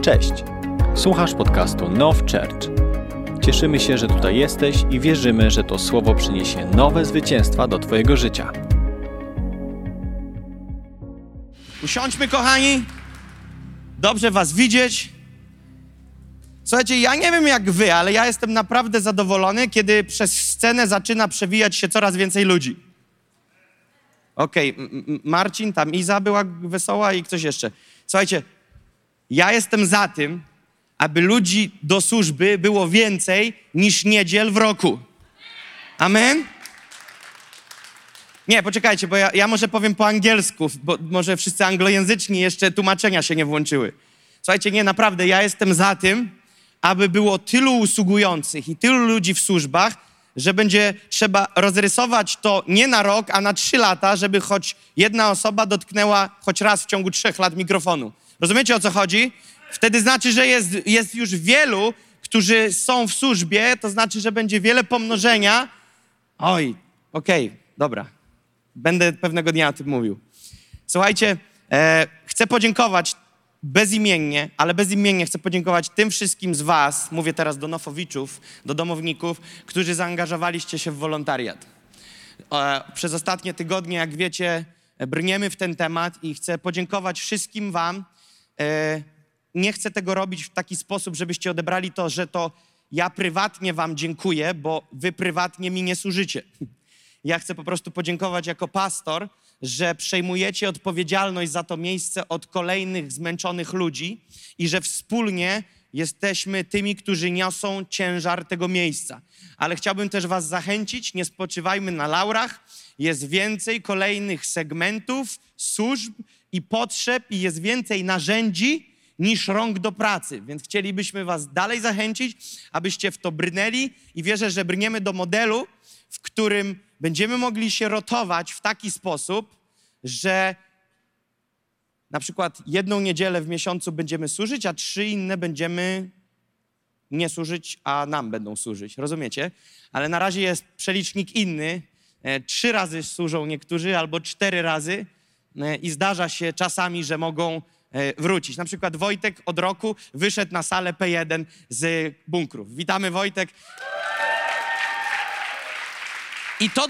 Cześć! Słuchasz podcastu Now Church. Cieszymy się, że tutaj jesteś i wierzymy, że to słowo przyniesie nowe zwycięstwa do Twojego życia. Usiądźmy, kochani. Dobrze was widzieć. Słuchajcie, ja nie wiem jak wy, ale ja jestem naprawdę zadowolony, kiedy przez scenę zaczyna przewijać się coraz więcej ludzi. Okej, Marcin, tam Iza była wesoła i ktoś jeszcze. Słuchajcie, ja jestem za tym, aby ludzi do służby było więcej niż niedziel w roku. Amen? Nie, poczekajcie, bo ja może powiem po angielsku, bo może wszyscy anglojęzyczni jeszcze tłumaczenia się nie włączyły. Słuchajcie, nie, naprawdę, ja jestem za tym, aby było tylu usługujących i tylu ludzi w służbach, że będzie trzeba rozrysować to nie na rok, a na 3 lata, żeby choć jedna osoba dotknęła choć raz w ciągu 3 lat mikrofonu. Rozumiecie, o co chodzi? Wtedy znaczy, że jest już wielu, którzy są w służbie, to znaczy, że będzie wiele pomnożenia. Oj, okej, dobra. Będę pewnego dnia o tym mówił. Słuchajcie, chcę podziękować bezimiennie, ale bezimiennie chcę podziękować tym wszystkim z was, mówię teraz do nofowiczów, do domowników, którzy zaangażowaliście się w wolontariat. Przez ostatnie tygodnie, jak wiecie, brniemy w ten temat i chcę podziękować wszystkim wam. Nie chcę tego robić w taki sposób, żebyście odebrali to, że to ja prywatnie wam dziękuję, bo wy prywatnie mi nie służycie. Ja chcę po prostu podziękować jako pastor, że przejmujecie odpowiedzialność za to miejsce od kolejnych zmęczonych ludzi i że wspólnie jesteśmy tymi, którzy niosą ciężar tego miejsca. Ale chciałbym też was zachęcić, nie spoczywajmy na laurach. Jest więcej kolejnych segmentów, służb i potrzeb i jest więcej narzędzi niż rąk do pracy. Więc chcielibyśmy was dalej zachęcić, abyście w to brnęli i wierzę, że brniemy do modelu, w którym będziemy mogli się rotować w taki sposób, że na przykład 1 niedzielę w miesiącu będziemy służyć, a 3 inne będziemy nie służyć, a nam będą służyć. Rozumiecie? Ale na razie jest przelicznik inny. 3 razy służą niektórzy albo 4 razy i zdarza się czasami, że mogą wrócić. Na przykład Wojtek od roku wyszedł na salę P1 z bunkrów. Witamy, Wojtek. I to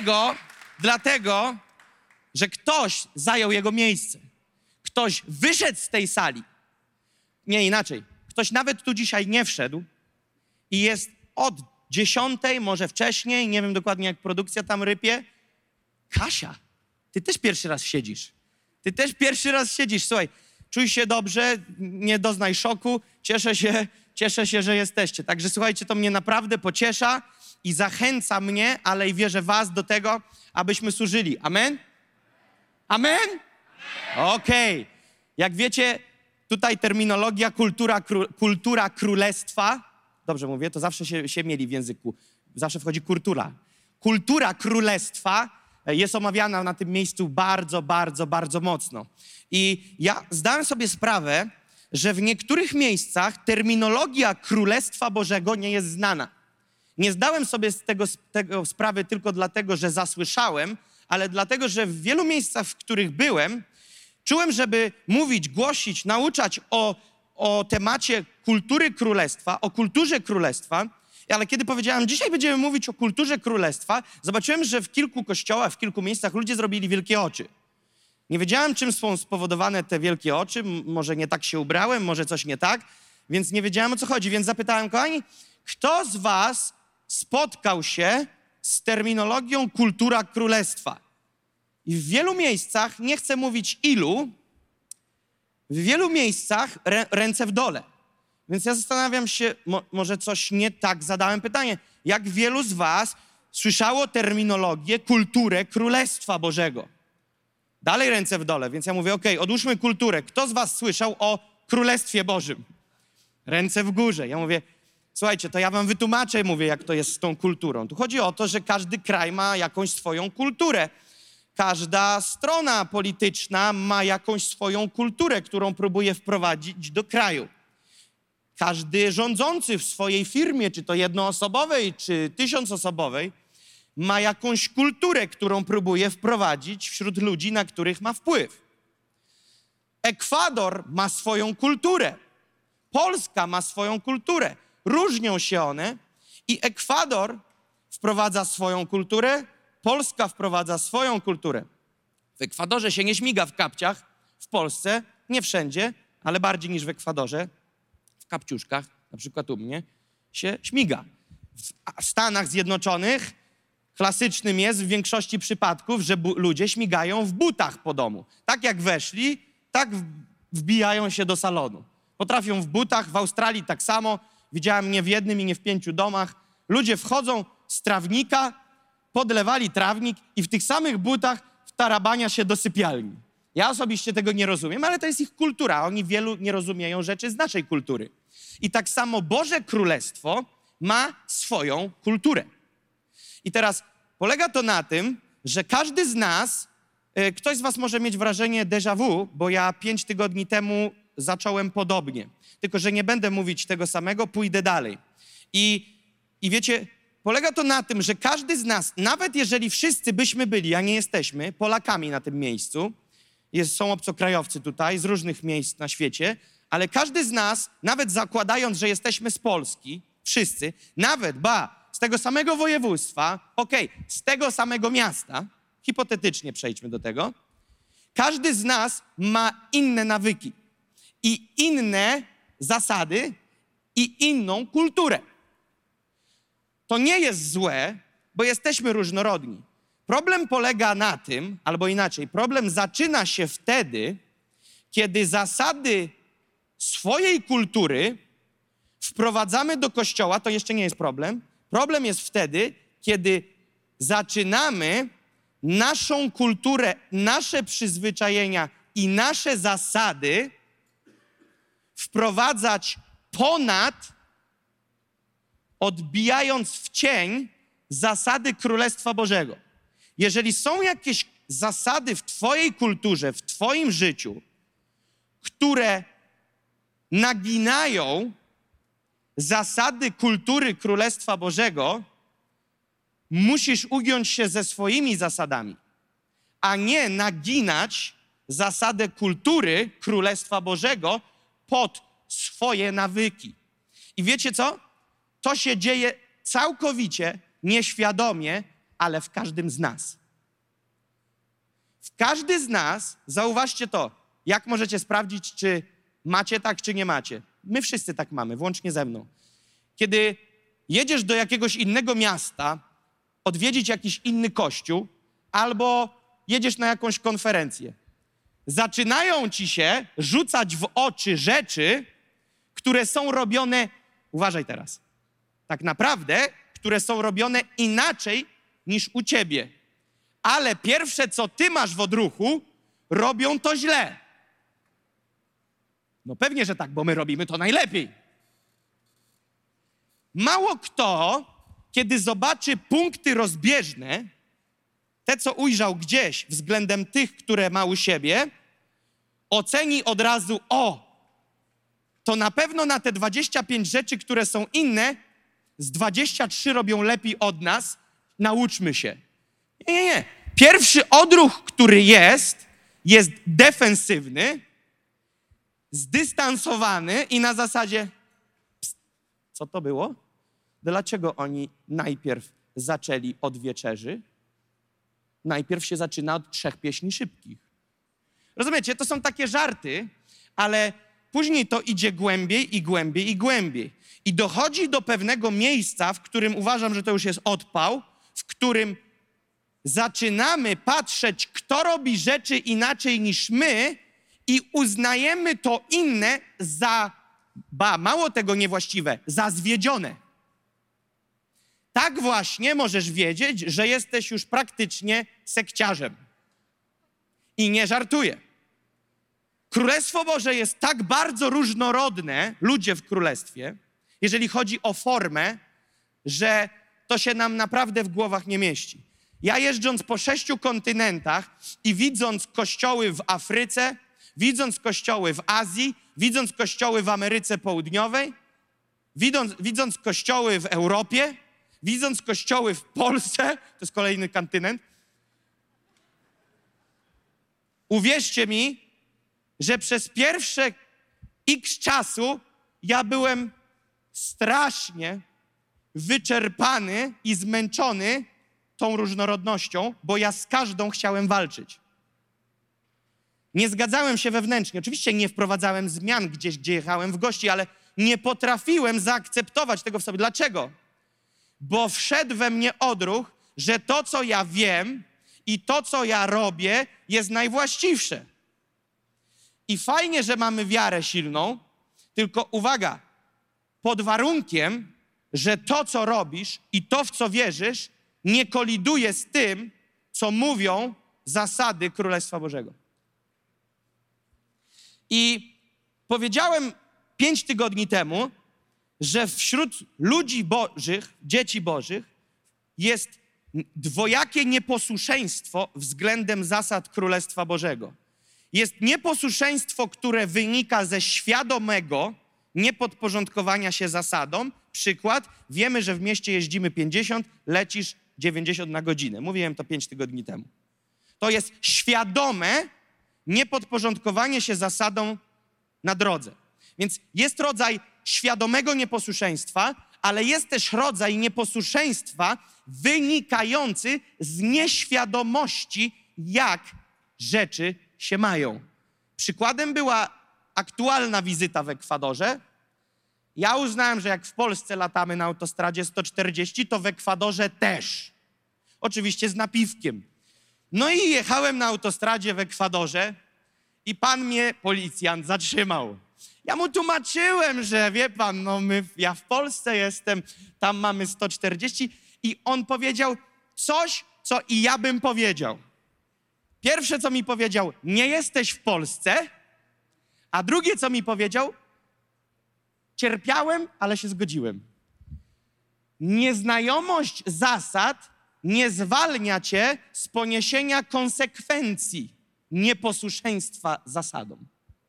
dlatego, że ktoś zajął jego miejsce. Ktoś wyszedł z tej sali. Nie, inaczej. Ktoś nawet tu dzisiaj nie wszedł i jest od 10, może wcześniej, nie wiem dokładnie jak produkcja tam rypie. Kasia, ty też pierwszy raz siedzisz. Słuchaj, czuj się dobrze, nie doznaj szoku. Cieszę się, że jesteście. Także słuchajcie, to mnie naprawdę pociesza i zachęca mnie, ale i wierzę was do tego, abyśmy służyli. Amen? Amen? Okej. Jak wiecie, tutaj terminologia kultura królestwa, dobrze mówię, to zawsze się mieli w języku, zawsze wchodzi kultura. Kultura królestwa jest omawiana na tym miejscu bardzo, bardzo, bardzo mocno. I ja zdałem sobie sprawę, że w niektórych miejscach terminologia Królestwa Bożego nie jest znana. Nie zdałem sobie z tego sprawy tylko dlatego, że zasłyszałem, ale dlatego, że w wielu miejscach, w których byłem, czułem, żeby mówić, głosić, nauczać o temacie kultury królestwa, o kulturze królestwa, ale kiedy powiedziałem, dzisiaj będziemy mówić o kulturze królestwa, zobaczyłem, że w kilku kościołach, w kilku miejscach ludzie zrobili wielkie oczy. Nie wiedziałem, czym są spowodowane te wielkie oczy, może nie tak się ubrałem, może coś nie tak, więc nie wiedziałem, o co chodzi. Więc zapytałem, kochani, kto z was spotkał się z terminologią kultura królestwa? I w wielu miejscach, nie chcę mówić ilu, w wielu miejscach ręce w dole. Więc ja zastanawiam się, może coś nie tak zadałem pytanie. Jak wielu z was słyszało terminologię, kulturę Królestwa Bożego? Dalej ręce w dole, więc ja mówię, odłóżmy kulturę. Kto z was słyszał o Królestwie Bożym? Ręce w górze. Ja mówię, słuchajcie, to ja wam wytłumaczę, mówię, jak to jest z tą kulturą. Tu chodzi o to, że każdy kraj ma jakąś swoją kulturę. Każda strona polityczna ma jakąś swoją kulturę, którą próbuje wprowadzić do kraju. Każdy rządzący w swojej firmie, czy to jednoosobowej, czy 1000-osobowej, ma jakąś kulturę, którą próbuje wprowadzić wśród ludzi, na których ma wpływ. Ekwador ma swoją kulturę. Polska ma swoją kulturę. Różnią się one i Ekwador wprowadza swoją kulturę, Polska wprowadza swoją kulturę. W Ekwadorze się nie śmiga w kapciach, w Polsce nie wszędzie, ale bardziej niż w Ekwadorze, w kapciuszkach, na przykład u mnie, się śmiga. W Stanach Zjednoczonych klasycznym jest w większości przypadków, że ludzie śmigają w butach po domu. Tak jak weszli, tak wbijają się do salonu. Potrafią w butach, w Australii tak samo. Widziałem nie w jednym i nie w 5 domach. Ludzie wchodzą z trawnika, podlewali trawnik i w tych samych butach wtarabania się do sypialni. Ja osobiście tego nie rozumiem, ale to jest ich kultura. Oni wielu nie rozumieją rzeczy z naszej kultury. I tak samo Boże Królestwo ma swoją kulturę. I teraz polega to na tym, że każdy z nas, ktoś z was może mieć wrażenie déjà vu, bo ja 5 tygodni temu zacząłem podobnie. Tylko że nie będę mówić tego samego, pójdę dalej. I wiecie, polega to na tym, że każdy z nas, nawet jeżeli wszyscy byśmy byli, a nie jesteśmy, Polakami na tym miejscu, są obcokrajowcy tutaj z różnych miejsc na świecie, ale każdy z nas, nawet zakładając, że jesteśmy z Polski, wszyscy, nawet, z tego samego województwa, z tego samego miasta, hipotetycznie przejdźmy do tego, każdy z nas ma inne nawyki i inne zasady i inną kulturę. To nie jest złe, bo jesteśmy różnorodni. Problem polega na tym, albo inaczej, problem zaczyna się wtedy, kiedy zasady swojej kultury wprowadzamy do kościoła, to jeszcze nie jest problem. Problem jest wtedy, kiedy zaczynamy naszą kulturę, nasze przyzwyczajenia i nasze zasady wprowadzać ponad, odbijając w cień zasady Królestwa Bożego. Jeżeli są jakieś zasady w twojej kulturze, w twoim życiu, które naginają zasady kultury Królestwa Bożego, musisz ugiąć się ze swoimi zasadami, a nie naginać zasadę kultury Królestwa Bożego pod swoje nawyki. I wiecie co? To się dzieje całkowicie nieświadomie, ale w każdym z nas. W każdy z nas, zauważcie to, jak możecie sprawdzić, czy macie tak, czy nie macie. My wszyscy tak mamy, włącznie ze mną. Kiedy jedziesz do jakiegoś innego miasta, odwiedzić jakiś inny kościół, albo jedziesz na jakąś konferencję, zaczynają ci się rzucać w oczy rzeczy, które są robione, uważaj teraz, tak naprawdę, które są robione inaczej niż u ciebie. Ale pierwsze, co ty masz w odruchu, robią to źle. No pewnie, że tak, bo my robimy to najlepiej. Mało kto, kiedy zobaczy punkty rozbieżne, te, co ujrzał gdzieś względem tych, które ma u siebie, oceni od razu, to na pewno na te 25 rzeczy, które są inne, z 23 robią lepiej od nas, nauczmy się. Nie. Pierwszy odruch, który jest defensywny, zdystansowany i na zasadzie, co to było? Dlaczego oni najpierw zaczęli od wieczerzy? Najpierw się zaczyna od 3 pieśni szybkich. Rozumiecie, to są takie żarty, ale później to idzie głębiej i głębiej i głębiej. I dochodzi do pewnego miejsca, w którym uważam, że to już jest odpał, w którym zaczynamy patrzeć, kto robi rzeczy inaczej niż my i uznajemy to inne za, mało tego niewłaściwe, za zwiedzione. Tak właśnie możesz wiedzieć, że jesteś już praktycznie sekciarzem. I nie żartuję. Królestwo Boże jest tak bardzo różnorodne, ludzie w królestwie, jeżeli chodzi o formę, że to się nam naprawdę w głowach nie mieści. Ja jeżdżąc po 6 kontynentach i widząc kościoły w Afryce, widząc kościoły w Azji, widząc kościoły w Ameryce Południowej, widząc kościoły w Europie, widząc kościoły w Polsce, to jest kolejny kontynent, uwierzcie mi, że przez pierwsze X czasu ja byłem strasznie wyczerpany i zmęczony tą różnorodnością, bo ja z każdą chciałem walczyć. Nie zgadzałem się wewnętrznie. Oczywiście nie wprowadzałem zmian gdzieś, gdzie jechałem w gości, ale nie potrafiłem zaakceptować tego w sobie. Dlaczego? Bo wszedł we mnie odruch, że to, co ja wiem i to, co ja robię, jest najwłaściwsze. I fajnie, że mamy wiarę silną, tylko uwaga, pod warunkiem, że to, co robisz i to, w co wierzysz, nie koliduje z tym, co mówią zasady Królestwa Bożego. I powiedziałem 5 tygodni temu, że wśród ludzi bożych, dzieci bożych, jest dwojakie nieposłuszeństwo względem zasad Królestwa Bożego. Jest nieposłuszeństwo, które wynika ze świadomego niepodporządkowania się zasadom. Przykład, wiemy, że w mieście jeździmy 50, lecisz 90 na godzinę. Mówiłem to 5 tygodni temu. To jest świadome niepodporządkowanie się zasadom na drodze. Więc jest rodzaj świadomego nieposłuszeństwa, ale jest też rodzaj nieposłuszeństwa wynikający z nieświadomości, jak rzeczy się mają. Przykładem była aktualna wizyta w Ekwadorze. Ja uznałem, że jak w Polsce latamy na autostradzie 140, to w Ekwadorze też. Oczywiście z napiwkiem. No i jechałem na autostradzie w Ekwadorze i pan mnie, policjant, zatrzymał. Ja mu tłumaczyłem, że wie pan, ja w Polsce jestem, tam mamy 140 i on powiedział coś, co i ja bym powiedział. Pierwsze, co mi powiedział, nie jesteś w Polsce, a drugie, co mi powiedział, cierpiałem, ale się zgodziłem. Nieznajomość zasad nie zwalnia cię z poniesienia konsekwencji nieposłuszeństwa zasadom.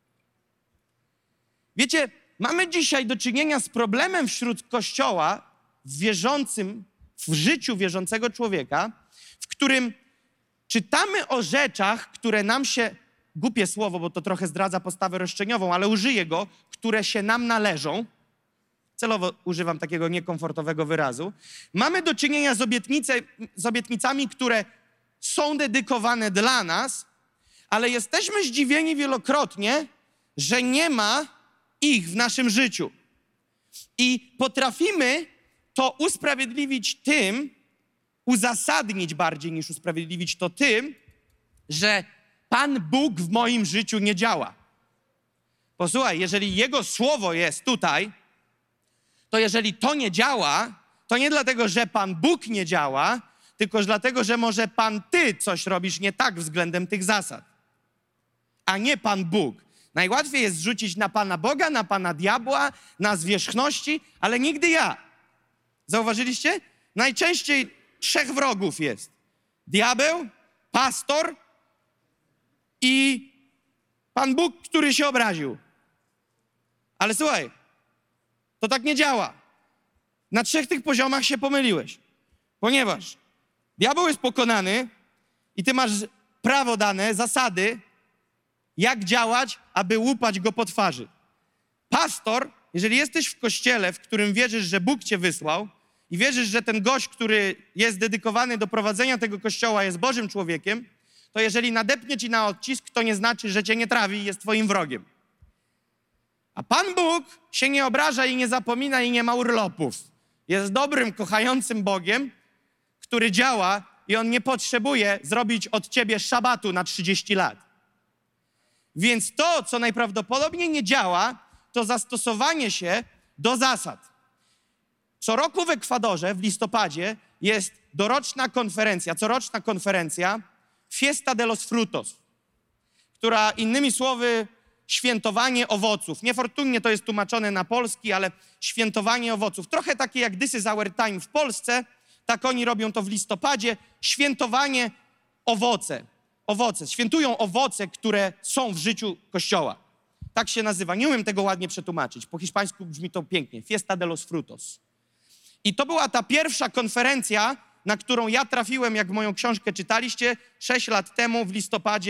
Wiecie, mamy dzisiaj do czynienia z problemem wśród Kościoła wierzącym, w życiu wierzącego człowieka, w którym czytamy o rzeczach, które nam się, głupie słowo, bo to trochę zdradza postawę roszczeniową, ale użyję go, które się nam należą. Celowo używam takiego niekomfortowego wyrazu. Mamy do czynienia z obietnicami, które są dedykowane dla nas, ale jesteśmy zdziwieni wielokrotnie, że nie ma ich w naszym życiu. I potrafimy to usprawiedliwić tym, uzasadnić bardziej niż usprawiedliwić to tym, że Pan Bóg w moim życiu nie działa. Posłuchaj, jeżeli Jego słowo jest tutaj, to jeżeli to nie działa, to nie dlatego, że Pan Bóg nie działa, tylko dlatego, że może ty coś robisz nie tak względem tych zasad, a nie Pan Bóg. Najłatwiej jest zrzucić na Pana Boga, na Pana diabła, na zwierzchności, ale nigdy ja. Zauważyliście? Najczęściej 3 wrogów jest. Diabeł, pastor i Pan Bóg, który się obraził. Ale słuchaj, to tak nie działa. Na 3 tych poziomach się pomyliłeś. Ponieważ diabeł jest pokonany i ty masz prawo dane, zasady, jak działać, aby łupać go po twarzy. Pastor, jeżeli jesteś w kościele, w którym wierzysz, że Bóg cię wysłał i wierzysz, że ten gość, który jest dedykowany do prowadzenia tego kościoła, jest Bożym człowiekiem, to jeżeli nadepnie ci na odcisk, to nie znaczy, że cię nie trawi i jest twoim wrogiem. A Pan Bóg się nie obraża i nie zapomina i nie ma urlopów. Jest dobrym, kochającym Bogiem, który działa i On nie potrzebuje zrobić od ciebie szabatu na 30 lat. Więc to, co najprawdopodobniej nie działa, to zastosowanie się do zasad. Co roku w Ekwadorze, w listopadzie, jest coroczna konferencja Fiesta de los Frutos, która innymi słowy świętowanie owoców. Niefortunnie to jest tłumaczone na polski, ale świętowanie owoców. Trochę takie jak This is our time w Polsce, tak oni robią to w listopadzie. Świętowanie owoce. Świętują owoce, które są w życiu Kościoła. Tak się nazywa. Nie umiem tego ładnie przetłumaczyć. Po hiszpańsku brzmi to pięknie. Fiesta de los Frutos. I to była ta pierwsza konferencja, na którą ja trafiłem, jak moją książkę czytaliście, 6 lat temu w listopadzie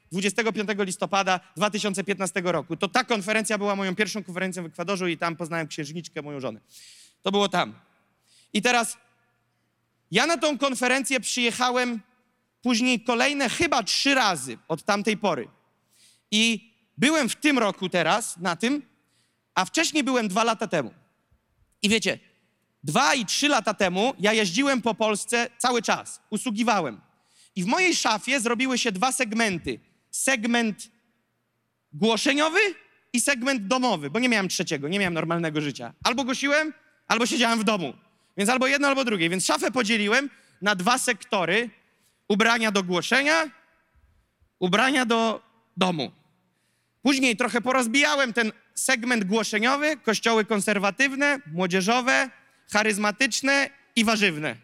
25 listopada 2015 roku. To ta konferencja była moją pierwszą konferencją w Ekwadorze i tam poznałem księżniczkę, moją żonę. To było tam. I teraz ja na tą konferencję przyjechałem później kolejne chyba 3 razy od tamtej pory. I byłem w tym roku teraz na tym, a wcześniej byłem 2 lata temu. I wiecie, 2 i 3 lata temu ja jeździłem po Polsce cały czas, usługiwałem. I w mojej szafie zrobiły się 2 segmenty. Segment głoszeniowy i segment domowy, bo nie miałem trzeciego, nie miałem normalnego życia. Albo głosiłem, albo siedziałem w domu. Więc albo jedno, albo drugie. Więc szafę podzieliłem na 2 sektory. Ubrania do głoszenia, ubrania do domu. Później trochę porozbijałem ten segment głoszeniowy, kościoły konserwatywne, młodzieżowe, charyzmatyczne i warzywne.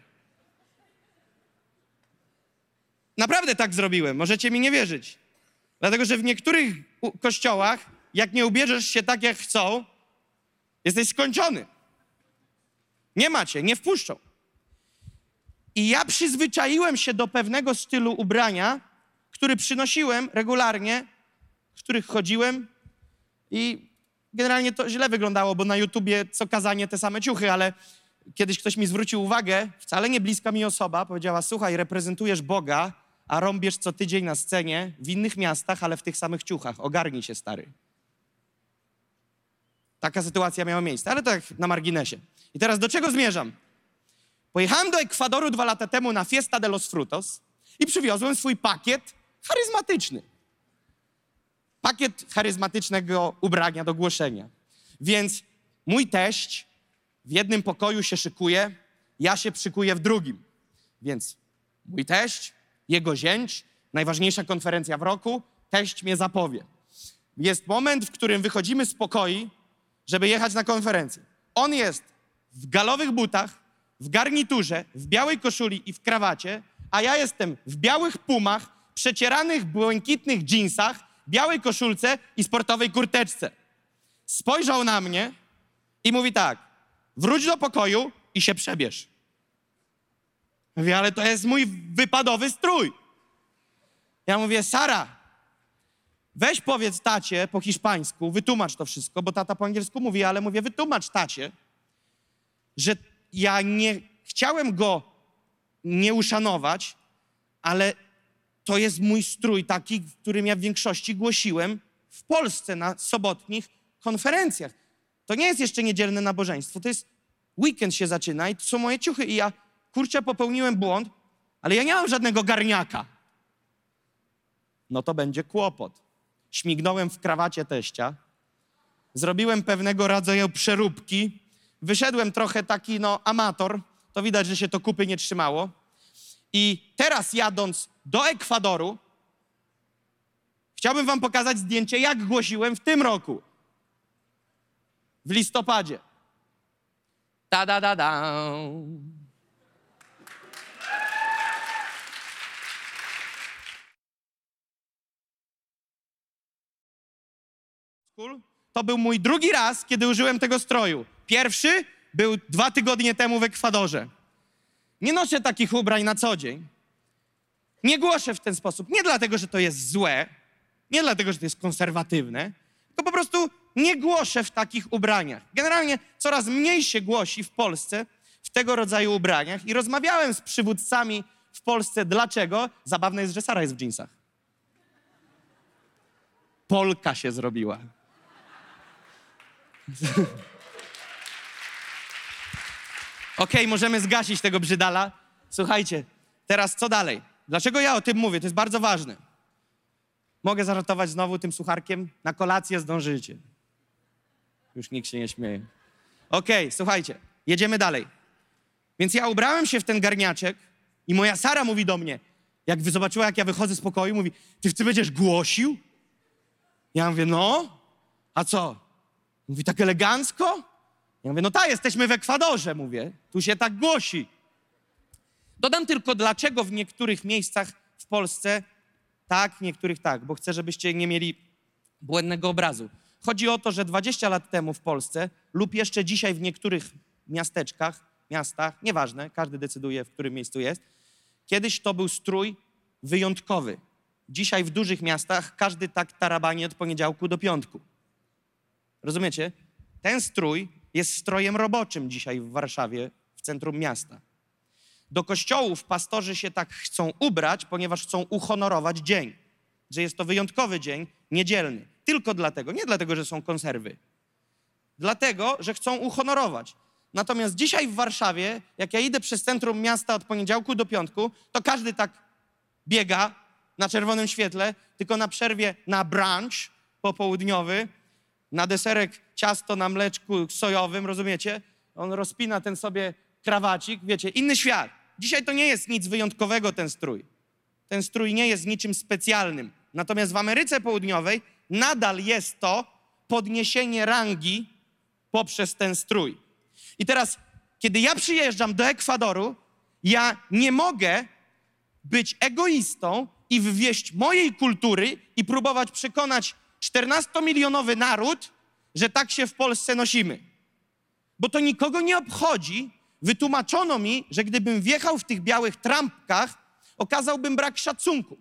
Naprawdę tak zrobiłem, możecie mi nie wierzyć. Dlatego, że w niektórych kościołach, jak nie ubierzesz się tak, jak chcą, jesteś skończony. Nie macie, nie wpuszczą. I ja przyzwyczaiłem się do pewnego stylu ubrania, który przynosiłem regularnie, w których chodziłem i generalnie to źle wyglądało, bo na YouTubie co kazanie te same ciuchy, ale kiedyś ktoś mi zwrócił uwagę, wcale nie bliska mi osoba, powiedziała: słuchaj, reprezentujesz Boga, a rąbiesz co tydzień na scenie w innych miastach, ale w tych samych ciuchach. Ogarnij się, stary. Taka sytuacja miała miejsce, ale tak na marginesie. I teraz do czego zmierzam? Pojechałem do Ekwadoru 2 lata temu na Fiesta de los Frutos i przywiozłem swój pakiet charyzmatyczny. Pakiet charyzmatycznego ubrania do głoszenia. Więc mój teść w jednym pokoju się szykuje, ja się szykuję w drugim. Więc mój teść, jego zięć, najważniejsza konferencja w roku, teść mnie zapowie. Jest moment, w którym wychodzimy z pokoi, żeby jechać na konferencję. On jest w galowych butach, w garniturze, w białej koszuli i w krawacie, a ja jestem w białych pumach, przecieranych błękitnych dżinsach, białej koszulce i sportowej kurteczce. Spojrzał na mnie i mówi tak: wróć do pokoju i się przebierz. Mówię: ale to jest mój wypadowy strój. Ja mówię: Sara, weź powiedz tacie po hiszpańsku, wytłumacz to wszystko, bo tata po angielsku mówi, ale mówię: wytłumacz tacie, że ja nie chciałem go nie uszanować, ale to jest mój strój taki, w którym ja w większości głosiłem w Polsce na sobotnich konferencjach. To nie jest jeszcze niedzielne nabożeństwo, to jest weekend się zaczyna i to są moje ciuchy. I ja, kurczę, popełniłem błąd, ale ja nie mam żadnego garniaka. No to będzie kłopot. Śmignąłem w krawacie teścia, zrobiłem pewnego rodzaju przeróbki, wyszedłem trochę taki, amator, to widać, że się to kupy nie trzymało. I teraz jadąc do Ekwadoru, chciałbym wam pokazać zdjęcie, jak głosiłem w tym roku. W listopadzie. Ta-da-da-da. To był mój drugi raz, kiedy użyłem tego stroju. Pierwszy był 2 tygodnie temu w Ekwadorze. Nie noszę takich ubrań na co dzień. Nie głoszę w ten sposób. Nie dlatego, że to jest złe, nie dlatego, że to jest konserwatywne, tylko po prostu nie głoszę w takich ubraniach. Generalnie coraz mniej się głosi w Polsce w tego rodzaju ubraniach i rozmawiałem z przywódcami w Polsce. Dlaczego? Zabawne jest, że Sara jest w dżinsach. Polka się zrobiła. Okej, możemy zgasić tego brzydala. Słuchajcie, teraz co dalej? Dlaczego ja o tym mówię? To jest bardzo ważne. Mogę zażartować znowu tym sucharkiem? Na kolację zdążycie. Już nikt się nie śmieje. Okej, słuchajcie, jedziemy dalej. Więc ja ubrałem się w ten garniaczek i moja Sara mówi do mnie, jak zobaczyła, jak ja wychodzę z pokoju, mówi: ty będziesz głosił? Ja mówię: no, a co? Mówi: tak elegancko? Ja mówię: no tak, jesteśmy w Ekwadorze, mówię, tu się tak głosi. Dodam tylko, dlaczego w niektórych miejscach w Polsce tak, niektórych tak, bo chcę, żebyście nie mieli błędnego obrazu. Chodzi o to, że 20 lat temu w Polsce lub jeszcze dzisiaj w niektórych miasteczkach, miastach, nieważne, każdy decyduje, w którym miejscu jest, kiedyś to był strój wyjątkowy. Dzisiaj w dużych miastach każdy tak tarabani od poniedziałku do piątku. Rozumiecie? Ten strój jest strojem roboczym dzisiaj w Warszawie, w centrum miasta. Do kościołów pastorzy się tak chcą ubrać, ponieważ chcą uhonorować dzień. Że jest to wyjątkowy dzień, niedzielny. Tylko dlatego, nie dlatego, że są konserwy. Dlatego, że chcą uhonorować. Natomiast dzisiaj w Warszawie, jak ja idę przez centrum miasta od poniedziałku do piątku, to każdy tak biega na czerwonym świetle, tylko na przerwie na brunch popołudniowy, na deserek ciasto na mleczku sojowym, rozumiecie? On rozpina ten sobie krawacik, wiecie, inny świat. Dzisiaj to nie jest nic wyjątkowego ten strój. Ten strój nie jest niczym specjalnym. Natomiast w Ameryce Południowej nadal jest to podniesienie rangi poprzez ten strój. I teraz, kiedy ja przyjeżdżam do Ekwadoru, ja nie mogę być egoistą i wwieźć mojej kultury i próbować przekonać 14-milionowy naród, że tak się w Polsce nosimy. Bo to nikogo nie obchodzi. Wytłumaczono mi, że gdybym wjechał w tych białych trampkach, okazałbym brak szacunku.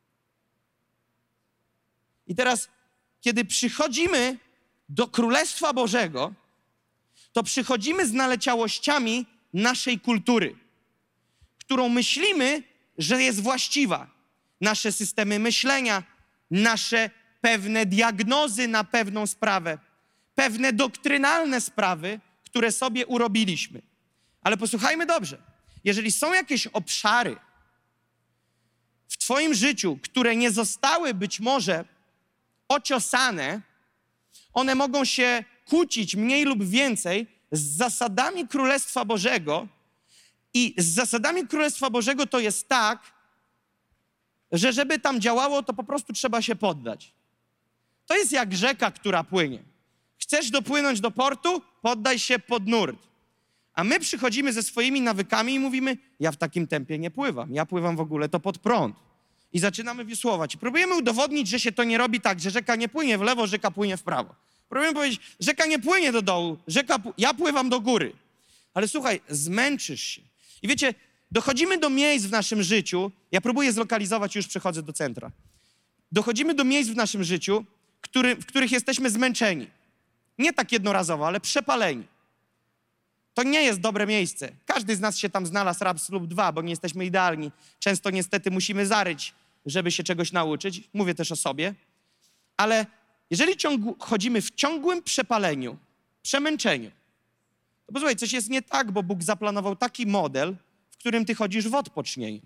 I teraz, kiedy przychodzimy do Królestwa Bożego, to przychodzimy z naleciałościami naszej kultury, którą myślimy, że jest właściwa. Nasze systemy myślenia, nasze pewne diagnozy na pewną sprawę, pewne doktrynalne sprawy, które sobie urobiliśmy. Ale posłuchajmy dobrze. Jeżeli są jakieś obszary w twoim życiu, które nie zostały być może ociosane, one mogą się kłócić mniej lub więcej z zasadami Królestwa Bożego. I z zasadami Królestwa Bożego to jest tak, że żeby tam działało, to po prostu trzeba się poddać. To jest jak rzeka, która płynie. Chcesz dopłynąć do portu? Poddaj się pod nurt. A my przychodzimy ze swoimi nawykami i mówimy, ja w takim tempie nie pływam. Ja pływam w ogóle to pod prąd. I zaczynamy wiosłować. Próbujemy udowodnić, że się to nie robi tak, że rzeka nie płynie w lewo, rzeka płynie w prawo. Próbujemy powiedzieć, rzeka nie płynie do dołu, ja pływam do góry. Ale słuchaj, zmęczysz się. I wiecie, dochodzimy do miejsc w naszym życiu, ja próbuję zlokalizować, już przechodzę do centra. Dochodzimy do miejsc w naszym życiu, w których jesteśmy zmęczeni. Nie tak jednorazowo, ale przepaleni. To nie jest dobre miejsce. Każdy z nas się tam znalazł raz lub dwa, bo nie jesteśmy idealni. Często niestety musimy zaryć, żeby się czegoś nauczyć. Mówię też o sobie. Ale jeżeli chodzimy w ciągłym przepaleniu, przemęczeniu, to posłuchaj, coś jest nie tak, bo Bóg zaplanował taki model, w którym ty chodzisz w odpocznieniu.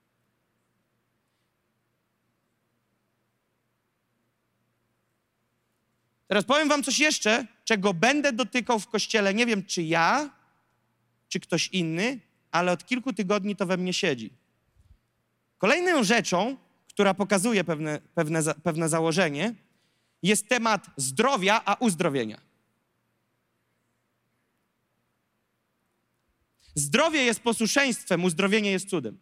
Teraz powiem wam coś jeszcze, czego będę dotykał w Kościele. Nie wiem, czy ja, czy ktoś inny, ale od kilku tygodni to we mnie siedzi. Kolejną rzeczą, która pokazuje pewne założenie, jest temat zdrowia, a uzdrowienia. Zdrowie jest posłuszeństwem, uzdrowienie jest cudem.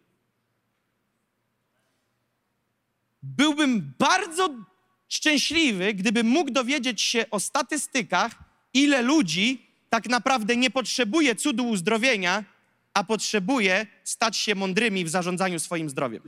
Byłbym bardzo szczęśliwy, gdybym mógł dowiedzieć się o statystykach, ile ludzi tak naprawdę nie potrzebuje cudu uzdrowienia, a potrzebuje stać się mądrymi w zarządzaniu swoim zdrowiem.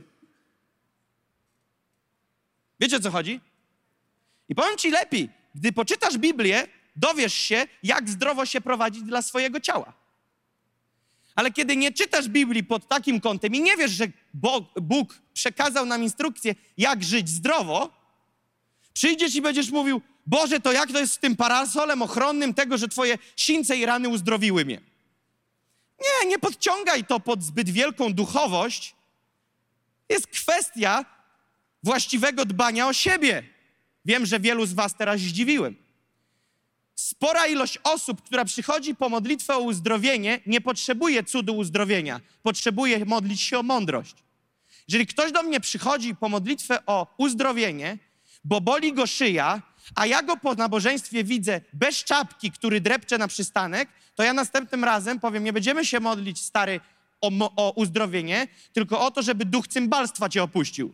Wiecie, o co chodzi? I powiem ci lepiej, gdy poczytasz Biblię, dowiesz się, jak zdrowo się prowadzić dla swojego ciała. Ale kiedy nie czytasz Biblii pod takim kątem i nie wiesz, że Bóg przekazał nam instrukcję, jak żyć zdrowo, przyjdziesz i będziesz mówił, Boże, to jak to jest z tym parasolem ochronnym tego, że twoje sińce i rany uzdrowiły mnie? Nie podciągaj to pod zbyt wielką duchowość. Jest kwestia właściwego dbania o siebie. Wiem, że wielu z was teraz zdziwiłem. Spora ilość osób, która przychodzi po modlitwę o uzdrowienie, nie potrzebuje cudu uzdrowienia. Potrzebuje modlić się o mądrość. Jeżeli ktoś do mnie przychodzi po modlitwę o uzdrowienie, bo boli go szyja, a ja go po nabożeństwie widzę bez czapki, który drepcze na przystanek, to ja następnym razem powiem, nie będziemy się modlić, stary, o uzdrowienie, tylko o to, żeby duch cymbalstwa cię opuścił.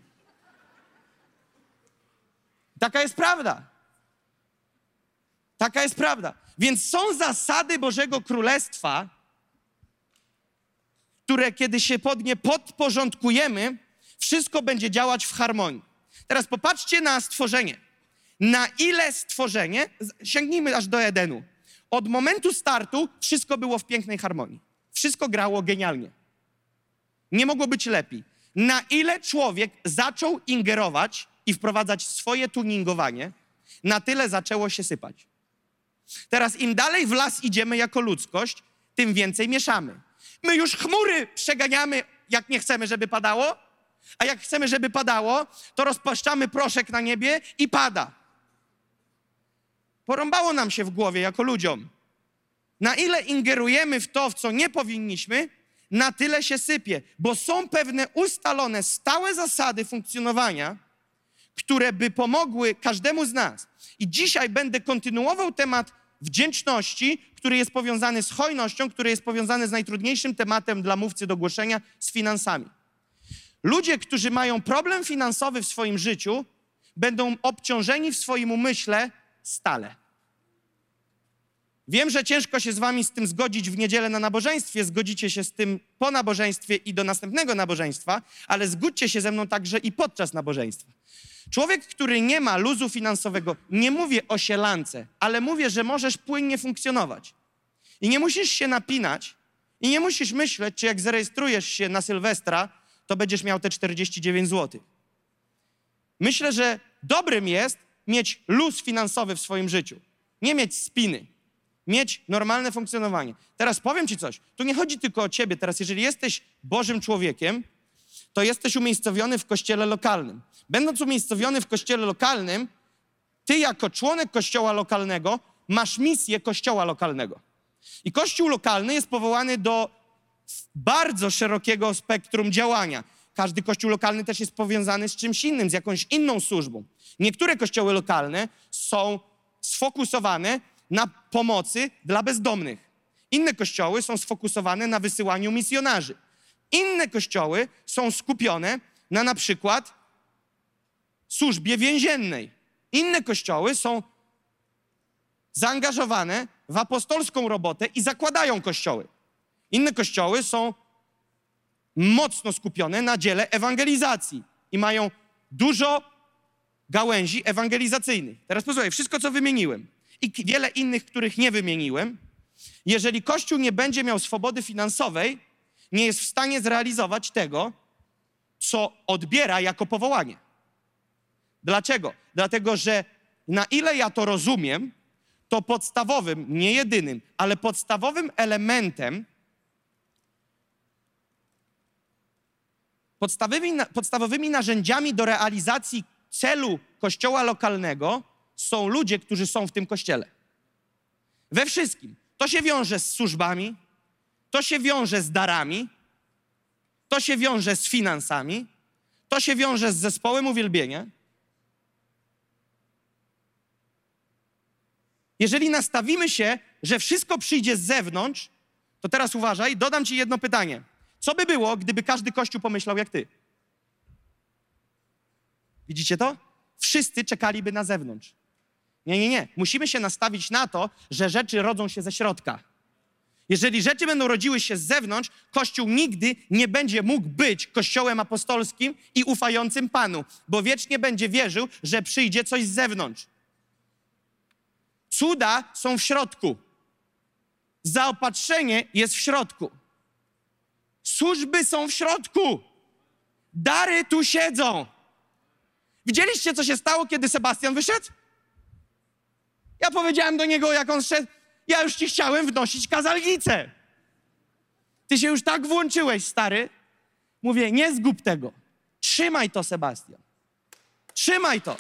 Taka jest prawda. Taka jest prawda. Więc są zasady Bożego Królestwa, które kiedy się pod nie podporządkujemy, wszystko będzie działać w harmonii. Teraz popatrzcie na stworzenie. Na ile stworzenie, sięgnijmy aż do Edenu. Od momentu startu wszystko było w pięknej harmonii. Wszystko grało genialnie. Nie mogło być lepiej. Na ile człowiek zaczął ingerować i wprowadzać swoje tuningowanie, na tyle zaczęło się sypać. Teraz im dalej w las idziemy jako ludzkość, tym więcej mieszamy. My już chmury przeganiamy, jak nie chcemy, żeby padało, a jak chcemy, żeby padało, to rozpłaszczamy proszek na niebie i pada. Porąbało nam się w głowie jako ludziom. Na ile ingerujemy w to, w co nie powinniśmy, na tyle się sypie, bo są pewne ustalone, stałe zasady funkcjonowania, które by pomogły każdemu z nas. I dzisiaj będę kontynuował temat wdzięczności, który jest powiązany z hojnością, który jest powiązany z najtrudniejszym tematem dla mówcy do głoszenia, z finansami. Ludzie, którzy mają problem finansowy w swoim życiu, będą obciążeni w swoim umyśle stale. Wiem, że ciężko się z wami z tym zgodzić w niedzielę na nabożeństwie, zgodzicie się z tym po nabożeństwie i do następnego nabożeństwa, ale zgódźcie się ze mną także i podczas nabożeństwa. Człowiek, który nie ma luzu finansowego, nie mówię o sielance, ale mówię, że możesz płynnie funkcjonować. I nie musisz się napinać i nie musisz myśleć, czy jak zarejestrujesz się na Sylwestra, to będziesz miał te 49 zł. Myślę, że dobrym jest mieć luz finansowy w swoim życiu. Nie mieć spiny. Mieć normalne funkcjonowanie. Teraz powiem ci coś. Tu nie chodzi tylko o ciebie. Teraz jeżeli jesteś Bożym człowiekiem, to jesteś umiejscowiony w kościele lokalnym. Będąc umiejscowiony w kościele lokalnym, ty jako członek kościoła lokalnego masz misję kościoła lokalnego. I kościół lokalny jest powołany do bardzo szerokiego spektrum działania. Każdy kościół lokalny też jest powiązany z czymś innym, z jakąś inną służbą. Niektóre kościoły lokalne są sfokusowane na pomocy dla bezdomnych. Inne kościoły są sfokusowane na wysyłaniu misjonarzy. Inne kościoły są skupione na przykład służbie więziennej. Inne kościoły są zaangażowane w apostolską robotę i zakładają kościoły. Inne kościoły są mocno skupione na dziele ewangelizacji i mają dużo gałęzi ewangelizacyjnych. Teraz posłuchaj, wszystko co wymieniłem i wiele innych, których nie wymieniłem, jeżeli Kościół nie będzie miał swobody finansowej, nie jest w stanie zrealizować tego, co odbiera jako powołanie. Dlaczego? Dlatego, że na ile ja to rozumiem, to podstawowym, nie jedynym, ale podstawowym elementem, podstawowymi narzędziami do realizacji celu kościoła lokalnego są ludzie, którzy są w tym kościele. We wszystkim. To się wiąże z służbami, to się wiąże z darami, to się wiąże z finansami, to się wiąże z zespołem uwielbienia. Jeżeli nastawimy się, że wszystko przyjdzie z zewnątrz, to teraz uważaj, dodam ci jedno pytanie. Co by było, gdyby każdy kościół pomyślał jak ty? Widzicie to? Wszyscy czekaliby na zewnątrz. Nie. Musimy się nastawić na to, że rzeczy rodzą się ze środka. Jeżeli rzeczy będą rodziły się z zewnątrz, Kościół nigdy nie będzie mógł być kościołem apostolskim i ufającym Panu, bo wiecznie będzie wierzył, że przyjdzie coś z zewnątrz. Cuda są w środku. Zaopatrzenie jest w środku. Służby są w środku. Dary tu siedzą. Widzieliście, co się stało, kiedy Sebastian wyszedł? Ja powiedziałem do niego, jak on szedł, ja już ci chciałem wnosić kazalnicę. Ty się już tak włączyłeś, stary. Mówię, nie zgub tego. Trzymaj to, Sebastian. Trzymaj to.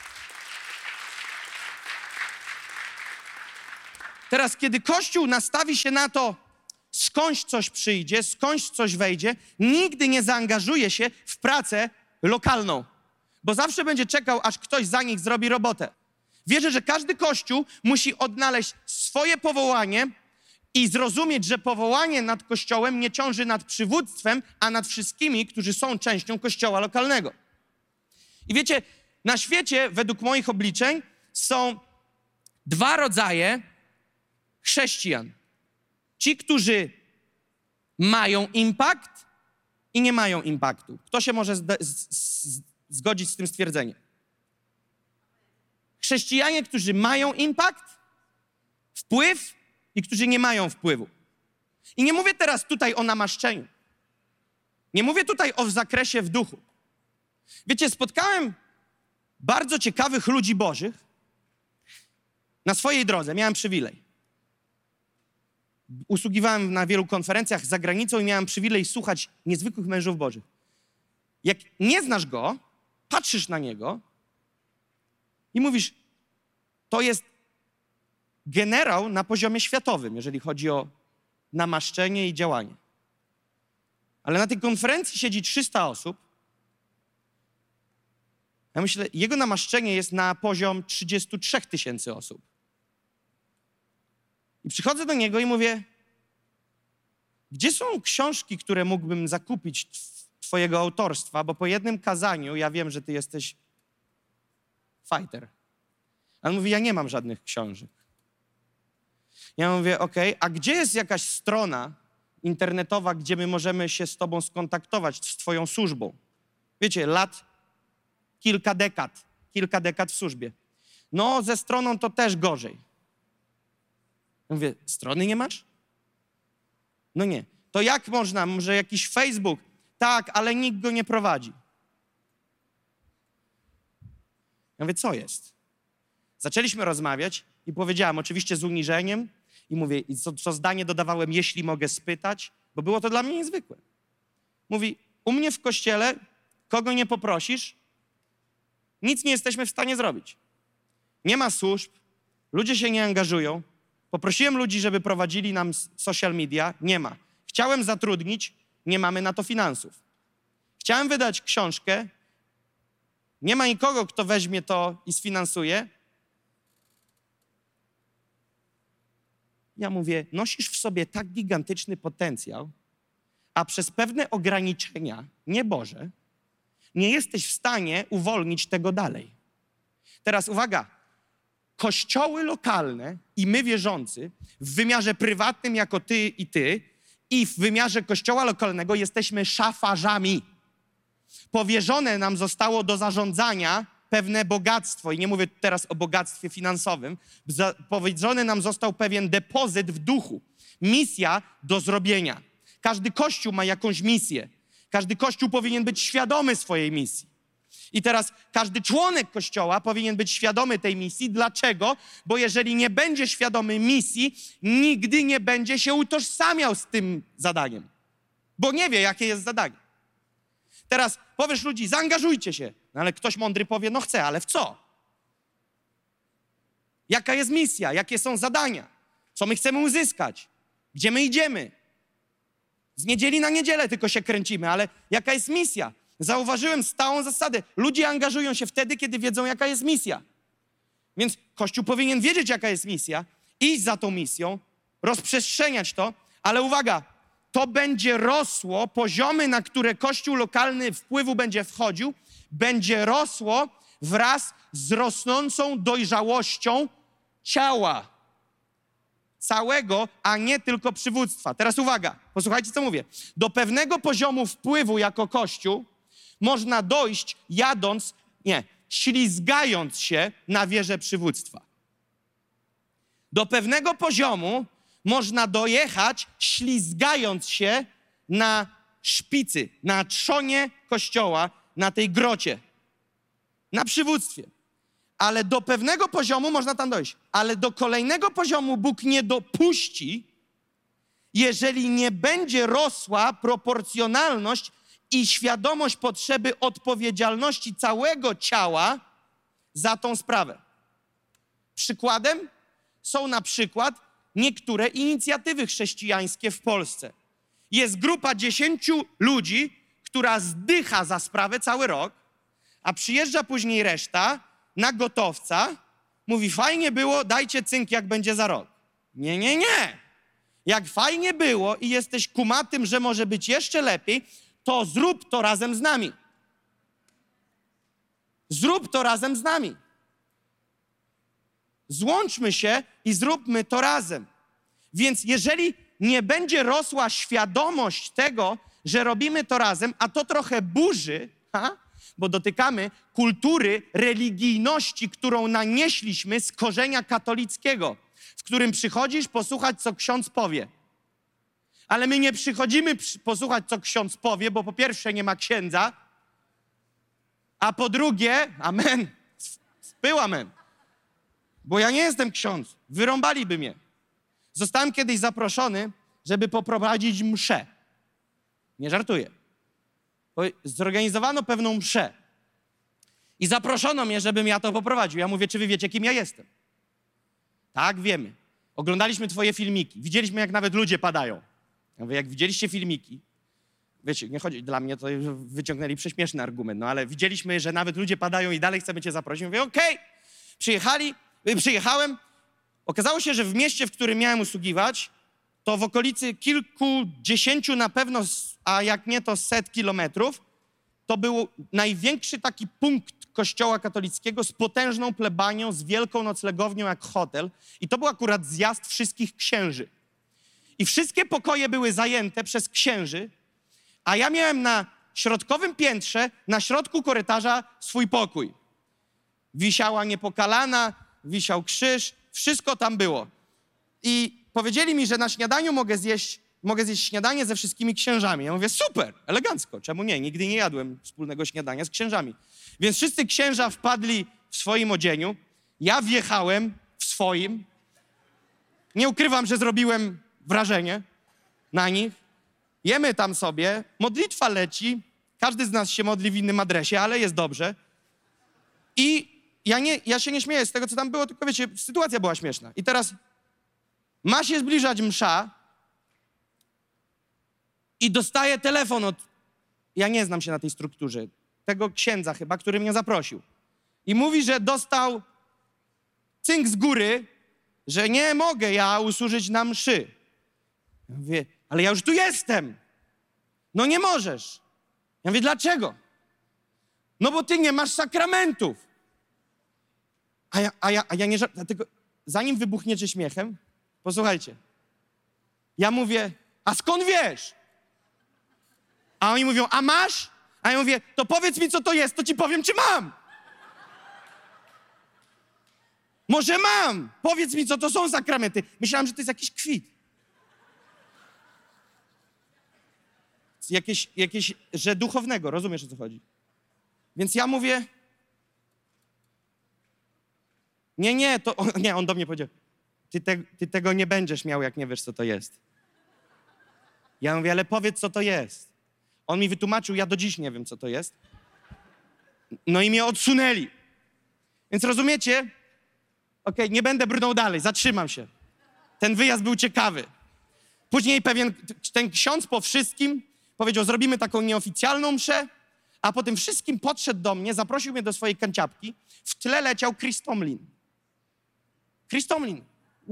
Teraz, kiedy Kościół nastawi się na to, skądś coś przyjdzie, skądś coś wejdzie, nigdy nie zaangażuje się w pracę lokalną, bo zawsze będzie czekał, aż ktoś za nich zrobi robotę. Wierzę, że każdy Kościół musi odnaleźć swoje powołanie i zrozumieć, że powołanie nad Kościołem nie ciąży nad przywództwem, a nad wszystkimi, którzy są częścią Kościoła lokalnego. I wiecie, na świecie, według moich obliczeń, są dwa rodzaje chrześcijan. Ci, którzy mają impact i nie mają impaktu. Kto się może zgodzić z tym stwierdzeniem. Chrześcijanie, którzy mają impact, wpływ i którzy nie mają wpływu. I nie mówię teraz tutaj o namaszczeniu. Nie mówię tutaj o zakresie w duchu. Wiecie, spotkałem bardzo ciekawych ludzi bożych na swojej drodze. Miałem przywilej. Usługiwałem na wielu konferencjach za granicą i miałem przywilej słuchać niezwykłych mężów bożych. Jak nie znasz go, patrzysz na niego i mówisz, to jest generał na poziomie światowym, jeżeli chodzi o namaszczenie i działanie. Ale na tej konferencji siedzi 300 osób. Ja myślę, jego namaszczenie jest na poziom 33 000 osób. I przychodzę do niego i mówię, gdzie są książki, które mógłbym zakupić twojego autorstwa, bo po jednym kazaniu ja wiem, że ty jesteś fighter. A on mówi, ja nie mam żadnych książek. Ja mówię, okej, a gdzie jest jakaś strona internetowa, gdzie my możemy się z tobą skontaktować, z twoją służbą? Wiecie, kilka dekad w służbie. No, ze stroną to też gorzej. Ja mówię, strony nie masz? No nie. To jak można? Może jakiś Facebook? Tak, ale nikt go nie prowadzi. Ja mówię, co jest? Zaczęliśmy rozmawiać i powiedziałem, oczywiście z uniżeniem, i mówię, i co zdanie dodawałem, jeśli mogę spytać, bo było to dla mnie niezwykłe. Mówi, u mnie w kościele, kogo nie poprosisz, nic nie jesteśmy w stanie zrobić. Nie ma służb, ludzie się nie angażują. Poprosiłem ludzi, żeby prowadzili nam social media, nie ma. Chciałem zatrudnić, nie mamy na to finansów. Chciałem wydać książkę, nie ma nikogo, kto weźmie to i sfinansuje. Ja mówię, nosisz w sobie tak gigantyczny potencjał, a przez pewne ograniczenia, nie Boże, nie jesteś w stanie uwolnić tego dalej. Teraz uwaga, kościoły lokalne i my wierzący w wymiarze prywatnym jako ty i w wymiarze kościoła lokalnego jesteśmy szafarzami. Powierzone nam zostało do zarządzania pewne bogactwo i nie mówię teraz o bogactwie finansowym. Powierzony nam został pewien depozyt w duchu. Misja do zrobienia. Każdy kościół ma jakąś misję. Każdy kościół powinien być świadomy swojej misji. I teraz każdy członek kościoła powinien być świadomy tej misji. Dlaczego? Bo jeżeli nie będzie świadomy misji, nigdy nie będzie się utożsamiał z tym zadaniem. Bo nie wie, jakie jest zadanie. Teraz powiesz ludzi, zaangażujcie się. No ale ktoś mądry powie, no chcę, ale w co? Jaka jest misja? Jakie są zadania? Co my chcemy uzyskać? Gdzie my idziemy? Z niedzieli na niedzielę tylko się kręcimy, ale jaka jest misja? Zauważyłem stałą zasadę. Ludzie angażują się wtedy, kiedy wiedzą, jaka jest misja. Więc Kościół powinien wiedzieć, jaka jest misja, iść za tą misją, rozprzestrzeniać to, ale uwaga, to będzie rosło, poziomy, na które Kościół lokalny wpływu będzie wchodził, będzie rosło wraz z rosnącą dojrzałością ciała całego, a nie tylko przywództwa. Teraz uwaga, posłuchajcie, co mówię. Do pewnego poziomu wpływu jako Kościół można dojść ślizgając się na wieżę przywództwa. Do pewnego poziomu można dojechać, ślizgając się na szpicy, na trzonie Kościoła, na tej grocie, na przywództwie. Ale do pewnego poziomu można tam dojść. Ale do kolejnego poziomu Bóg nie dopuści, jeżeli nie będzie rosła proporcjonalność i świadomość potrzeby odpowiedzialności całego ciała za tą sprawę. Przykładem są na przykład niektóre inicjatywy chrześcijańskie w Polsce. Jest grupa 10 ludzi, która zdycha za sprawę cały rok, a przyjeżdża później reszta na gotowca, mówi, fajnie było, dajcie cynk, jak będzie za rok. Nie. Jak fajnie było i jesteś kumatym, że może być jeszcze lepiej, to zrób to razem z nami. Zrób to razem z nami. Złączmy się i zróbmy to razem. Więc jeżeli nie będzie rosła świadomość tego, że robimy to razem, a to trochę burzy, bo dotykamy kultury religijności, którą nanieśliśmy z korzenia katolickiego, w którym przychodzisz posłuchać, co ksiądz powie. Ale my nie przychodzimy posłuchać, co ksiądz powie, bo po pierwsze nie ma księdza, a po drugie, amen, spył amen, bo ja nie jestem ksiądz, wyrąbaliby mnie. Zostałem kiedyś zaproszony, żeby poprowadzić mszę. Nie żartuję. Zorganizowano pewną mszę i zaproszono mnie, żebym ja to poprowadził. Ja mówię, czy wy wiecie, kim ja jestem? Tak, wiemy. Oglądaliśmy twoje filmiki. Widzieliśmy, jak nawet ludzie padają. Ja mówię, jak widzieliście filmiki, wiecie, nie chodzi, dla mnie to wyciągnęli prześmieszny argument, no ale widzieliśmy, że nawet ludzie padają i dalej chcemy cię zaprosić. Mówię, okej. Przyjechałem. Okazało się, że w mieście, w którym miałem usługiwać, to w okolicy kilkudziesięciu na pewno, a jak nie to 100 kilometrów, to był największy taki punkt kościoła katolickiego z potężną plebanią, z wielką noclegownią jak hotel. I to był akurat zjazd wszystkich księży. I wszystkie pokoje były zajęte przez księży, a ja miałem na środkowym piętrze, na środku korytarza swój pokój. Wisiała niepokalana, wisiał krzyż, wszystko tam było. I powiedzieli mi, że na śniadaniu mogę zjeść śniadanie ze wszystkimi księżami. Ja mówię, super, elegancko, czemu nie? Nigdy nie jadłem wspólnego śniadania z księżami. Więc wszyscy księża wpadli w swoim odzieniu, ja wjechałem w swoim. Nie ukrywam, że zrobiłem wrażenie na nich. Jemy tam sobie, modlitwa leci, każdy z nas się modli w innym adresie, ale jest dobrze. I ja się nie śmieję z tego, co tam było, tylko wiecie, sytuacja była śmieszna. I teraz ma się zbliżać msza i dostaję telefon ja nie znam się na tej strukturze, tego księdza chyba, który mnie zaprosił. I mówi, że dostał cynk z góry, że nie mogę ja usłużyć na mszy. Ja mówię, ale ja już tu jestem. No nie możesz. Ja mówię, dlaczego? No bo ty nie masz sakramentów. A ja nie żartuję. Dlatego zanim wybuchniecie śmiechem, posłuchajcie. Ja mówię, a skąd wiesz? A oni mówią, a masz? A ja mówię, to powiedz mi, co to jest, to ci powiem, czy mam. Może mam. Powiedz mi, co to są sakramenty. Myślałem, że to jest jakiś kwit. Że duchownego, rozumiesz, o co chodzi? Więc ja mówię, on do mnie powiedział, ty tego nie będziesz miał, jak nie wiesz, co to jest. Ja mówię, ale powiedz, co to jest. On mi wytłumaczył, ja do dziś nie wiem, co to jest. No i mnie odsunęli. Więc rozumiecie? Okej, nie będę brnął dalej, zatrzymam się. Ten wyjazd był ciekawy. Później ten ksiądz po wszystkim powiedział, zrobimy taką nieoficjalną mszę, a po tym wszystkim podszedł do mnie, zaprosił mnie do swojej kanciapki. W tle leciał Chris Tomlin. Chris Tomlin.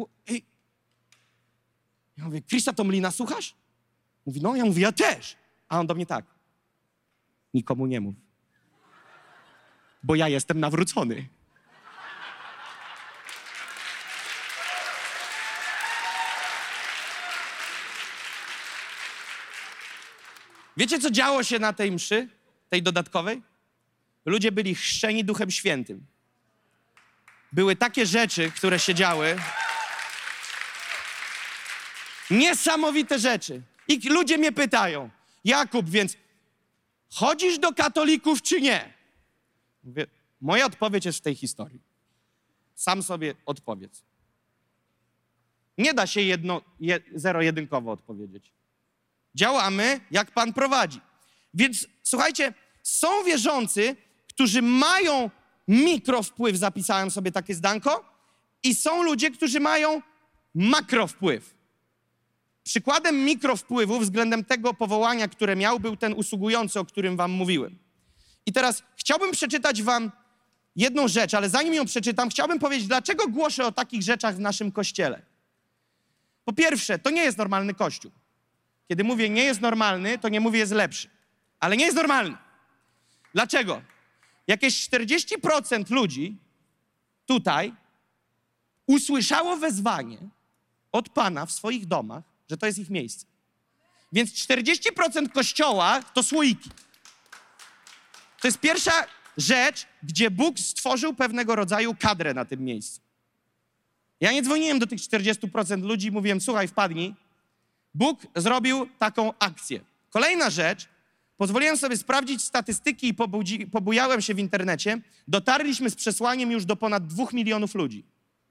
Ja mówię, Chrisa Tomlina słuchasz? Mówi, no, ja mówię, ja też. A on do mnie tak, nikomu nie mów, bo ja jestem nawrócony. Wiecie, co działo się na tej mszy, tej dodatkowej? Ludzie byli chrzczeni Duchem Świętym. Były takie rzeczy, które się działy. Niesamowite rzeczy. I ludzie mnie pytają, Jakub, więc chodzisz do katolików czy nie? Mówię, moja odpowiedź jest w tej historii. Sam sobie odpowiedz. Nie da się zero-jedynkowo odpowiedzieć. Działamy, jak Pan prowadzi. Więc słuchajcie, są wierzący, którzy mają mikrowpływ, zapisałem sobie takie zdanko, i są ludzie, którzy mają makrowpływ. Przykładem mikrowpływu względem tego powołania, które miał, był ten usługujący, o którym wam mówiłem. I teraz chciałbym przeczytać wam jedną rzecz, ale zanim ją przeczytam, chciałbym powiedzieć, dlaczego głoszę o takich rzeczach w naszym Kościele. Po pierwsze, to nie jest normalny Kościół. Kiedy mówię nie jest normalny, to nie mówię jest lepszy. Ale nie jest normalny. Dlaczego? Jakieś 40% ludzi tutaj usłyszało wezwanie od Pana w swoich domach, że to jest ich miejsce. Więc 40% Kościoła to słoiki. To jest pierwsza rzecz, gdzie Bóg stworzył pewnego rodzaju kadrę na tym miejscu. Ja nie dzwoniłem do tych 40% ludzi i mówiłem, słuchaj, wpadnij. Bóg zrobił taką akcję. Kolejna rzecz, pozwoliłem sobie sprawdzić statystyki i pobujałem się w internecie. Dotarliśmy z przesłaniem już do ponad 2 milionów ludzi.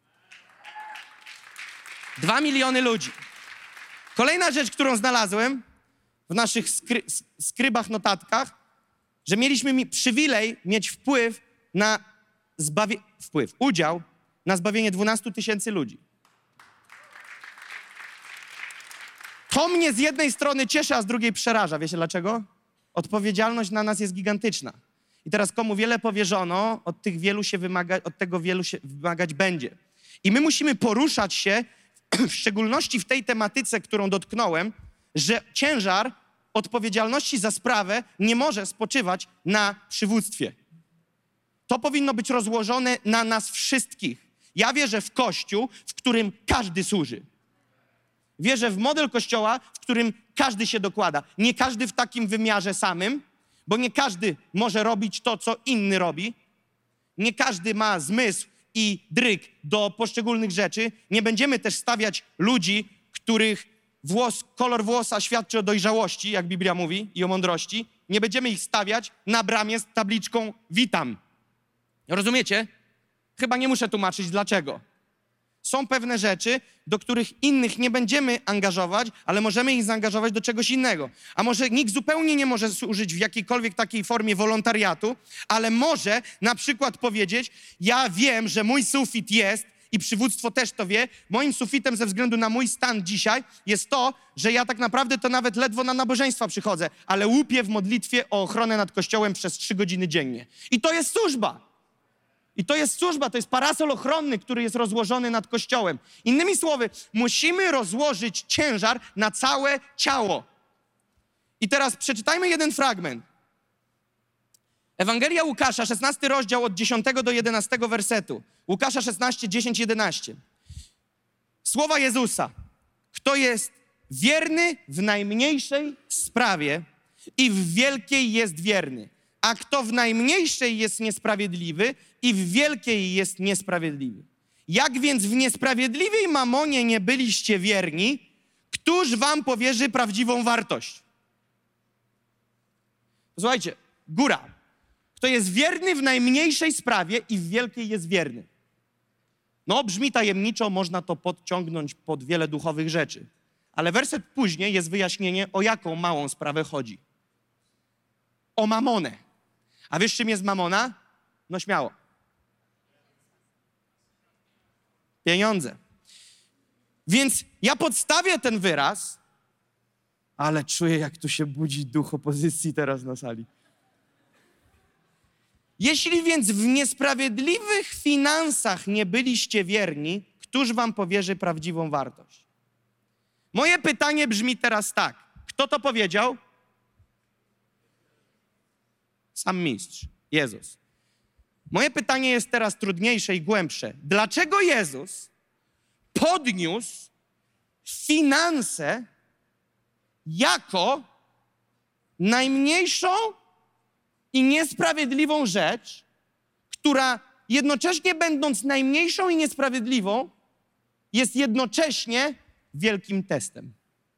2 miliony ludzi. Kolejna rzecz, którą znalazłem w naszych skrybach, notatkach, że mieliśmy przywilej mieć udział na zbawienie 12 000 ludzi. To mnie z jednej strony cieszy, a z drugiej przeraża. Wiecie dlaczego? Odpowiedzialność na nas jest gigantyczna. I teraz komu wiele powierzono, od tego wielu się wymagać będzie. I my musimy poruszać się, w szczególności w tej tematyce, którą dotknąłem, że ciężar odpowiedzialności za sprawę nie może spoczywać na przywództwie. To powinno być rozłożone na nas wszystkich. Ja wierzę w Kościół, w którym każdy służy. Wierzę w model Kościoła, w którym każdy się dokłada. Nie każdy w takim wymiarze samym, bo nie każdy może robić to, co inny robi. Nie każdy ma zmysł i dryg do poszczególnych rzeczy. Nie będziemy też stawiać ludzi, których kolor włosa świadczy o dojrzałości, jak Biblia mówi, i o mądrości. Nie będziemy ich stawiać na bramie z tabliczką witam. Rozumiecie? Chyba nie muszę tłumaczyć dlaczego. Są pewne rzeczy, do których innych nie będziemy angażować, ale możemy ich zaangażować do czegoś innego. A może nikt zupełnie nie może służyć w jakiejkolwiek takiej formie wolontariatu, ale może na przykład powiedzieć, ja wiem, że mój sufit jest, i przywództwo też to wie, moim sufitem ze względu na mój stan dzisiaj jest to, że ja tak naprawdę to nawet ledwo na nabożeństwa przychodzę, ale łupię w modlitwie o ochronę nad Kościołem przez 3 godziny dziennie. I to jest służba. To jest parasol ochronny, który jest rozłożony nad Kościołem. Innymi słowy, musimy rozłożyć ciężar na całe ciało. I teraz przeczytajmy jeden fragment. Ewangelia Łukasza, 16 rozdział od 10 do 11 wersetu. Łukasza 16, 10, 11. Słowa Jezusa. Kto jest wierny w najmniejszej sprawie i w wielkiej jest wierny. A kto w najmniejszej jest niesprawiedliwy i w wielkiej jest niesprawiedliwy. Jak więc w niesprawiedliwej mamonie nie byliście wierni, któż wam powierzy prawdziwą wartość? Słuchajcie, góra. Kto jest wierny w najmniejszej sprawie i w wielkiej jest wierny. No, brzmi tajemniczo, można to podciągnąć pod wiele duchowych rzeczy. Ale werset później jest wyjaśnienie, o jaką małą sprawę chodzi. O mamonę. A wiesz, czym jest mamona? No śmiało. Pieniądze. Więc ja podstawię ten wyraz, ale czuję, jak tu się budzi duch opozycji teraz na sali. Jeśli więc w niesprawiedliwych finansach nie byliście wierni, któż wam powierzy prawdziwą wartość? Moje pytanie brzmi teraz tak. Kto to powiedział? Sam mistrz, Jezus. Moje pytanie jest teraz trudniejsze i głębsze. Dlaczego Jezus podniósł finanse jako najmniejszą i niesprawiedliwą rzecz, która jednocześnie będąc najmniejszą i niesprawiedliwą, jest jednocześnie wielkim testem?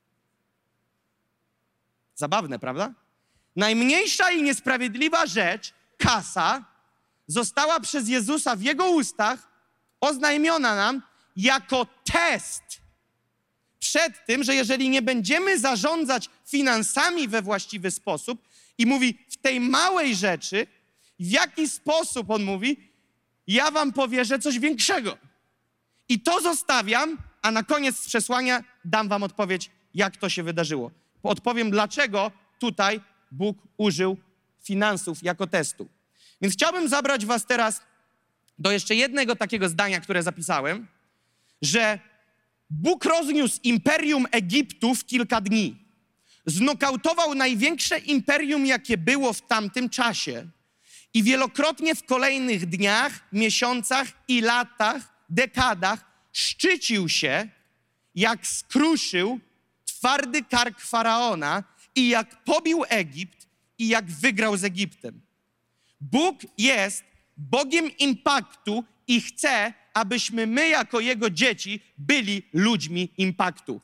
Zabawne, prawda? Najmniejsza i niesprawiedliwa rzecz, kasa, została przez Jezusa w Jego ustach oznajmiona nam jako test przed tym, że jeżeli nie będziemy zarządzać finansami we właściwy sposób, i mówi w tej małej rzeczy, w jaki sposób on mówi, ja wam powierzę coś większego. I to zostawiam, a na koniec przesłania dam wam odpowiedź, jak to się wydarzyło. Odpowiem, dlaczego tutaj Bóg użył finansów jako testu. Więc chciałbym zabrać was teraz do jeszcze jednego takiego zdania, które zapisałem, że Bóg rozniósł imperium Egiptu w kilka dni. Znokautował największe imperium, jakie było w tamtym czasie i wielokrotnie w kolejnych dniach, miesiącach i latach, dekadach szczycił się, jak skruszył twardy kark Faraona i jak pobił Egipt i jak wygrał z Egiptem. Bóg jest Bogiem impaktu i chce, abyśmy my jako Jego dzieci byli ludźmi impaktu.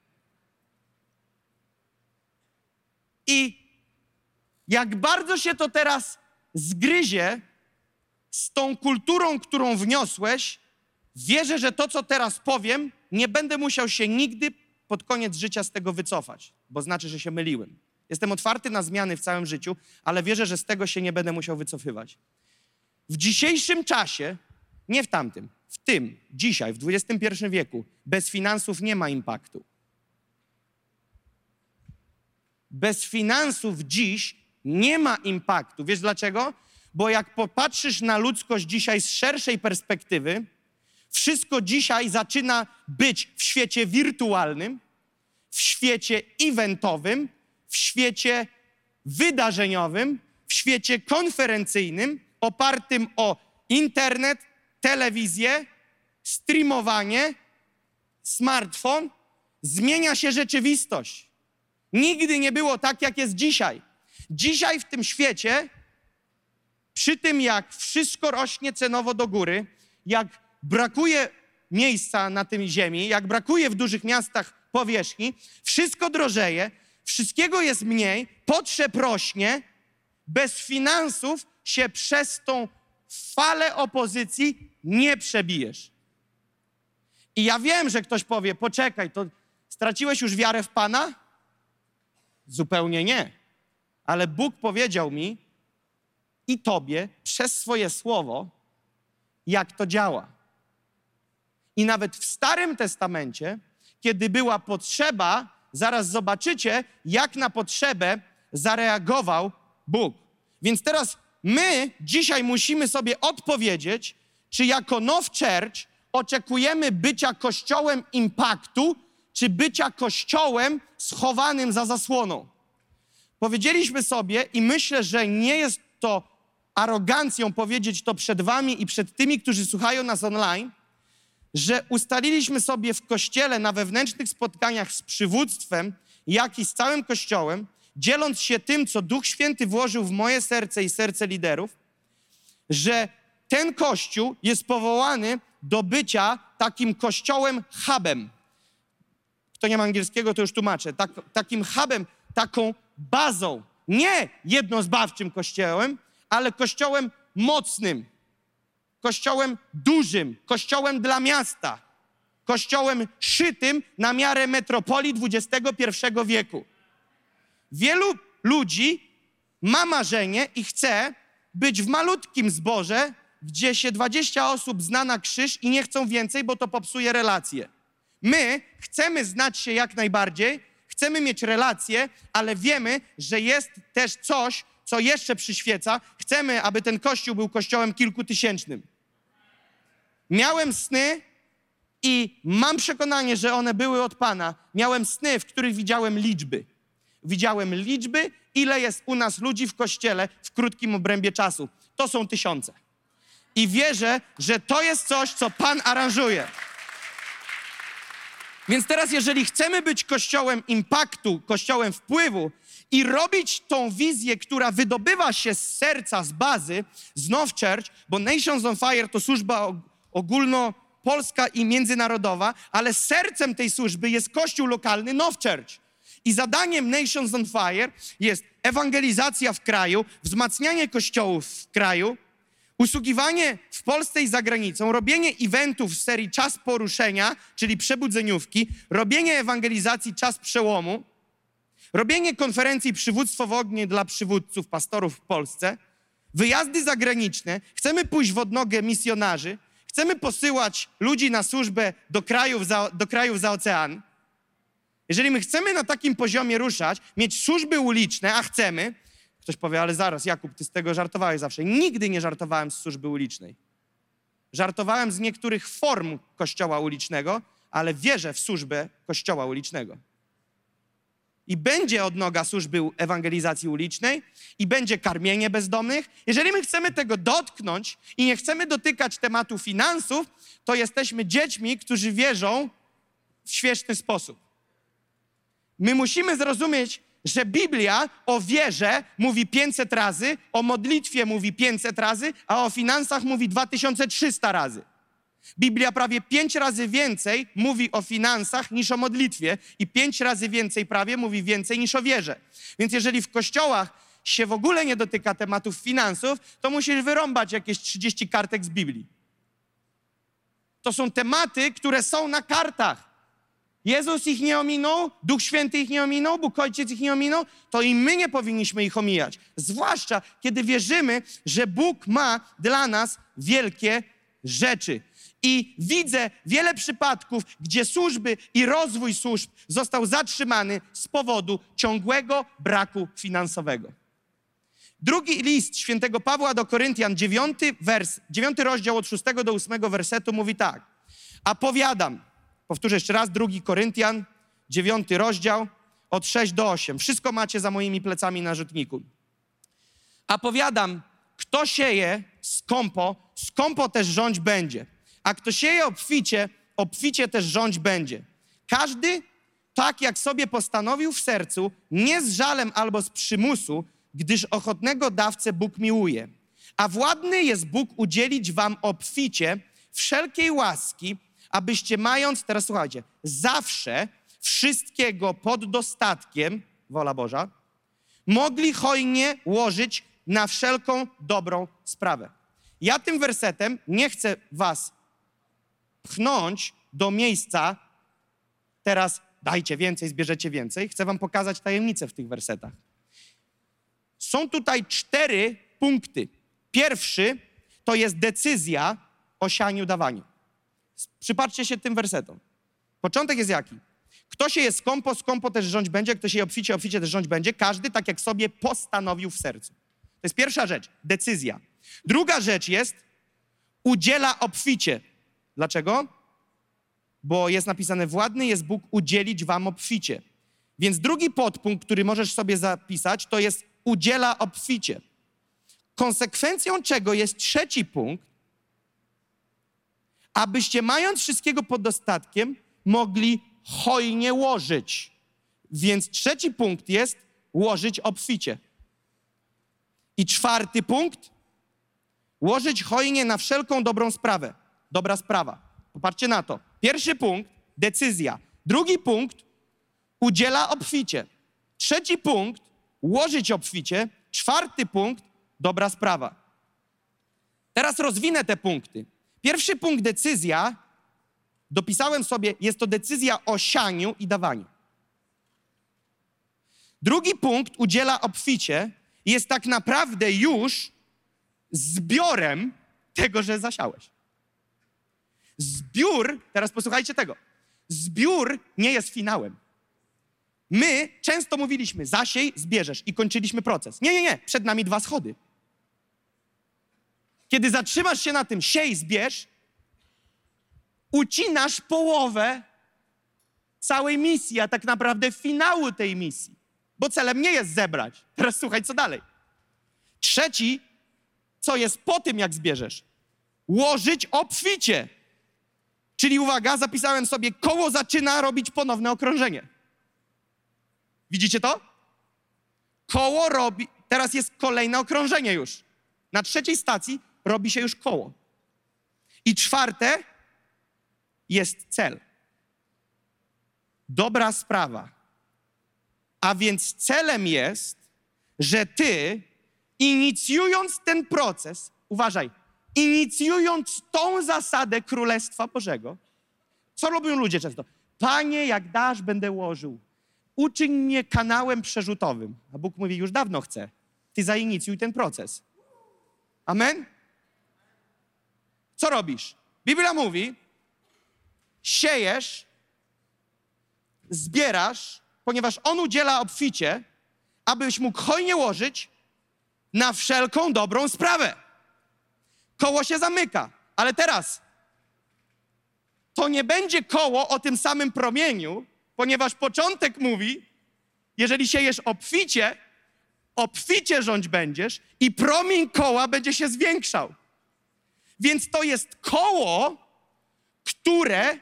I jak bardzo się to teraz zgryzie z tą kulturą, którą wniosłeś, wierzę, że to, co teraz powiem, nie będę musiał się nigdy pod koniec życia z tego wycofać, bo znaczy, że się myliłem. Jestem otwarty na zmiany w całym życiu, ale wierzę, że z tego się nie będę musiał wycofywać. W dzisiejszym czasie, nie w tamtym, w tym, dzisiaj, w XXI wieku, bez finansów nie ma impaktu. Bez finansów dziś nie ma impaktu. Wiesz dlaczego? Bo jak popatrzysz na ludzkość dzisiaj z szerszej perspektywy, wszystko dzisiaj zaczyna być w świecie wirtualnym, w świecie eventowym, w świecie wydarzeniowym, w świecie konferencyjnym, opartym o internet, telewizję, streamowanie, smartfon. Zmienia się rzeczywistość. Nigdy nie było tak, jak jest dzisiaj. Dzisiaj w tym świecie, przy tym jak wszystko rośnie cenowo do góry, jak brakuje miejsca na tej ziemi, jak brakuje w dużych miastach powierzchni, wszystko drożeje, wszystkiego jest mniej, potrzeb rośnie, bez finansów się przez tą falę opozycji nie przebijesz. I ja wiem, że ktoś powie, poczekaj, to straciłeś już wiarę w Pana? Zupełnie nie. Ale Bóg powiedział mi i tobie przez swoje słowo, jak to działa. I nawet w Starym Testamencie, kiedy była potrzeba, zaraz zobaczycie, jak na potrzebę zareagował Bóg. Więc teraz my dzisiaj musimy sobie odpowiedzieć, czy jako Now Church oczekujemy bycia kościołem impaktu, czy bycia kościołem schowanym za zasłoną. Powiedzieliśmy sobie i myślę, że nie jest to arogancją powiedzieć to przed wami i przed tymi, którzy słuchają nas online, że ustaliliśmy sobie w Kościele na wewnętrznych spotkaniach z przywództwem, jak i z całym Kościołem, dzieląc się tym, co Duch Święty włożył w moje serce i serce liderów, że ten Kościół jest powołany do bycia takim kościołem hubem. Kto nie ma angielskiego, to już tłumaczę. Takim hubem, taką bazą. Nie jednozbawczym kościołem, ale kościołem mocnym. Kościołem dużym, kościołem dla miasta, kościołem szytym na miarę metropolii XXI wieku. Wielu ludzi ma marzenie i chce być w malutkim zborze, gdzie się 20 osób zna na krzyż i nie chcą więcej, bo to popsuje relacje. My chcemy znać się jak najbardziej, chcemy mieć relacje, ale wiemy, że jest też coś, co jeszcze przyświeca. Chcemy, aby ten kościół był kościołem kilkutysięcznym. Miałem sny i mam przekonanie, że one były od Pana. Miałem sny, w których widziałem liczby. Widziałem liczby, ile jest u nas ludzi w kościele w krótkim obrębie czasu. To są tysiące. I wierzę, że to jest coś, co Pan aranżuje. Więc teraz, jeżeli chcemy być kościołem impaktu, kościołem wpływu i robić tą wizję, która wydobywa się z serca, z bazy, z Now Church, bo Nations on Fire to służba ogólnopolska i międzynarodowa, ale sercem tej służby jest kościół lokalny Now Church. I zadaniem Nations on Fire jest ewangelizacja w kraju, wzmacnianie kościołów w kraju, usługiwanie w Polsce i za granicą, robienie eventów w serii Czas Poruszenia, czyli przebudzeniówki, robienie ewangelizacji Czas Przełomu, robienie konferencji Przywództwo w ogniu dla przywódców, pastorów w Polsce, wyjazdy zagraniczne, chcemy pójść w odnogę misjonarzy, chcemy posyłać ludzi na służbę do krajów za ocean. Jeżeli my chcemy na takim poziomie ruszać, mieć służby uliczne, a chcemy, ktoś powie, ale zaraz, Jakub, ty z tego żartowałeś zawsze. Nigdy nie żartowałem z służby ulicznej. Żartowałem z niektórych form kościoła ulicznego, ale wierzę w służbę kościoła ulicznego. I będzie odnoga służby ewangelizacji ulicznej i będzie karmienie bezdomnych. Jeżeli my chcemy tego dotknąć i nie chcemy dotykać tematu finansów, to jesteśmy dziećmi, którzy wierzą w świeczny sposób. My musimy zrozumieć, że Biblia o wierze mówi 500 razy, o modlitwie mówi 500 razy, a o finansach mówi 2300 razy. Biblia prawie 5 razy więcej mówi o finansach niż o modlitwie i 5 razy więcej prawie mówi więcej niż o wierze. Więc jeżeli w kościołach się w ogóle nie dotyka tematów finansów, to musisz wyrąbać jakieś 30 kartek z Biblii. To są tematy, które są na kartach. Jezus ich nie ominął, Duch Święty ich nie ominął, Bóg Ojciec ich nie ominął, to i my nie powinniśmy ich omijać. Zwłaszcza, kiedy wierzymy, że Bóg ma dla nas wielkie rzeczy. I widzę wiele przypadków, gdzie służby i rozwój służb został zatrzymany z powodu ciągłego braku finansowego. Drugi list świętego Pawła do Koryntian, 9 rozdział od 6 do 8 wersetu mówi tak. A powiadam, powtórzę jeszcze raz, 2 Koryntian, 9 rozdział od 6 do 8. Wszystko macie za moimi plecami na rzutniku. A powiadam, kto sieje skąpo też rządź będzie. A kto sieje obficie też rządź będzie. Każdy tak, jak sobie postanowił w sercu, nie z żalem albo z przymusu, gdyż ochotnego dawcę Bóg miłuje. A władny jest Bóg udzielić wam obficie wszelkiej łaski, abyście mając, teraz słuchajcie, zawsze wszystkiego pod dostatkiem, wola Boża, mogli hojnie łożyć na wszelką dobrą sprawę. Ja tym wersetem nie chcę was pchnąć do miejsca, teraz dajcie więcej, zbierzecie więcej. Chcę wam pokazać tajemnicę w tych wersetach. Są tutaj 4 punkty. Pierwszy to jest decyzja o sianiu, dawaniu. Przypatrzcie się tym wersetom. Początek jest jaki? Kto sieje skąpo też rządź będzie, kto sieje obficie też rządź będzie. Każdy tak, jak sobie postanowił w sercu. To jest pierwsza rzecz, decyzja. Druga rzecz jest, udziela obficie. Dlaczego? Bo jest napisane, władny jest Bóg udzielić wam obficie. Więc drugi podpunkt, który możesz sobie zapisać, to jest udziela obficie. Konsekwencją czego jest trzeci punkt, abyście mając wszystkiego pod dostatkiem, mogli hojnie łożyć. Więc trzeci punkt jest łożyć obficie. I czwarty punkt, łożyć hojnie na wszelką dobrą sprawę. Dobra sprawa. Popatrzcie na to. Pierwszy punkt, decyzja. Drugi punkt, udziela obficie. Trzeci punkt, łożyć obficie. Czwarty punkt, dobra sprawa. Teraz rozwinę te punkty. Pierwszy punkt, decyzja, dopisałem sobie, jest to decyzja o sianiu i dawaniu. Drugi punkt, udziela obficie, jest tak naprawdę już zbiorem tego, że zasiałeś. Zbiór, teraz posłuchajcie tego, zbiór nie jest finałem. My często mówiliśmy, zasiej, zbierzesz i kończyliśmy proces. Nie, przed nami 2 schody. Kiedy zatrzymasz się na tym, siej, zbierz, ucinasz połowę całej misji, a tak naprawdę finału tej misji. Bo celem nie jest zebrać. Teraz słuchaj, co dalej. Trzeci, co jest po tym, jak zbierzesz? Łożyć obficie. Czyli uwaga, zapisałem sobie, koło zaczyna robić ponowne okrążenie. Widzicie to? Koło robi, teraz jest kolejne okrążenie już. Na 3. stacji robi się już koło. I 4. jest cel. Dobra sprawa. A więc celem jest, że ty, inicjując ten proces, uważaj, inicjując tą zasadę Królestwa Bożego, co robią ludzie często? Panie, jak dasz, będę łożył. Uczyń mnie kanałem przerzutowym. A Bóg mówi, już dawno chcę. Ty zainicjuj ten proces. Amen? Co robisz? Biblia mówi, siejesz, zbierasz, ponieważ On udziela obficie, abyś mógł hojnie łożyć na wszelką dobrą sprawę. Koło się zamyka, ale teraz to nie będzie koło o tym samym promieniu, ponieważ początek mówi, jeżeli siejesz obficie rządź będziesz i promień koła będzie się zwiększał. Więc to jest koło, które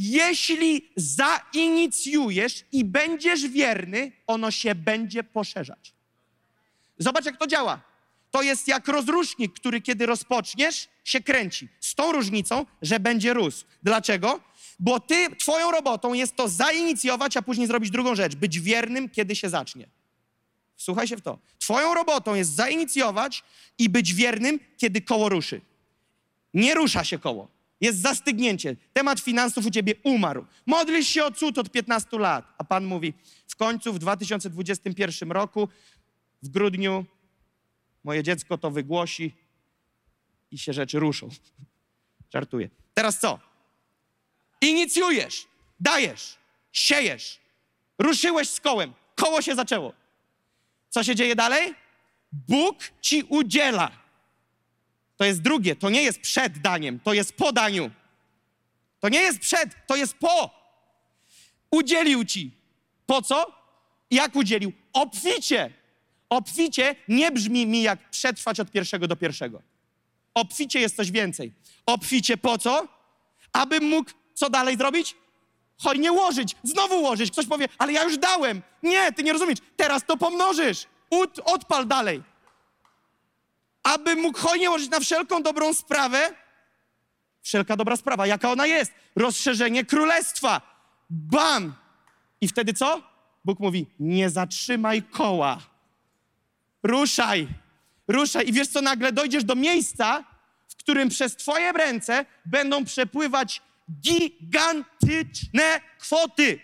jeśli zainicjujesz i będziesz wierny, ono się będzie poszerzać. Zobacz, jak to działa. To jest jak rozrusznik, który kiedy rozpoczniesz, się kręci. Z tą różnicą, że będzie rósł. Dlaczego? Bo twoją robotą jest to zainicjować, a później zrobić drugą rzecz. Być wiernym, kiedy się zacznie. Słuchaj się w to. Twoją robotą jest zainicjować i być wiernym, kiedy koło ruszy. Nie rusza się koło. Jest zastygnięcie. Temat finansów u ciebie umarł. Modlisz się o cud od 15 lat. A Pan mówi, w końcu w 2021 roku, w grudniu, moje dziecko to wygłosi i się rzeczy ruszą. Żartuję. Teraz co? Inicjujesz, dajesz, siejesz. Ruszyłeś z kołem. Koło się zaczęło. Co się dzieje dalej? Bóg ci udziela. To jest drugie, to nie jest przed daniem, to jest po daniu. To nie jest przed, to jest po. Udzielił ci. Po co? Jak udzielił? Obficie. Obficie nie brzmi mi jak przetrwać od pierwszego do pierwszego. Obficie jest coś więcej. Obficie po co? Abym mógł co dalej zrobić? Hojnie łożyć, znowu łożyć. Ktoś powie, ale ja już dałem. Nie, ty nie rozumiesz. Teraz to pomnożysz. Odpal dalej. Abym mógł hojnie łożyć na wszelką dobrą sprawę. Wszelka dobra sprawa, jaka ona jest? Rozszerzenie królestwa. Bam! I wtedy co? Bóg mówi, nie zatrzymaj koła. Ruszaj. Ruszaj. I wiesz co, nagle dojdziesz do miejsca, w którym przez twoje ręce będą przepływać gigantyczne kwoty.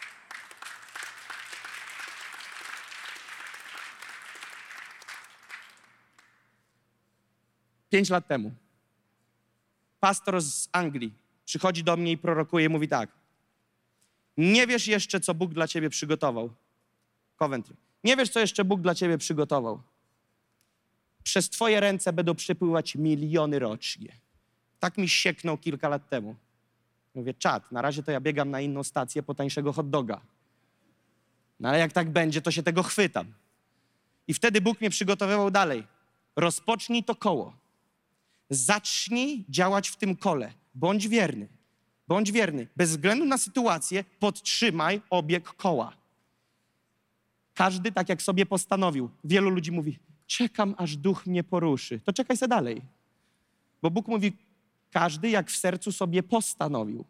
Pięć lat temu pastor z Anglii przychodzi do mnie i prorokuje, mówi tak. Nie wiesz jeszcze, co Bóg dla ciebie przygotował. Coventry. Nie wiesz, co jeszcze Bóg dla ciebie przygotował. Przez twoje ręce będą przepływać miliony rocznie. Tak mi sieknął kilka lat temu. Mówię, czad, na razie to ja biegam na inną stację po tańszego hot doga. No ale jak tak będzie, to się tego chwytam. I wtedy Bóg mnie przygotowywał dalej. Rozpocznij to koło. Zacznij działać w tym kole. Bądź wierny. Bądź wierny. Bez względu na sytuację podtrzymaj obieg koła. Każdy tak jak sobie postanowił. Wielu ludzi mówi, czekam aż duch mnie poruszy. To czekaj se dalej. Bo Bóg mówi, każdy jak w sercu sobie postanowił.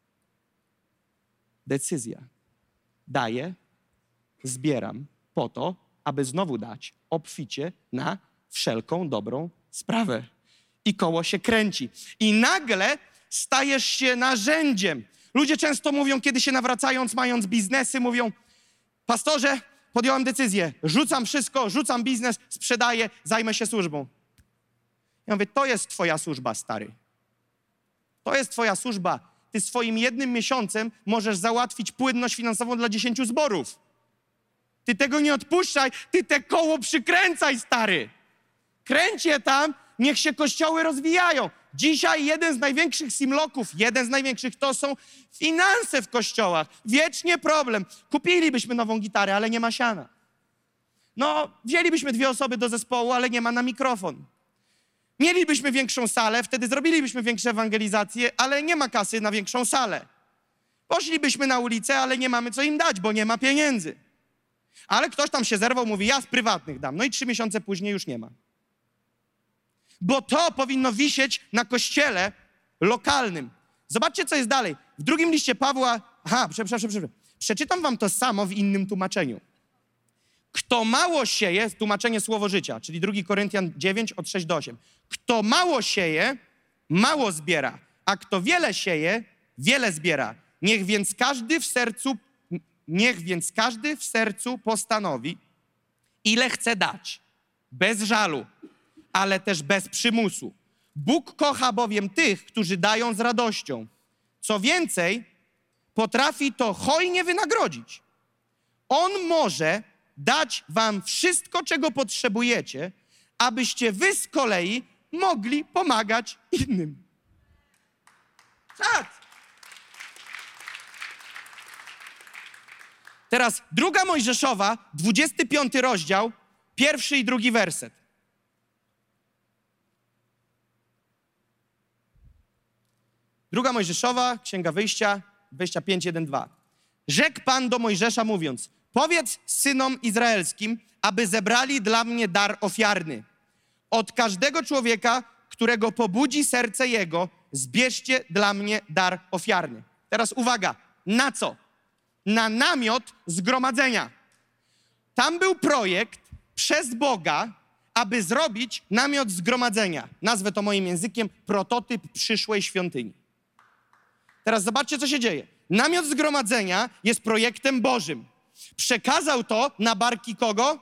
Decyzja. Daję, zbieram po to, aby znowu dać obficie na wszelką dobrą sprawę. I koło się kręci. I nagle stajesz się narzędziem. Ludzie często mówią, kiedy się nawracając, mając biznesy, mówią, pastorze, podjąłem decyzję, rzucam wszystko, rzucam biznes, sprzedaję, zajmę się służbą. Ja mówię, to jest twoja służba, stary. To jest twoja służba. Ty swoim 1 miesiącem możesz załatwić płynność finansową dla 10 zborów. Ty tego nie odpuszczaj, ty te koło przykręcaj, stary. Kręć je tam, niech się kościoły rozwijają. Dzisiaj jeden z największych simloków, jeden z największych to są finanse w kościołach. Wiecznie problem. Kupilibyśmy nową gitarę, ale nie ma siana. No, wzięlibyśmy 2 osoby do zespołu, ale nie ma na mikrofon. Mielibyśmy większą salę, wtedy zrobilibyśmy większe ewangelizacje, ale nie ma kasy na większą salę. Poszlibyśmy na ulicę, ale nie mamy co im dać, bo nie ma pieniędzy. Ale ktoś tam się zerwał, mówi, ja z prywatnych dam. No i 3 miesiące później już nie ma. Bo to powinno wisieć na kościele lokalnym. Zobaczcie, co jest dalej. W 2 liście Pawła... Przepraszam. Przeczytam wam to samo w innym tłumaczeniu. Kto mało sieje, tłumaczenie Słowo Życia, czyli 2 Koryntian 9, od 6 do 8. Kto mało sieje, mało zbiera, a kto wiele sieje, wiele zbiera. Niech więc każdy w sercu postanowi, ile chce dać, bez żalu, ale też bez przymusu. Bóg kocha bowiem tych, którzy dają z radością. Co więcej, potrafi to hojnie wynagrodzić. On może dać wam wszystko, czego potrzebujecie, abyście wy z kolei mogli pomagać innym. Tak. Teraz 2 Mojżeszowa, 25 rozdział, 1 i 2 werset. Druga Mojżeszowa, Księga Wyjścia, 25, 1, 2. Rzekł Pan do Mojżesza mówiąc, powiedz synom izraelskim, aby zebrali dla mnie dar ofiarny. Od każdego człowieka, którego pobudzi serce jego, zbierzcie dla mnie dar ofiarny. Teraz uwaga, na co? Na namiot zgromadzenia. Tam był projekt przez Boga, aby zrobić namiot zgromadzenia. Nazwę to moim językiem prototyp przyszłej świątyni. Teraz zobaczcie, co się dzieje. Namiot zgromadzenia jest projektem Bożym. Przekazał to na barki kogo?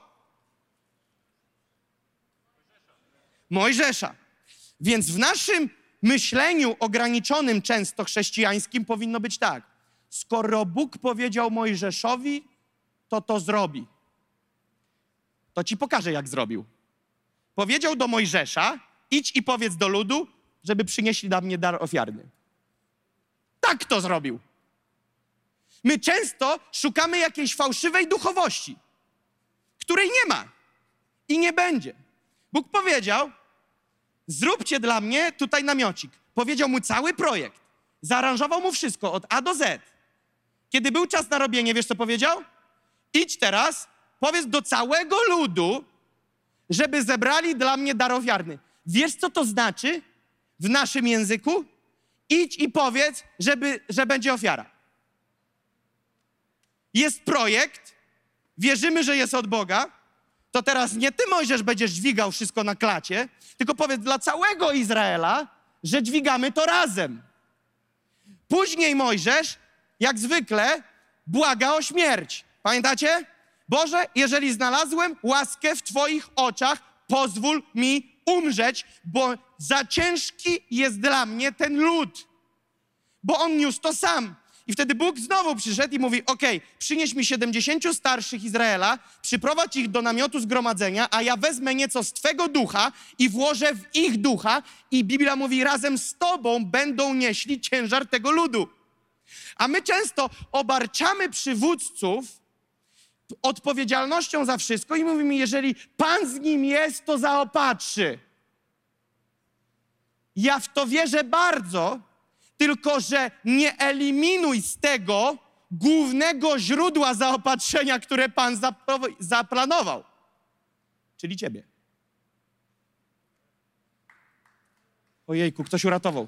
Mojżesza. Więc w naszym myśleniu ograniczonym, często chrześcijańskim, powinno być tak. Skoro Bóg powiedział Mojżeszowi, to zrobi. To ci pokażę, jak zrobił. Powiedział do Mojżesza, idź i powiedz do ludu, żeby przynieśli dla mnie dar ofiarny. Tak to zrobił. My często szukamy jakiejś fałszywej duchowości, której nie ma i nie będzie. Bóg powiedział, zróbcie dla mnie tutaj namiocik. Powiedział mu cały projekt. Zaaranżował mu wszystko od A do Z. Kiedy był czas na robienie, wiesz co powiedział? Idź teraz, powiedz do całego ludu, żeby zebrali dla mnie dar ofiarny. Wiesz, co to znaczy w naszym języku? Idź i powiedz, że będzie ofiara. Jest projekt, wierzymy, że jest od Boga, to teraz nie ty, Mojżesz, będziesz dźwigał wszystko na klacie, tylko powiedz dla całego Izraela, że dźwigamy to razem. Później Mojżesz, jak zwykle, błaga o śmierć. Pamiętacie? Boże, jeżeli znalazłem łaskę w Twoich oczach, pozwól mi umrzeć, bo za ciężki jest dla mnie ten lud. Bo on niósł to sam. I wtedy Bóg znowu przyszedł i mówi, okej, przynieś mi 70 starszych Izraela, przyprowadź ich do namiotu zgromadzenia, a ja wezmę nieco z Twego ducha i włożę w ich ducha i Biblia mówi, razem z Tobą będą nieśli ciężar tego ludu. A my często obarczamy przywódców odpowiedzialnością za wszystko i mówimy, jeżeli Pan z nim jest, to zaopatrzy. Ja w to wierzę bardzo, tylko że nie eliminuj z tego głównego źródła zaopatrzenia, które Pan zaplanował, czyli ciebie. Ojejku, ktoś uratował.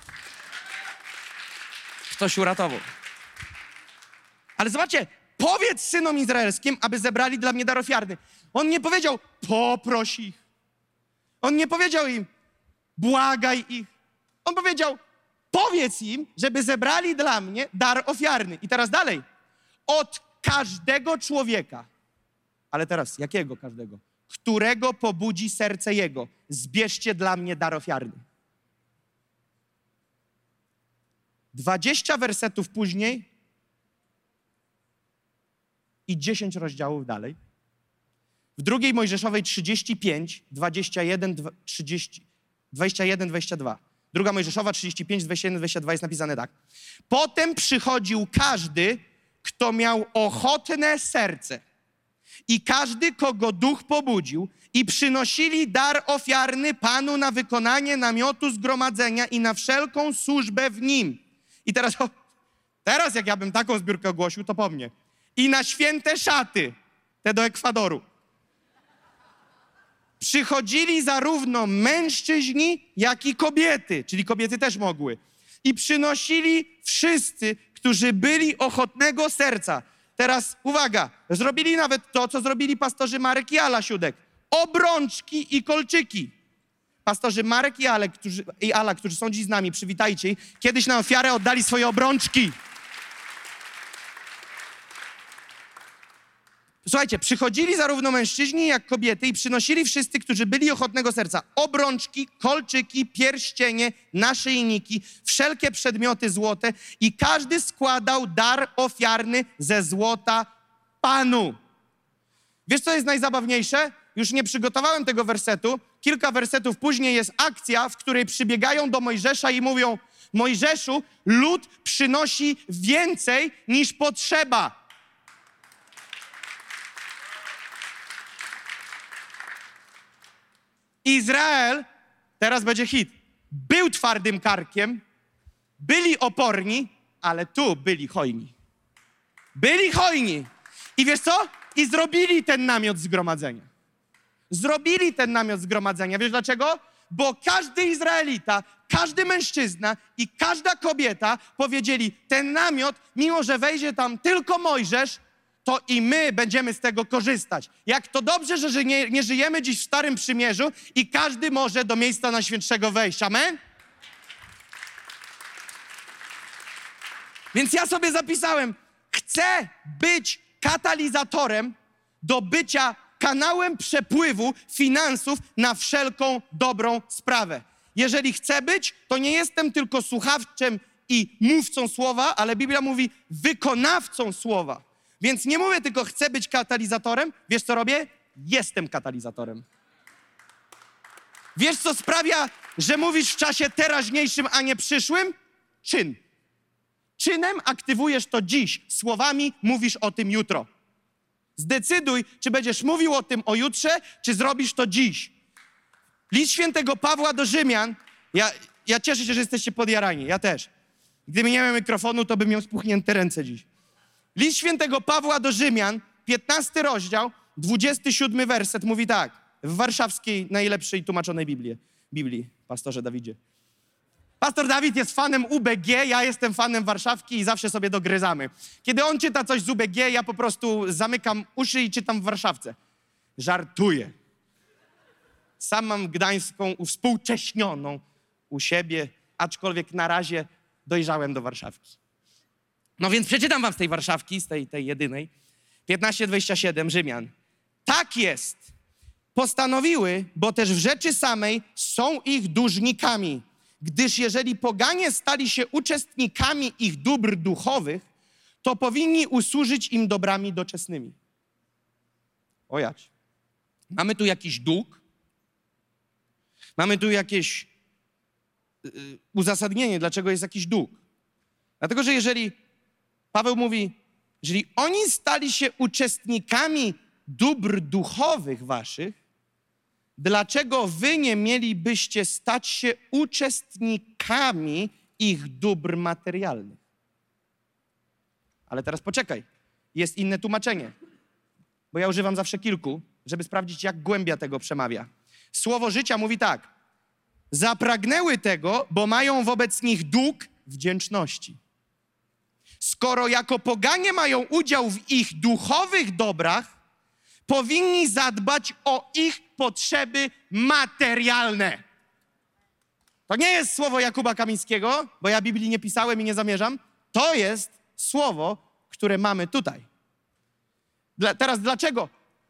Ktoś uratował. Ale zobaczcie, powiedz synom izraelskim, aby zebrali dla mnie dar ofiarny. On nie powiedział, poproś ich. On nie powiedział im, błagaj ich. On powiedział, powiedz im, żeby zebrali dla mnie dar ofiarny. I teraz dalej. Od każdego człowieka. Ale teraz, jakiego każdego? Którego pobudzi serce jego. Zbierzcie dla mnie dar ofiarny. 20 wersetów później i 10 rozdziałów dalej. W drugiej Mojżeszowej 35, 21, 30, 21, 22. Druga Mojżeszowa 35, 21, 22 jest napisane tak. Potem przychodził każdy, kto miał ochotne serce i każdy, kogo duch pobudził i przynosili dar ofiarny Panu na wykonanie namiotu zgromadzenia i na wszelką służbę w nim. I teraz jak ja bym taką zbiórkę ogłosił, to po mnie. I na święte szaty, te do Ekwadoru. Przychodzili zarówno mężczyźni, jak i kobiety, czyli kobiety też mogły. I przynosili wszyscy, którzy byli ochotnego serca. Teraz uwaga, zrobili nawet to, co zrobili pastorzy Marek i Ala Siódek. Obrączki i kolczyki. Pastorzy Marek i Ala, którzy są dziś z nami, przywitajcie ich, kiedyś na ofiarę oddali swoje obrączki. Słuchajcie, przychodzili zarówno mężczyźni, jak kobiety i przynosili wszyscy, którzy byli ochotnego serca. Obrączki, kolczyki, pierścienie, naszyjniki, wszelkie przedmioty złote i każdy składał dar ofiarny ze złota Panu. Wiesz, co jest najzabawniejsze? Już nie przygotowałem tego wersetu. Kilka wersetów później jest akcja, w której przybiegają do Mojżesza i mówią, Mojżeszu, lud przynosi więcej niż potrzeba. Izrael, teraz będzie hit, był twardym karkiem, byli oporni, ale tu byli hojni. Byli hojni. I wiesz co? I zrobili ten namiot zgromadzenia. Zrobili ten namiot zgromadzenia. Wiesz dlaczego? Bo każdy Izraelita, każdy mężczyzna i każda kobieta powiedzieli, ten namiot, mimo że wejdzie tam tylko Mojżesz, to i my będziemy z tego korzystać. Jak to dobrze, że nie żyjemy dziś w Starym Przymierzu i każdy może do miejsca Najświętszego wejść. Amen? Więc ja sobie zapisałem, chcę być katalizatorem do bycia kanałem przepływu finansów na wszelką dobrą sprawę. Jeżeli chcę być, to nie jestem tylko słuchaczem i mówcą słowa, ale Biblia mówi wykonawcą słowa. Więc nie mówię tylko chcę być katalizatorem. Wiesz co robię? Jestem katalizatorem. Wiesz co sprawia, że mówisz w czasie teraźniejszym, a nie przyszłym? Czyn. Czynem aktywujesz to dziś. Słowami mówisz o tym jutro. Zdecyduj, czy będziesz mówił o tym o jutrze, czy zrobisz to dziś. List świętego Pawła do Rzymian. Ja cieszę się, że jesteście podjarani. Ja też. Gdyby nie miał mikrofonu, to bym miał spuchnięte ręce dziś. List świętego Pawła do Rzymian, 15 rozdział, 27 werset mówi tak. W warszawskiej, najlepszej tłumaczonej Biblii, pastorze Dawidzie. Pastor Dawid jest fanem UBG, ja jestem fanem Warszawki i zawsze sobie dogryzamy. Kiedy on czyta coś z UBG, ja po prostu zamykam uszy i czytam w Warszawce. Żartuję. Sam mam gdańską uwspółcześnioną u siebie, aczkolwiek na razie dojrzałem do Warszawki. No więc przeczytam wam z tej Warszawki, z tej jedynej. 15:27 Rzymian. Tak jest. Postanowiły, bo też w rzeczy samej są ich dłużnikami. Gdyż jeżeli poganie stali się uczestnikami ich dóbr duchowych, to powinni usłużyć im dobrami doczesnymi. Ojać. Mamy tu jakiś dług. Mamy tu jakieś uzasadnienie, dlaczego jest jakiś dług. Dlatego, że jeżeli Paweł mówi, jeżeli oni stali się uczestnikami dóbr duchowych waszych, dlaczego wy nie mielibyście stać się uczestnikami ich dóbr materialnych? Ale teraz poczekaj, jest inne tłumaczenie, bo ja używam zawsze kilku, żeby sprawdzić, jak głębia tego przemawia. Słowo życia mówi tak, zapragnęły tego, bo mają wobec nich dług wdzięczności. Skoro jako poganie mają udział w ich duchowych dobrach, powinni zadbać o ich potrzeby materialne. To nie jest słowo Jakuba Kamińskiego, bo ja Biblii nie pisałem i nie zamierzam. To jest słowo, które mamy tutaj. Teraz dlaczego?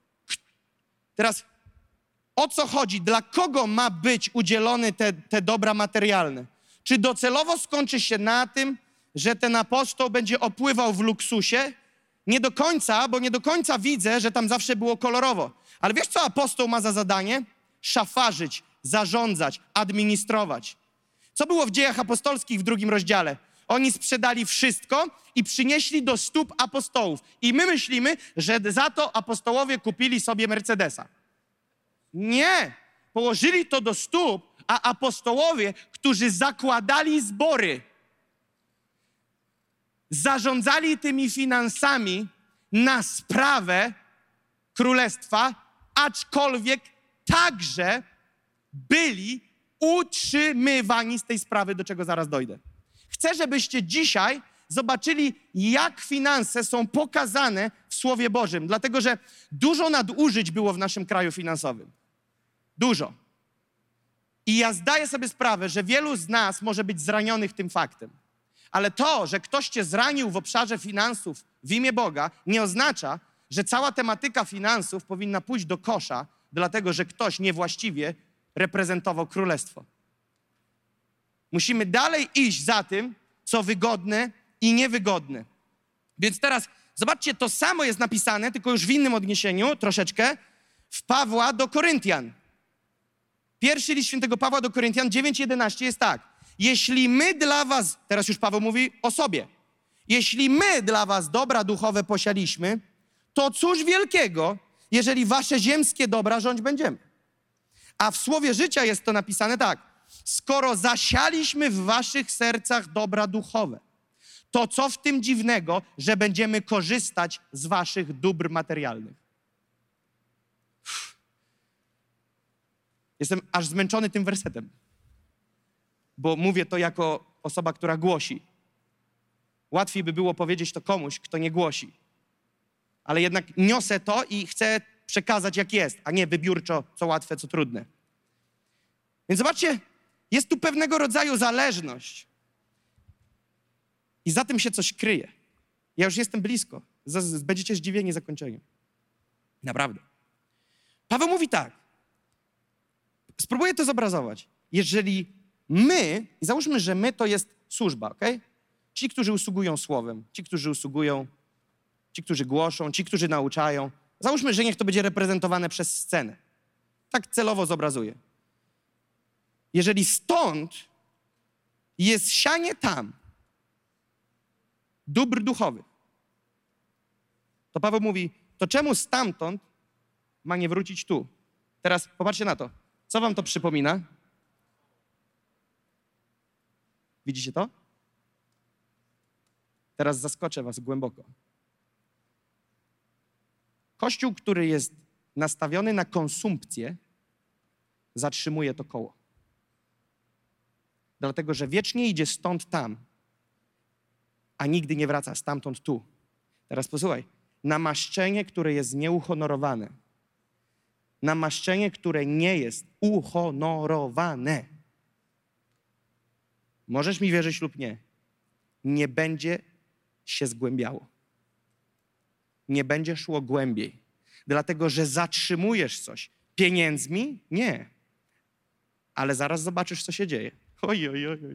Teraz o co chodzi? Dla kogo ma być udzielone te dobra materialne? Czy docelowo skończy się na tym, że ten apostoł będzie opływał w luksusie? Nie do końca, bo nie do końca widzę, że tam zawsze było kolorowo. Ale wiesz, co apostoł ma za zadanie? Szafarzyć, zarządzać, administrować. Co było w Dziejach Apostolskich w 2 rozdziale? Oni sprzedali wszystko i przynieśli do stóp apostołów. I my myślimy, że za to apostołowie kupili sobie Mercedesa. Nie! Położyli to do stóp, a apostołowie, którzy zakładali zbory, zarządzali tymi finansami na sprawę królestwa, aczkolwiek także byli utrzymywani z tej sprawy, do czego zaraz dojdę. Chcę, żebyście dzisiaj zobaczyli, jak finanse są pokazane w Słowie Bożym, dlatego że dużo nadużyć było w naszym kraju finansowym. Dużo. I ja zdaję sobie sprawę, że wielu z nas może być zranionych tym faktem. Ale to, że ktoś cię zranił w obszarze finansów w imię Boga, nie oznacza, że cała tematyka finansów powinna pójść do kosza, dlatego że ktoś niewłaściwie reprezentował królestwo. Musimy dalej iść za tym, co wygodne i niewygodne. Więc teraz zobaczcie, to samo jest napisane, tylko już w innym odniesieniu, troszeczkę, w Pawła do Koryntian. Pierwszy list świętego Pawła do Koryntian 9:11 jest tak. Jeśli my dla was, teraz już Paweł mówi o sobie, jeśli my dla was dobra duchowe posialiśmy, to cóż wielkiego, jeżeli wasze ziemskie dobra rządź będziemy. A w Słowie Życia jest to napisane tak. Skoro zasialiśmy w waszych sercach dobra duchowe, to co w tym dziwnego, że będziemy korzystać z waszych dóbr materialnych? Jestem aż zmęczony tym wersetem, bo mówię to jako osoba, która głosi. Łatwiej by było powiedzieć to komuś, kto nie głosi. Ale jednak niosę to i chcę przekazać jak jest, a nie wybiórczo, co łatwe, co trudne. Więc zobaczcie, jest tu pewnego rodzaju zależność. I za tym się coś kryje. Ja już jestem blisko. Będziecie zdziwieni zakończeniem. Naprawdę. Paweł mówi tak. Spróbuję to zobrazować. Jeżeli my, i załóżmy, że my to jest służba, okej? Ci, którzy usługują słowem, ci, którzy usługują, ci, którzy głoszą, ci, którzy nauczają. Załóżmy, że niech to będzie reprezentowane przez scenę. Tak celowo zobrazuję. Jeżeli stąd jest sianie tam dóbr duchowych, to Paweł mówi, to czemu stamtąd ma nie wrócić tu? Teraz popatrzcie na to. Co wam to przypomina? Widzicie to? Teraz zaskoczę was głęboko. Kościół, który jest nastawiony na konsumpcję, zatrzymuje to koło. Dlatego, że wiecznie idzie stąd tam, a nigdy nie wraca stamtąd tu. Teraz posłuchaj. Namaszczenie, które jest nieuhonorowane. Namaszczenie, które nie jest uhonorowane. Możesz mi wierzyć lub nie. Nie będzie się zgłębiało. Nie będzie szło głębiej. Dlatego, że zatrzymujesz coś. Pieniędzmi? Nie. Ale zaraz zobaczysz, co się dzieje. Oj.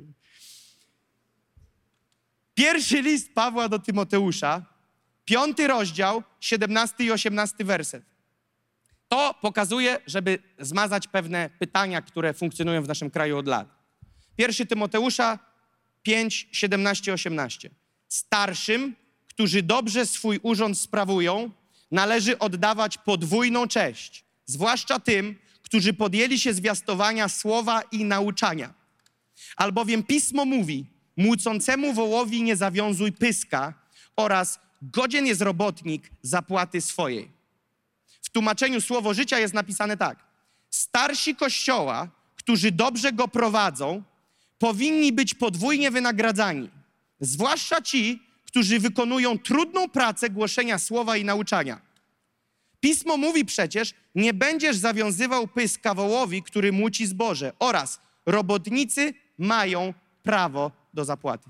Pierwszy list Pawła do Tymoteusza, 5 rozdział, 17 i 18 werset. To pokazuje, żeby zmazać pewne pytania, które funkcjonują w naszym kraju od lat. 1 Tymoteusza 5, 17, 18. Starszym, którzy dobrze swój urząd sprawują, należy oddawać podwójną cześć, zwłaszcza tym, którzy podjęli się zwiastowania słowa i nauczania. Albowiem Pismo mówi, młócącemu wołowi nie zawiązuj pyska oraz godzien jest robotnik zapłaty swojej. W tłumaczeniu Słowo Życia jest napisane tak. Starsi Kościoła, którzy dobrze go prowadzą, powinni być podwójnie wynagradzani. Zwłaszcza ci, którzy wykonują trudną pracę głoszenia słowa i nauczania. Pismo mówi przecież, nie będziesz zawiązywał pyska wołowi, który młóci zboże, oraz robotnicy mają prawo do zapłaty.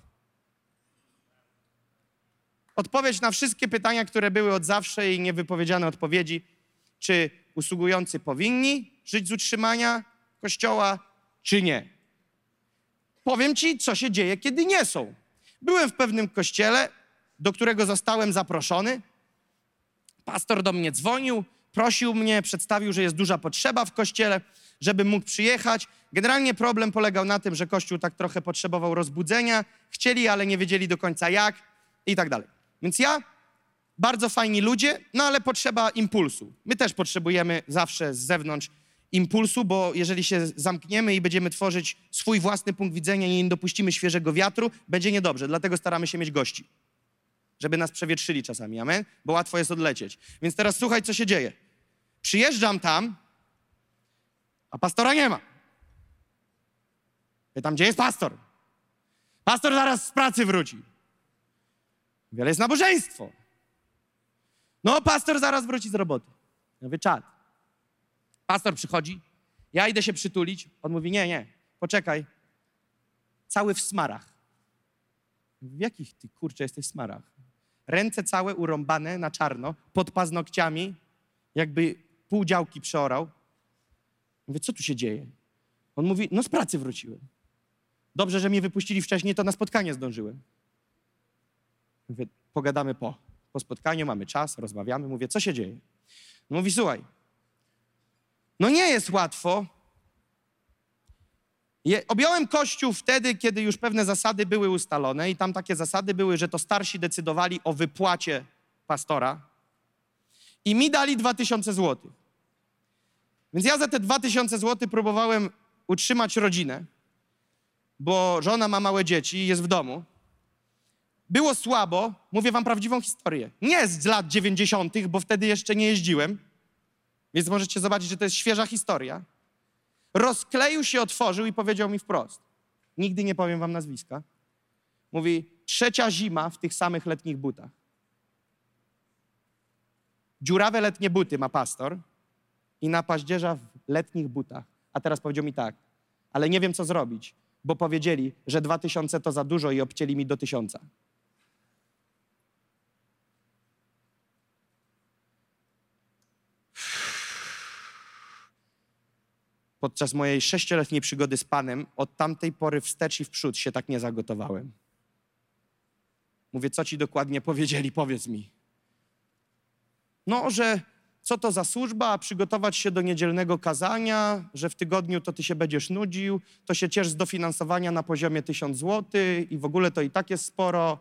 Odpowiedź na wszystkie pytania, które były od zawsze i niewypowiedziane odpowiedzi, czy usługujący powinni żyć z utrzymania Kościoła, czy nie. Powiem ci, co się dzieje, kiedy nie są. Byłem w pewnym kościele, do którego zostałem zaproszony. Pastor do mnie dzwonił, prosił mnie, przedstawił, że jest duża potrzeba w kościele, żebym mógł przyjechać. Generalnie problem polegał na tym, że kościół tak trochę potrzebował rozbudzenia. Chcieli, ale nie wiedzieli do końca jak i tak dalej. Więc bardzo fajni ludzie, no ale potrzeba impulsu. My też potrzebujemy zawsze z zewnątrz impulsu, bo jeżeli się zamkniemy i będziemy tworzyć swój własny punkt widzenia i nie dopuścimy świeżego wiatru, będzie niedobrze. Dlatego staramy się mieć gości, żeby nas przewietrzyli czasami, amen? Bo łatwo jest odlecieć. Więc teraz słuchaj, co się dzieje. Przyjeżdżam tam, a pastora nie ma. Pytam, gdzie jest pastor? Pastor zaraz z pracy wróci. Wiele jest nabożeństwo. No, pastor zaraz wróci z roboty. Ja mówię, czad. Pastor przychodzi, ja idę się przytulić. On mówi, nie, poczekaj. Cały w smarach. W jakich ty, kurczę, jesteś smarach? Ręce całe urąbane na czarno, pod paznokciami, jakby pół działki przeorał. Mówię, co tu się dzieje? On mówi, no z pracy wróciłem. Dobrze, że mnie wypuścili wcześniej, to na spotkanie zdążyłem. Mówię, pogadamy po spotkaniu, mamy czas, rozmawiamy. Mówię, co się dzieje? No mówi, słuchaj, no nie jest łatwo. Objąłem Kościół wtedy, kiedy już pewne zasady były ustalone i tam takie zasady były, że to starsi decydowali o wypłacie pastora i mi dali 2000 złotych. Więc ja za te 2000 złotych próbowałem utrzymać rodzinę, bo żona ma małe dzieci i jest w domu. Było słabo, mówię wam prawdziwą historię. Nie z lat 90., bo wtedy jeszcze nie jeździłem, więc możecie zobaczyć, że to jest świeża historia. Rozkleił się, otworzył i powiedział mi wprost. Nigdy nie powiem wam nazwiska. Mówi, 3. zima w tych samych letnich butach. Dziurawe letnie buty ma pastor i na paździerza w letnich butach. A teraz powiedział mi tak, ale nie wiem, co zrobić, bo powiedzieli, że 2000 to za dużo i obcięli mi do 1000. Podczas mojej 6-letniej przygody z Panem od tamtej pory wstecz i w przód się tak nie zagotowałem. Mówię, co ci dokładnie powiedzieli, powiedz mi. No, że co to za służba, przygotować się do niedzielnego kazania, że w tygodniu to ty się będziesz nudził, to się ciesz z dofinansowania na poziomie 1000 zł i w ogóle to i tak jest sporo.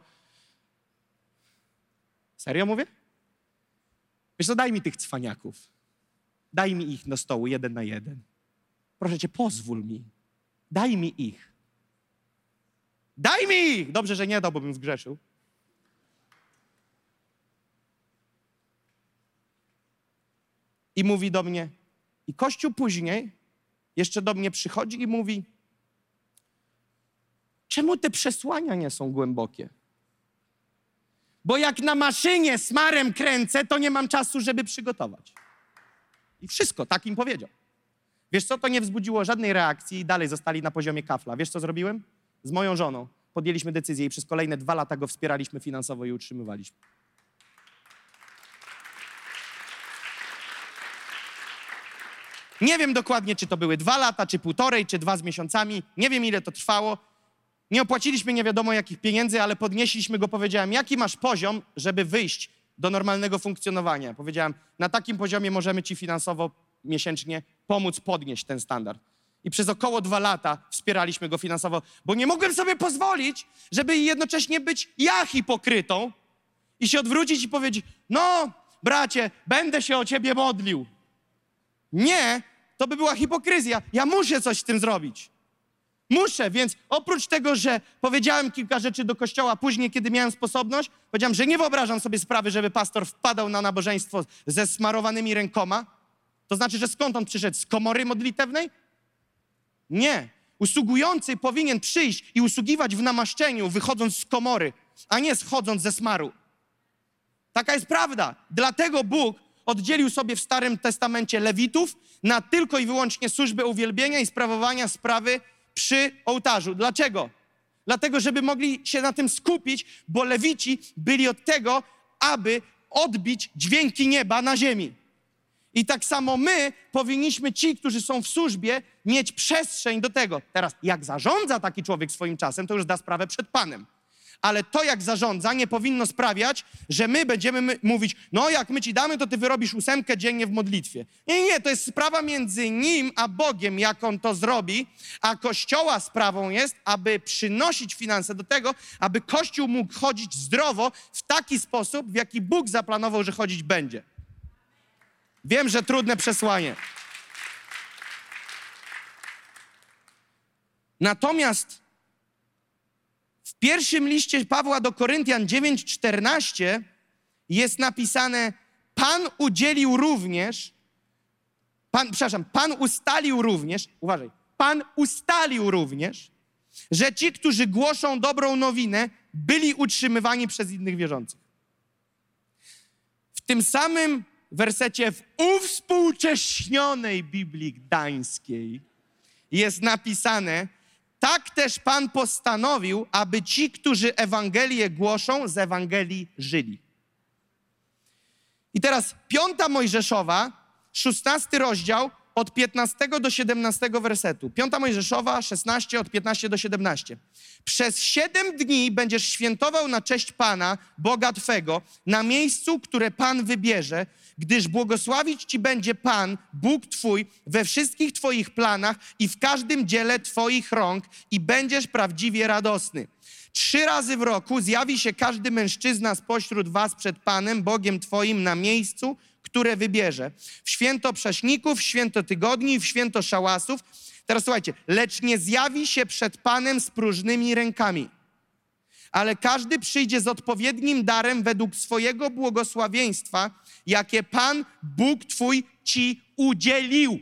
Serio mówię? Wiesz co, daj mi tych cwaniaków. Daj mi ich do stołu 1 na 1. Proszę cię, pozwól mi. Daj mi ich. Daj mi ich! Dobrze, że nie dał, bo bym zgrzeszył. I mówi do mnie, i Kościół później jeszcze do mnie przychodzi i mówi, czemu te przesłania nie są głębokie? Bo jak na maszynie smarem kręcę, to nie mam czasu, żeby przygotować. I wszystko, tak im powiedział. Wiesz co, to nie wzbudziło żadnej reakcji i dalej zostali na poziomie kafla. Wiesz co zrobiłem? Z moją żoną podjęliśmy decyzję i przez kolejne 2 lata go wspieraliśmy finansowo i utrzymywaliśmy. Nie wiem dokładnie, czy to były 2 lata, czy 1,5, czy 2 z miesiącami. Nie wiem, ile to trwało. Nie opłaciliśmy nie wiadomo jakich pieniędzy, ale podnieśliśmy go. Powiedziałem, jaki masz poziom, żeby wyjść do normalnego funkcjonowania. Powiedziałem, na takim poziomie możemy ci finansowo miesięcznie pomóc podnieść ten standard. I przez około 2 lata wspieraliśmy go finansowo, bo nie mogłem sobie pozwolić, żeby jednocześnie być ja hipokrytą i się odwrócić i powiedzieć, no bracie, będę się o ciebie modlił. Nie, to by była hipokryzja. Ja muszę coś z tym zrobić. Muszę, więc oprócz tego, że powiedziałem kilka rzeczy do kościoła później, kiedy miałem sposobność, powiedziałem, że nie wyobrażam sobie sprawy, żeby pastor wpadał na nabożeństwo ze smarowanymi rękoma. To znaczy, że skąd on przyszedł? Z komory modlitewnej? Nie. Usługujący powinien przyjść i usługiwać w namaszczeniu, wychodząc z komory, a nie schodząc ze smaru. Taka jest prawda. Dlatego Bóg oddzielił sobie w Starym Testamencie Lewitów na tylko i wyłącznie służbę uwielbienia i sprawowania sprawy przy ołtarzu. Dlaczego? Dlatego, żeby mogli się na tym skupić, bo Lewici byli od tego, aby odbić dźwięki nieba na ziemi. I tak samo my powinniśmy, ci, którzy są w służbie, mieć przestrzeń do tego. Teraz, jak zarządza taki człowiek swoim czasem, to już da sprawę przed Panem. Ale to, jak zarządza, nie powinno sprawiać, że my będziemy mówić, no jak my ci damy, to ty wyrobisz 8 dziennie w modlitwie. Nie, to jest sprawa między nim a Bogiem, jak on to zrobi, a Kościoła sprawą jest, aby przynosić finanse do tego, aby Kościół mógł chodzić zdrowo w taki sposób, w jaki Bóg zaplanował, że chodzić będzie. Wiem, że trudne przesłanie. Natomiast w pierwszym liście Pawła do Koryntian 9:14 jest napisane, Pan ustalił również, że ci, którzy głoszą dobrą nowinę, byli utrzymywani przez innych wierzących. W tym samym wersecie w uwspółcześnionej Biblii Gdańskiej jest napisane, tak też Pan postanowił, aby ci, którzy Ewangelię głoszą, z Ewangelii żyli. I teraz 5 Mojżeszowa, 16 rozdział, od 15 do 17 wersetu. 5 Mojżeszowa, 16, od 15 do 17. Przez 7 dni będziesz świętował na cześć Pana, Boga Twego, na miejscu, które Pan wybierze, gdyż błogosławić Ci będzie Pan, Bóg Twój, we wszystkich Twoich planach i w każdym dziele Twoich rąk i będziesz prawdziwie radosny. 3 razy w roku zjawi się każdy mężczyzna spośród was przed Panem, Bogiem Twoim, na miejscu, które wybierze. W święto prześników, w święto tygodni, w święto szałasów. Teraz słuchajcie, lecz nie zjawi się przed Panem z próżnymi rękami. ale każdy przyjdzie z odpowiednim darem według swojego błogosławieństwa, jakie Pan Bóg twój ci udzielił.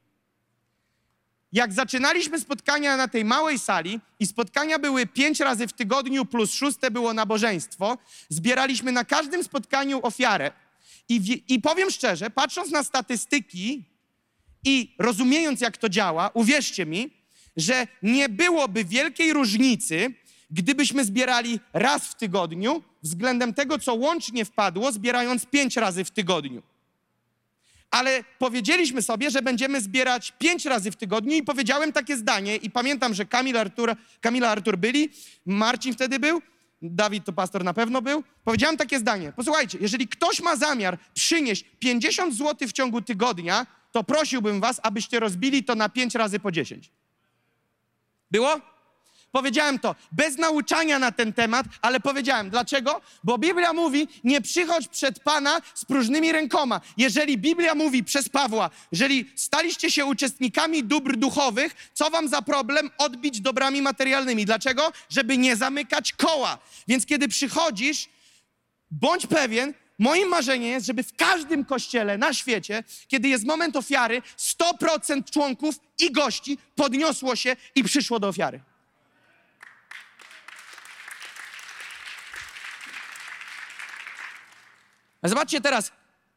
Jak zaczynaliśmy spotkania na tej małej sali i spotkania były 5 razy w tygodniu plus 6 było nabożeństwo, zbieraliśmy na każdym spotkaniu ofiarę. I powiem szczerze, patrząc na statystyki i rozumiejąc, jak to działa, uwierzcie mi, że nie byłoby wielkiej różnicy, gdybyśmy zbierali raz w tygodniu względem tego, co łącznie wpadło, zbierając 5 razy w tygodniu. Ale powiedzieliśmy sobie, że będziemy zbierać 5 razy w tygodniu i powiedziałem takie zdanie i pamiętam, że Kamila Artur byli, Marcin wtedy był, Dawid to pastor na pewno był. Powiedziałem takie zdanie. Posłuchajcie, jeżeli ktoś ma zamiar przynieść 50 zł w ciągu tygodnia, to prosiłbym was, abyście rozbili to na 5 razy po 10. Było? Powiedziałem to bez nauczania na ten temat, ale powiedziałem. Dlaczego? Bo Biblia mówi, nie przychodź przed Pana z próżnymi rękoma. Jeżeli Biblia mówi przez Pawła, jeżeli staliście się uczestnikami dóbr duchowych, co wam za problem odbić dobrami materialnymi? Dlaczego? Żeby nie zamykać koła. Więc kiedy przychodzisz, bądź pewien, moim marzeniem jest, żeby w każdym kościele na świecie, kiedy jest moment ofiary, 100% członków i gości podniosło się i przyszło do ofiary. Zobaczcie teraz.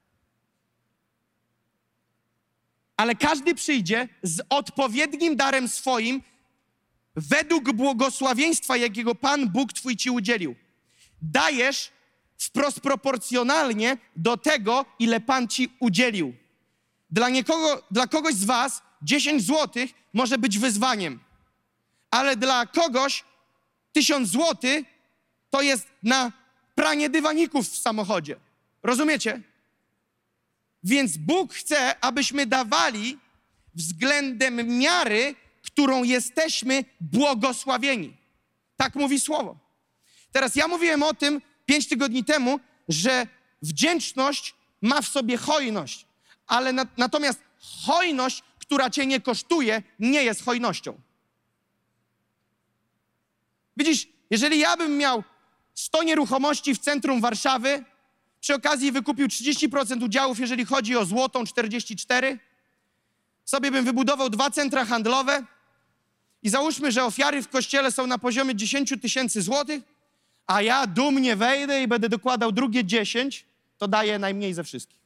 Ale każdy przyjdzie z odpowiednim darem swoim według błogosławieństwa, jakiego Pan Bóg twój ci udzielił. Dajesz wprost proporcjonalnie do tego, ile Pan ci udzielił. Dla kogoś z was 10 złotych może być wyzwaniem, ale dla kogoś 1000 złotych to jest na pranie dywaników w samochodzie. Rozumiecie? Więc Bóg chce, abyśmy dawali względem miary, którą jesteśmy błogosławieni. Tak mówi Słowo. Teraz ja mówiłem o tym 5 tygodni temu, że wdzięczność ma w sobie hojność, ale natomiast hojność, która cię nie kosztuje, nie jest hojnością. Widzisz, jeżeli ja bym miał 100 nieruchomości w centrum Warszawy, przy okazji wykupił 30% udziałów, jeżeli chodzi o Złotą 44, sobie bym wybudował 2 centra handlowe i załóżmy, że ofiary w kościele są na poziomie 10 000 złotych, a ja dumnie wejdę i będę dokładał drugie 10, to daję najmniej ze wszystkich.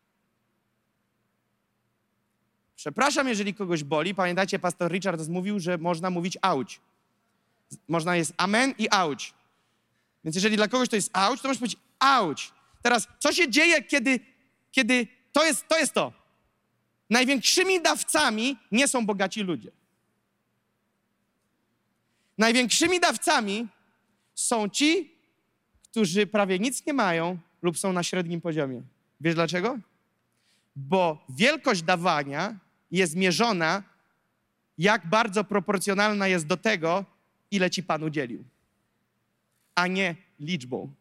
Przepraszam, jeżeli kogoś boli. Pamiętacie, pastor Richard mówił, że można mówić auć. Można jest amen i auć. Więc jeżeli dla kogoś to jest auć, to możesz powiedzieć auć. Teraz, co się dzieje, kiedy to jest to? Największymi dawcami nie są bogaci ludzie. Największymi dawcami są ci, którzy prawie nic nie mają lub są na średnim poziomie. Wiesz dlaczego? Bo wielkość dawania jest mierzona, jak bardzo proporcjonalna jest do tego, ile ci Pan udzielił, a nie liczbą.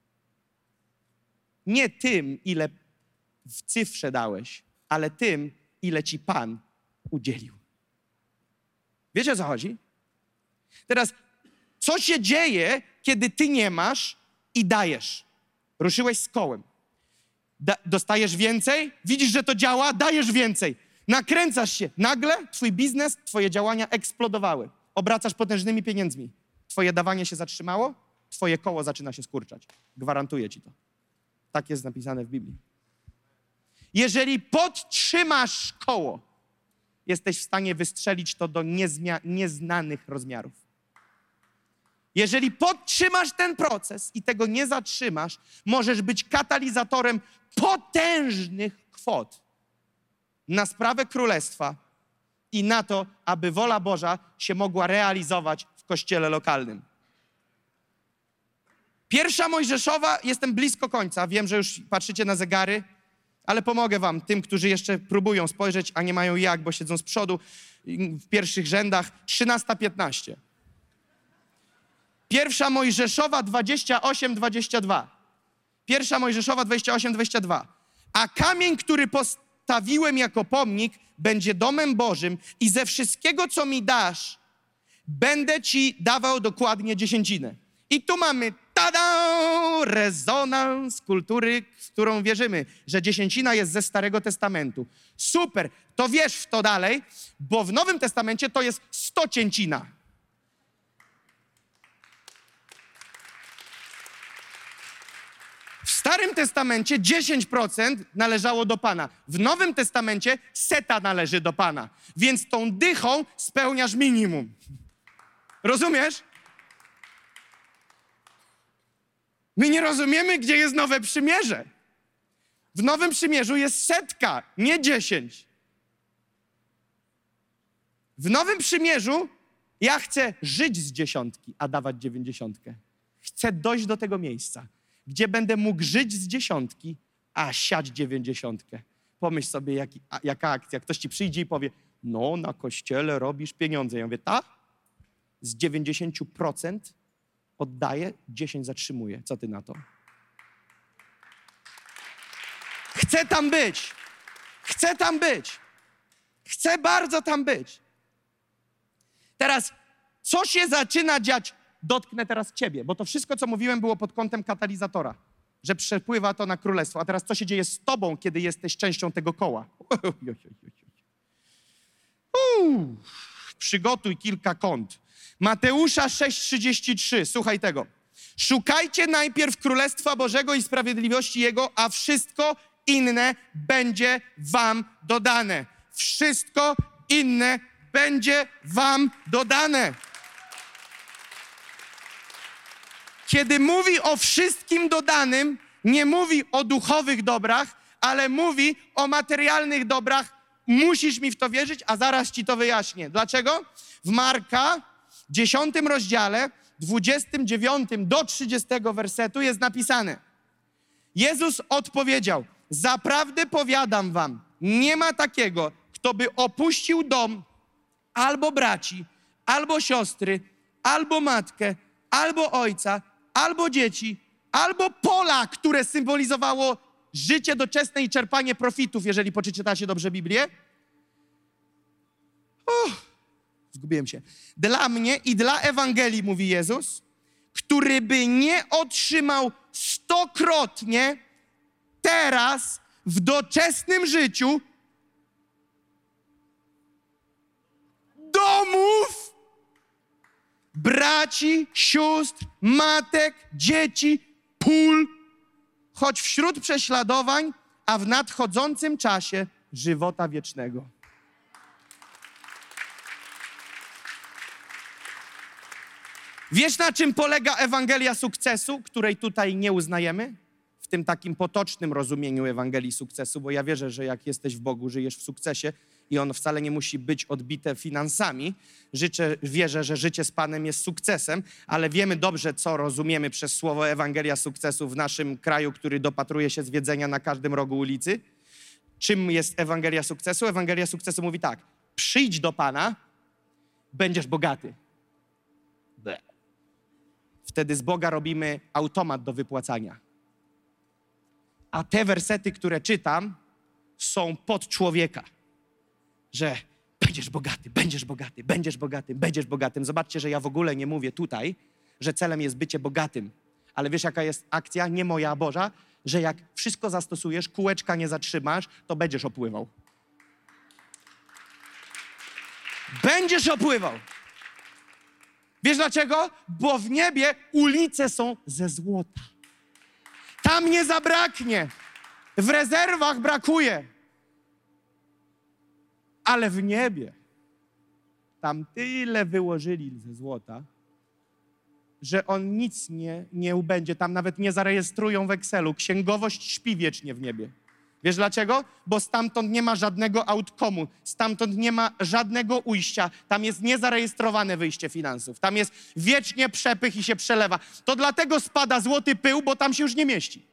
Nie tym, ile w cyfrze dałeś, ale tym, ile ci Pan udzielił. Wiecie, o co chodzi? Teraz, co się dzieje, kiedy ty nie masz i dajesz? Ruszyłeś z kołem. Dostajesz więcej, widzisz, że to działa, dajesz więcej. Nakręcasz się. Nagle twój biznes, twoje działania eksplodowały. Obracasz potężnymi pieniędzmi. Twoje dawanie się zatrzymało, twoje koło zaczyna się skurczać. Gwarantuję ci to. Tak jest napisane w Biblii. Jeżeli podtrzymasz koło, jesteś w stanie wystrzelić to do nieznanych rozmiarów. Jeżeli podtrzymasz ten proces i tego nie zatrzymasz, możesz być katalizatorem potężnych kwot na sprawę Królestwa i na to, aby wola Boża się mogła realizować w kościele lokalnym. 1 Mojżeszowa, jestem blisko końca, wiem, że już patrzycie na zegary, ale pomogę wam, tym, którzy jeszcze próbują spojrzeć, a nie mają jak, bo siedzą z przodu w pierwszych rzędach. 13:15. 1 Mojżeszowa 28:22. 1 Mojżeszowa 28:22. A kamień, który postawiłem jako pomnik, będzie domem Bożym i ze wszystkiego, co mi dasz, będę ci dawał dokładnie dziesięcinę. I tu mamy, tada, rezonans kultury, w którą wierzymy, że dziesięcina jest ze Starego Testamentu. Super, to wierz w to dalej, bo w Nowym Testamencie to jest stocięcina. W Starym Testamencie 10% należało do Pana. W Nowym Testamencie 100 należy do Pana. Więc tą dychą spełniasz minimum. Rozumiesz? My nie rozumiemy, gdzie jest Nowe Przymierze. W Nowym Przymierzu jest 100, nie 10. W Nowym Przymierzu ja chcę żyć z 10, a dawać 90. Chcę dojść do tego miejsca, gdzie będę mógł żyć z 10, a siać 90. Pomyśl sobie, jaka akcja. Ktoś ci przyjdzie i powie, no na kościele robisz pieniądze. Ja mówię, tak? Z 90% oddaję, 10 zatrzymuję. Co ty na to? Chcę tam być. Chcę tam być. Chcę bardzo tam być. Teraz, co się zaczyna dziać? Dotknę teraz ciebie, bo to wszystko, co mówiłem, było pod kątem katalizatora, że przepływa to na królestwo. A teraz, co się dzieje z tobą, kiedy jesteś częścią tego koła? Przygotuj kilka kont. Mateusza 6,33. Słuchaj tego. Szukajcie najpierw Królestwa Bożego i sprawiedliwości Jego, a wszystko inne będzie wam dodane. Wszystko inne będzie wam dodane. Kiedy mówi o wszystkim dodanym, nie mówi o duchowych dobrach, ale mówi o materialnych dobrach. Musisz mi w to wierzyć, a zaraz ci to wyjaśnię. Dlaczego? W Marka 10 rozdziale, 29 do 30 wersetu jest napisane. Jezus odpowiedział, zaprawdę powiadam wam, nie ma takiego, kto by opuścił dom, albo braci, albo siostry, albo matkę, albo ojca, albo dzieci, albo pola, które symbolizowało życie doczesne i czerpanie profitów, jeżeli poczytacie dobrze Biblię. Zgubiłem się. Dla mnie i dla Ewangelii, mówi Jezus, który by nie otrzymał 100-krotnie teraz w doczesnym życiu domów, braci, sióstr, matek, dzieci, pól, choć wśród prześladowań, a w nadchodzącym czasie żywota wiecznego. Wiesz, na czym polega Ewangelia sukcesu, której tutaj nie uznajemy? W tym takim potocznym rozumieniu Ewangelii sukcesu, bo ja wierzę, że jak jesteś w Bogu, żyjesz w sukcesie i on wcale nie musi być odbite finansami. Wierzę, że życie z Panem jest sukcesem, ale wiemy dobrze, co rozumiemy przez słowo Ewangelia sukcesu w naszym kraju, który dopatruje się zwiedzenia na każdym rogu ulicy. Czym jest Ewangelia sukcesu? Ewangelia sukcesu mówi tak, przyjdź do Pana, będziesz bogaty. Wtedy z Boga robimy automat do wypłacania. A te wersety, które czytam, są pod człowieka. Że będziesz bogaty, będziesz bogaty, będziesz bogaty, będziesz bogatym. Zobaczcie, że ja w ogóle nie mówię tutaj, że celem jest bycie bogatym. Ale wiesz, jaka jest akcja, nie moja, a Boża? Że jak wszystko zastosujesz, kółeczka nie zatrzymasz, to będziesz opływał. Będziesz opływał. Wiesz dlaczego? Bo w niebie ulice są ze złota. Tam nie zabraknie. W rezerwach brakuje. Ale w niebie tam tyle wyłożyli ze złota, że on nic nie ubędzie. Tam nawet nie zarejestrują w Excelu. Księgowość śpi wiecznie w niebie. Wiesz dlaczego? Bo stamtąd nie ma żadnego outcome'u, stamtąd nie ma żadnego ujścia, tam jest niezarejestrowane wyjście finansów, tam jest wiecznie przepych i się przelewa. To dlatego spada złoty pył, bo tam się już nie mieści.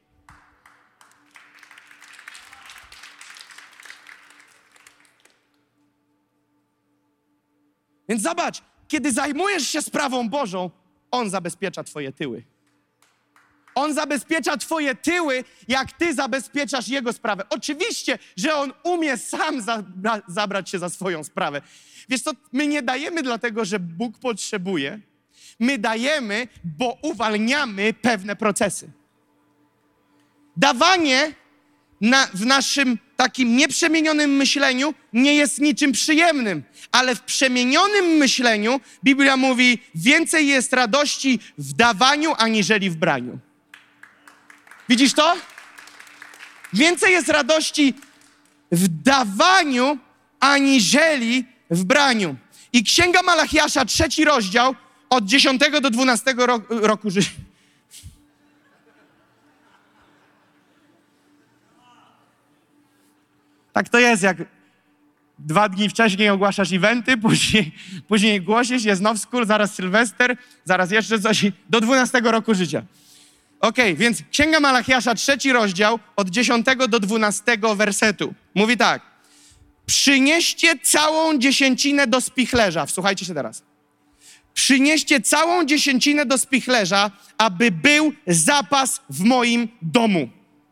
Więc zobacz, kiedy zajmujesz się sprawą Bożą, On zabezpiecza twoje tyły. On zabezpiecza twoje tyły, jak ty zabezpieczasz Jego sprawę. Oczywiście, że On umie sam zabrać się za swoją sprawę. Wiesz co, my nie dajemy dlatego, że Bóg potrzebuje. My dajemy, bo uwalniamy pewne procesy. Dawanie w naszym takim nieprzemienionym myśleniu nie jest niczym przyjemnym, ale w przemienionym myśleniu Biblia mówi, więcej jest radości w dawaniu, aniżeli w braniu. Widzisz to? Więcej jest radości w dawaniu, aniżeli w braniu. I Księga Malachiasza, 3 rozdział, od 10 do 12 roku życia. Tak to jest, jak 2 dni wcześniej ogłaszasz eventy, później głosisz, jest Now School, zaraz Sylwester, zaraz jeszcze coś, do 12 roku życia. Okej, więc Księga Malachiasza, 3 rozdział, od 10 do 12 wersetu. Mówi tak. Przynieście całą dziesięcinę do spichlerza. Wsłuchajcie się teraz. Przynieście całą dziesięcinę do spichlerza, aby był zapas w moim domu.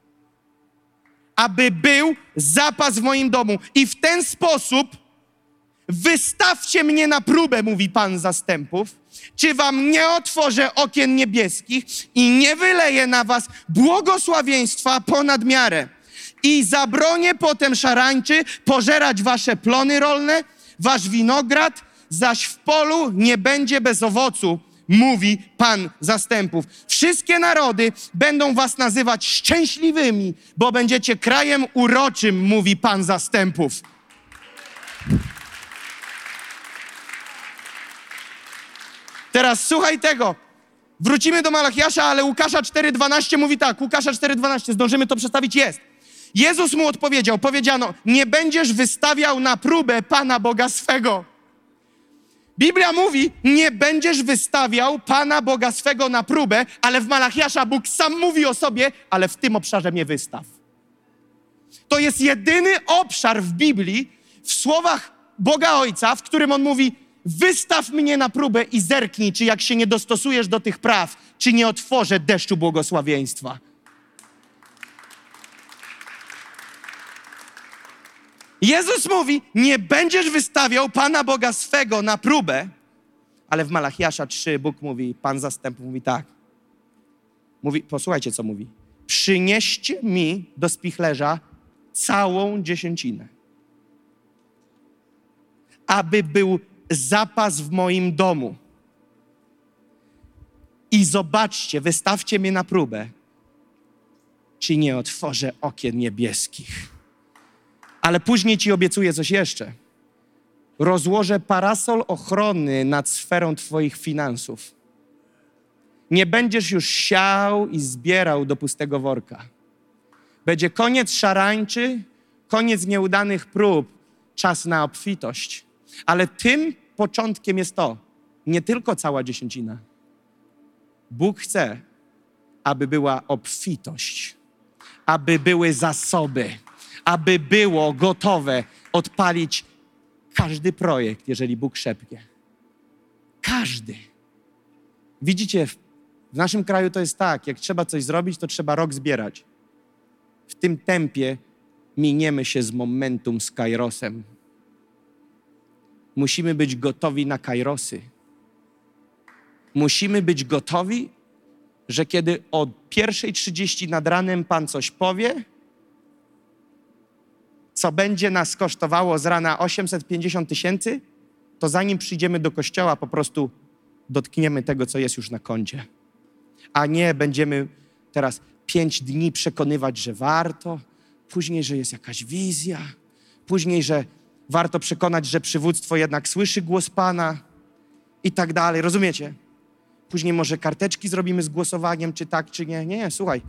Aby był zapas w moim domu. I w ten sposób wystawcie mnie na próbę, mówi Pan zastępów, czy wam nie otworzę okien niebieskich i nie wyleję na was błogosławieństwa ponad miarę. I zabronię potem szarańczy pożerać wasze plony rolne, wasz winograd, zaś w polu nie będzie bez owocu, mówi Pan zastępów. Wszystkie narody będą was nazywać szczęśliwymi, bo będziecie krajem uroczym, mówi Pan zastępów. Teraz słuchaj tego. Wrócimy do Malachiasza, ale Łukasza 4,12 mówi tak. Łukasza 4,12, zdążymy to przedstawić, jest. Jezus mu odpowiedział, powiedziano, nie będziesz wystawiał na próbę Pana Boga swego. Biblia mówi, nie będziesz wystawiał Pana Boga swego na próbę, ale w Malachiasza Bóg sam mówi o sobie, ale w tym obszarze mnie wystaw. To jest jedyny obszar w Biblii, w słowach Boga Ojca, w którym On mówi, wystaw mnie na próbę i zerknij, czy jak się nie dostosujesz do tych praw, czy nie otworzę deszczu błogosławieństwa. Jezus mówi, nie będziesz wystawiał Pana Boga swego na próbę, ale w Malachiasza 3 Bóg mówi, Pan zastępów mówi tak. Mówi, posłuchajcie, co mówi. Przynieście mi do spichlerza całą dziesięcinę, aby był zapas w moim domu. I zobaczcie, wystawcie mnie na próbę, czy nie otworzę okien niebieskich. Ale później ci obiecuję coś jeszcze. Rozłożę parasol ochrony nad sferą twoich finansów. Nie będziesz już siał i zbierał do pustego worka. Będzie koniec szarańczy, koniec nieudanych prób, czas na obfitość. Ale tym początkiem jest to, nie tylko cała dziesięcina. Bóg chce, aby była obfitość, aby były zasoby, aby było gotowe odpalić każdy projekt, jeżeli Bóg szepnie. Każdy. Widzicie, w naszym kraju to jest tak, jak trzeba coś zrobić, to trzeba rok zbierać. W tym tempie miniemy się z momentum, z kairosem. Musimy być gotowi na kairosy. Musimy być gotowi, że kiedy o 1:30 nad ranem Pan coś powie, co będzie nas kosztowało z rana 850 000, to zanim przyjdziemy do kościoła, po prostu dotkniemy tego, co jest już na koncie. A nie będziemy teraz 5 dni przekonywać, że warto, później, że jest jakaś wizja, później, że warto przekonać, że przywództwo jednak słyszy głos Pana i tak dalej. Rozumiecie? Później może karteczki zrobimy z głosowaniem, czy tak, czy nie. Nie, słuchaj,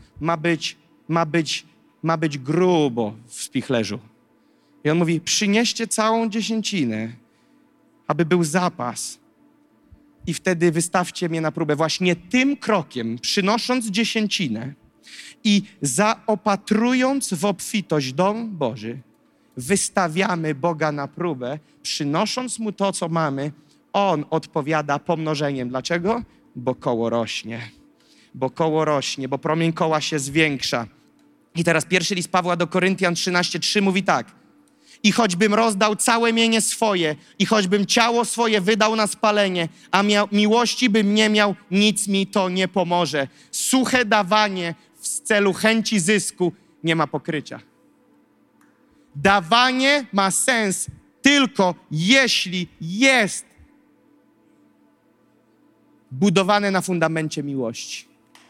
ma być grubo w spichlerzu. I on mówi, przynieście całą dziesięcinę, aby był zapas. I wtedy wystawcie mnie na próbę. Właśnie tym krokiem, przynosząc dziesięcinę i zaopatrując w obfitość dom Boży, wystawiamy Boga na próbę, przynosząc Mu to, co mamy. On odpowiada pomnożeniem. Dlaczego? Bo koło rośnie. Bo promień koła się zwiększa. I teraz 1 list Pawła do Koryntian 13:3 mówi tak. I choćbym rozdał całe mienie swoje, i choćbym ciało swoje wydał na spalenie, a miłości bym nie miał, nic mi to nie pomoże. Suche dawanie w celu chęci zysku nie ma pokrycia. Dawanie ma sens tylko jeśli jest budowane na fundamencie miłości.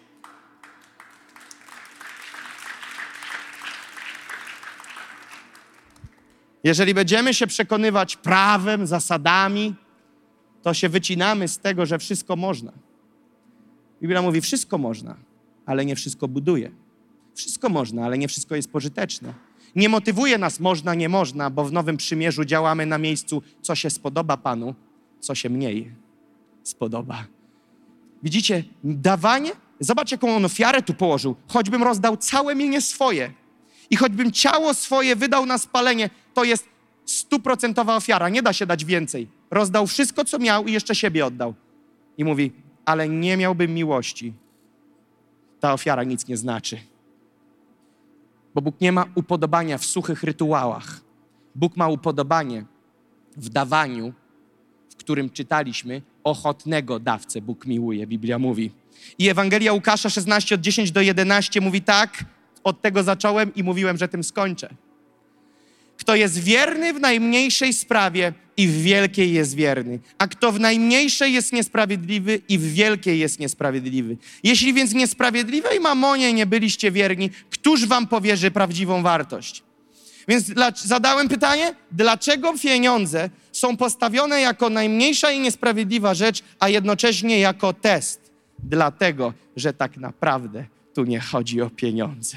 Jeżeli będziemy się przekonywać prawem, zasadami, to się wycinamy z tego, że wszystko można. Biblia mówi, wszystko można, ale nie wszystko buduje. Wszystko można, ale nie wszystko jest pożyteczne. Nie motywuje nas można, nie można, bo w Nowym Przymierzu działamy na miejscu, co się spodoba Panu, co się mniej spodoba. Widzicie, dawanie, zobacz jaką on ofiarę tu położył. Choćbym rozdał całe mienie swoje i choćbym ciało swoje wydał na spalenie, to jest 100% ofiara, nie da się dać więcej. Rozdał wszystko, co miał i jeszcze siebie oddał. I mówi, ale nie miałbym miłości. Ta ofiara nic nie znaczy. Bo Bóg nie ma upodobania w suchych rytuałach. Bóg ma upodobanie w dawaniu, w którym czytaliśmy, ochotnego dawcę Bóg miłuje, Biblia mówi. I Ewangelia Łukasza 16 od 10 do 11 mówi tak, od tego zacząłem i mówiłem, że tym skończę. Kto jest wierny w najmniejszej sprawie i w wielkiej jest wierny, a kto w najmniejszej jest niesprawiedliwy i w wielkiej jest niesprawiedliwy. Jeśli więc niesprawiedliwej mamonie nie byliście wierni, któż wam powierzy prawdziwą wartość? Więc zadałem pytanie, dlaczego pieniądze są postawione jako najmniejsza i niesprawiedliwa rzecz, a jednocześnie jako test? Dlatego, że tak naprawdę tu nie chodzi o pieniądze.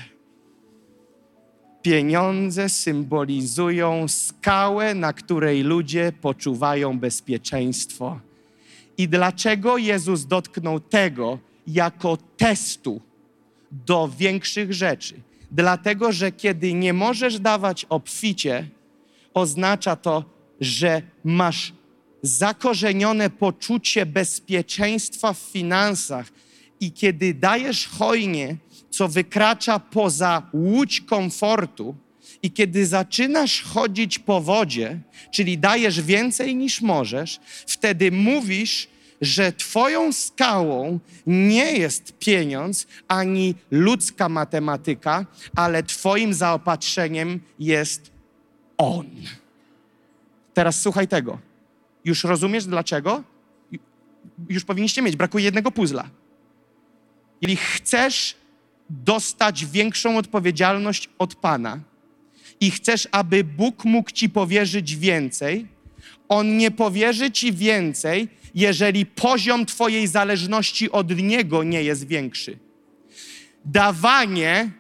Pieniądze symbolizują skałę, na której ludzie poczuwają bezpieczeństwo. I dlaczego Jezus dotknął tego jako testu do większych rzeczy? Dlatego, że kiedy nie możesz dawać obficie, oznacza to, że masz zakorzenione poczucie bezpieczeństwa w finansach i kiedy dajesz hojnie, co wykracza poza łódź komfortu i kiedy zaczynasz chodzić po wodzie, czyli dajesz więcej niż możesz, wtedy mówisz, że twoją skałą nie jest pieniądz ani ludzka matematyka, ale twoim zaopatrzeniem jest On. Teraz słuchaj tego. Już rozumiesz dlaczego? Już powinniście mieć, brakuje jednego puzla. Jeżeli chcesz dostać większą odpowiedzialność od Pana i chcesz, aby Bóg mógł ci powierzyć więcej, On nie powierzy ci więcej, jeżeli poziom twojej zależności od Niego nie jest większy. Dawanie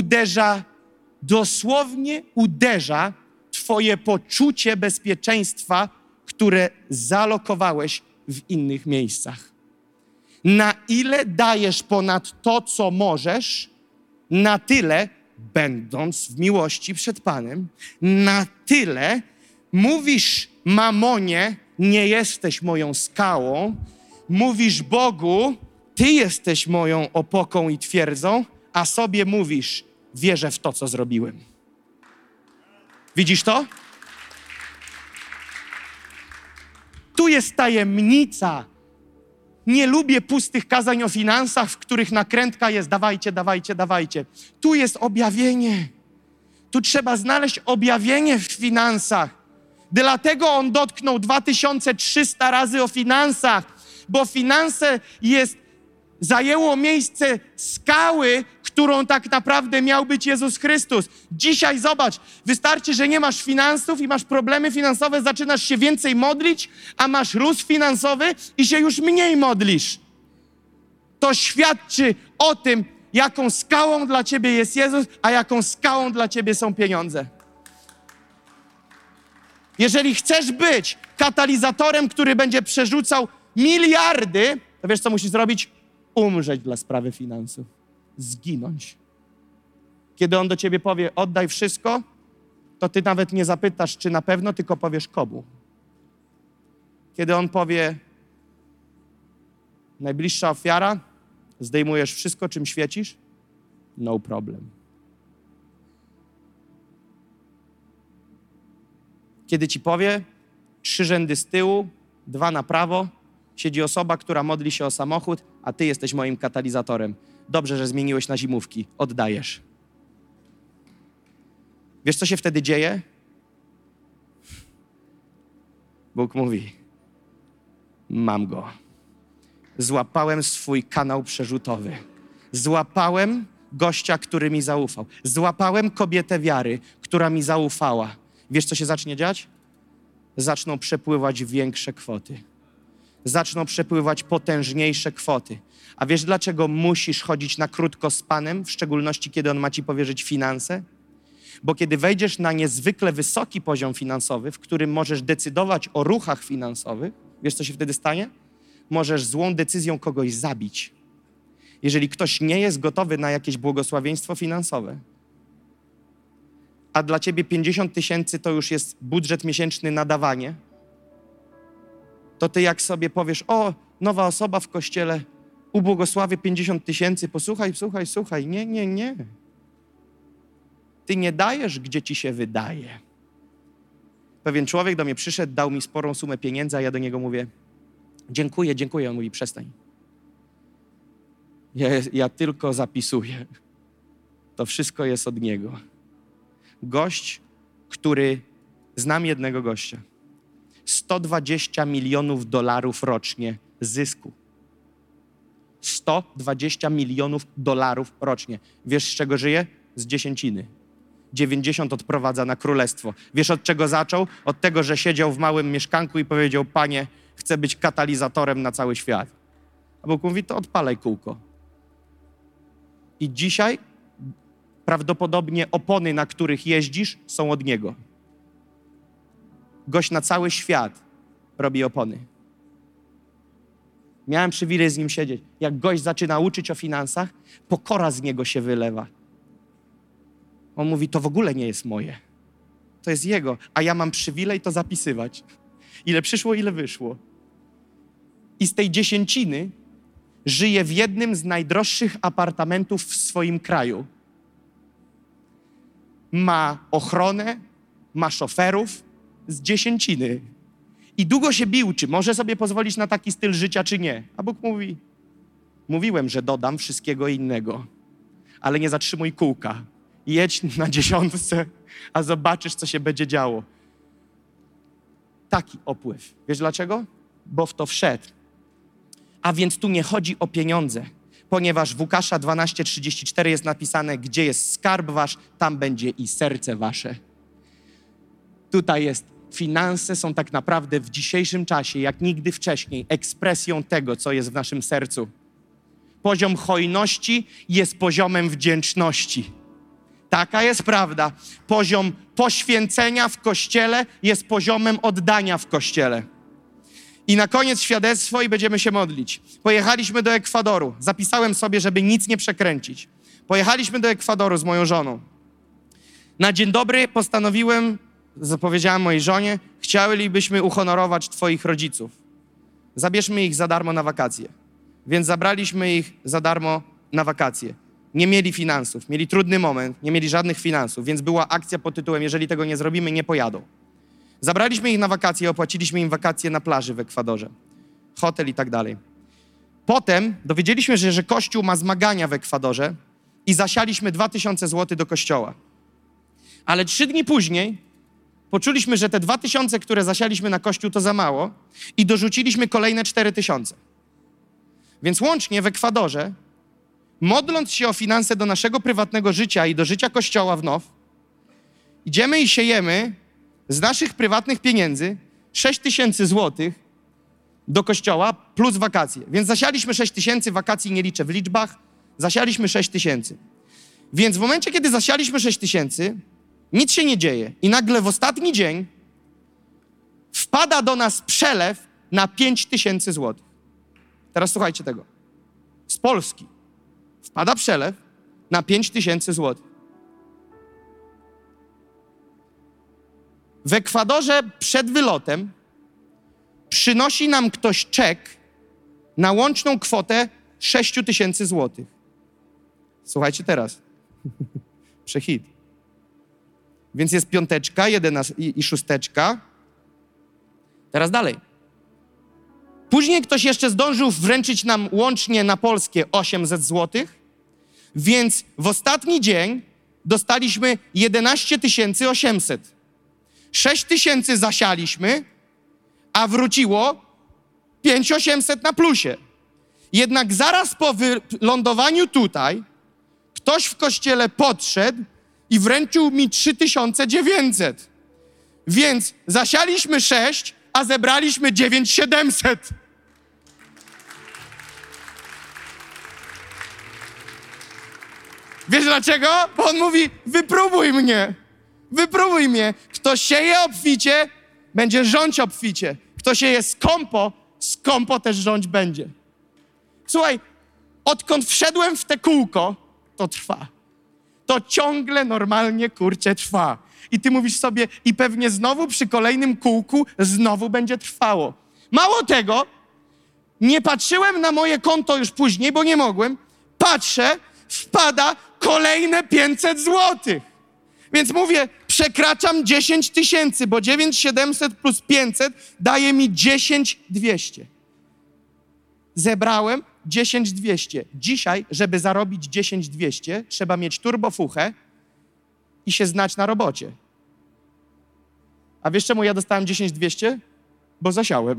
dosłownie uderza twoje poczucie bezpieczeństwa, które zalokowałeś w innych miejscach. Na ile dajesz ponad to, co możesz, na tyle, będąc w miłości przed Panem, na tyle mówisz mamonie, nie jesteś moją skałą, mówisz Bogu, Ty jesteś moją opoką i twierdzą, a sobie mówisz, wierzę w to, co zrobiłem. Widzisz to? Tu jest tajemnica. Nie lubię pustych kazań o finansach, w których nakrętka jest dawajcie, dawajcie, dawajcie. Tu jest objawienie. Tu trzeba znaleźć objawienie w finansach. Dlatego on dotknął 2300 razy o finansach, bo finanse zajęło miejsce skały, którą tak naprawdę miał być Jezus Chrystus. Dzisiaj zobacz, wystarczy, że nie masz finansów i masz problemy finansowe, zaczynasz się więcej modlić, a masz luz finansowy i się już mniej modlisz. To świadczy o tym, jaką skałą dla ciebie jest Jezus, a jaką skałą dla ciebie są pieniądze. Jeżeli chcesz być katalizatorem, który będzie przerzucał miliardy, to wiesz, co musisz zrobić? Umrzeć dla sprawy finansów. Zginąć. Kiedy on do ciebie powie, oddaj wszystko, to ty nawet nie zapytasz, czy na pewno, tylko powiesz komu. Kiedy on powie, najbliższa ofiara, zdejmujesz wszystko, czym świecisz? No problem. Kiedy ci powie, 3 rzędy z tyłu, 2 na prawo, siedzi osoba, która modli się o samochód, a ty jesteś moim katalizatorem. Dobrze, że zmieniłeś na zimówki. Oddajesz. Wiesz, co się wtedy dzieje? Bóg mówi, mam go. Złapałem swój kanał przerzutowy. Złapałem gościa, który mi zaufał. Złapałem kobietę wiary, która mi zaufała. Wiesz, co się zacznie dziać? Zaczną przepływać większe kwoty. Zaczną przepływać potężniejsze kwoty. A wiesz, dlaczego musisz chodzić na krótko z Panem, w szczególności kiedy On ma ci powierzyć finanse? Bo kiedy wejdziesz na niezwykle wysoki poziom finansowy, w którym możesz decydować o ruchach finansowych, wiesz, co się wtedy stanie? Możesz złą decyzją kogoś zabić. Jeżeli ktoś nie jest gotowy na jakieś błogosławieństwo finansowe, a dla ciebie 50 000 to już jest budżet miesięczny na dawanie, to ty jak sobie powiesz, o, nowa osoba w kościele, ubłogosławię 50 000, słuchaj, nie. Ty nie dajesz, gdzie ci się wydaje. Pewien człowiek do mnie przyszedł, dał mi sporą sumę pieniędzy, a ja do niego mówię, dziękuję. On mówi, przestań. Ja tylko zapisuję. To wszystko jest od niego. Gość, który, znam jednego gościa, $120 milionów rocznie zysku. 120 milionów dolarów rocznie. Wiesz, z czego żyje? Z dziesięciny. 90 odprowadza na królestwo. Wiesz, od czego zaczął? Od tego, że siedział w małym mieszkanku i powiedział, Panie, chcę być katalizatorem na cały świat. A Bóg mówi, to odpalaj kółko. I dzisiaj prawdopodobnie opony, na których jeździsz, są od Niego. Gość na cały świat robi opony. Miałem przywilej z nim siedzieć. Jak gość zaczyna uczyć o finansach, pokora z niego się wylewa. On mówi, to w ogóle nie jest moje. To jest jego, a ja mam przywilej to zapisywać. Ile przyszło, ile wyszło. I z tej dziesięciny żyje w jednym z najdroższych apartamentów w swoim kraju. Ma ochronę, ma szoferów z dziesięciny. I długo się bił, czy może sobie pozwolić na taki styl życia, czy nie. A Bóg mówi, mówiłem, że dodam wszystkiego innego, ale nie zatrzymuj kółka. Jedź na 10, a zobaczysz, co się będzie działo. Taki opływ. Wiesz dlaczego? Bo w to wszedł. A więc tu nie chodzi o pieniądze, ponieważ w Łukasza 12:34 jest napisane, gdzie jest skarb wasz, tam będzie i serce wasze. Tutaj jest, finanse są tak naprawdę w dzisiejszym czasie, jak nigdy wcześniej, ekspresją tego, co jest w naszym sercu. Poziom hojności jest poziomem wdzięczności. Taka jest prawda. Poziom poświęcenia w Kościele jest poziomem oddania w Kościele. I na koniec świadectwo i będziemy się modlić. Pojechaliśmy do Ekwadoru. Zapisałem sobie, żeby nic nie przekręcić. Pojechaliśmy do Ekwadoru z moją żoną. Na dzień dobry postanowiłem, powiedziałem mojej żonie, chcielibyśmy uhonorować twoich rodziców. Zabierzmy ich za darmo na wakacje. Więc zabraliśmy ich za darmo na wakacje. Nie mieli finansów, mieli trudny moment, nie mieli żadnych finansów, więc była akcja pod tytułem, jeżeli tego nie zrobimy, nie pojadą. Zabraliśmy ich na wakacje, opłaciliśmy im wakacje na plaży w Ekwadorze, hotel i tak dalej. Potem dowiedzieliśmy się, że Kościół ma zmagania w Ekwadorze i zasialiśmy 2000 zł do kościoła. Ale 3 dni później poczuliśmy, że te 2000, które zasialiśmy na Kościół, to za mało i dorzuciliśmy kolejne 4000. Więc łącznie w Ekwadorze, modląc się o finanse do naszego prywatnego życia i do życia Kościoła w Now, idziemy i siejemy z naszych prywatnych pieniędzy 6000 złotych do Kościoła plus wakacje. Więc zasialiśmy 6000, wakacji nie liczę w liczbach, zasialiśmy 6000. Więc w momencie, kiedy zasialiśmy 6000, nic się nie dzieje. I nagle w ostatni dzień wpada do nas przelew na 5000 złotych. Teraz słuchajcie tego. Z Polski wpada przelew na 5000 złotych. W Ekwadorze przed wylotem przynosi nam ktoś czek na łączną kwotę 6000 złotych. Słuchajcie teraz. Przehit. Więc jest 5, 11 i 6. Teraz dalej. Później ktoś jeszcze zdążył wręczyć nam łącznie na polskie 800 zł, więc w ostatni dzień dostaliśmy 11 800. 6 tysięcy zasialiśmy, a wróciło 5800 na plusie. Jednak zaraz po wylądowaniu tutaj ktoś w kościele podszedł i wręczył mi 3900. Więc zasialiśmy 6, a zebraliśmy 9700. Wiesz dlaczego? Bo on mówi, wypróbuj mnie. Wypróbuj mnie. Kto sieje obficie, będzie rządź obficie. Kto sieje skąpo też rządź będzie. Słuchaj, odkąd wszedłem w te kółko, to trwa. To ciągle normalnie, kurczę, trwa. I ty mówisz sobie, i pewnie znowu przy kolejnym kółku znowu będzie trwało. Mało tego, nie patrzyłem na moje konto już później, bo nie mogłem. Patrzę, wpada kolejne 500 złotych. Więc mówię, przekraczam 10 tysięcy, bo 9700 plus 500 daje mi 10200. Zebrałem 10200. Dzisiaj, żeby zarobić 10200, trzeba mieć turbofuchę i się znać na robocie. A wiesz czemu ja dostałem 10200? Bo zasiałem.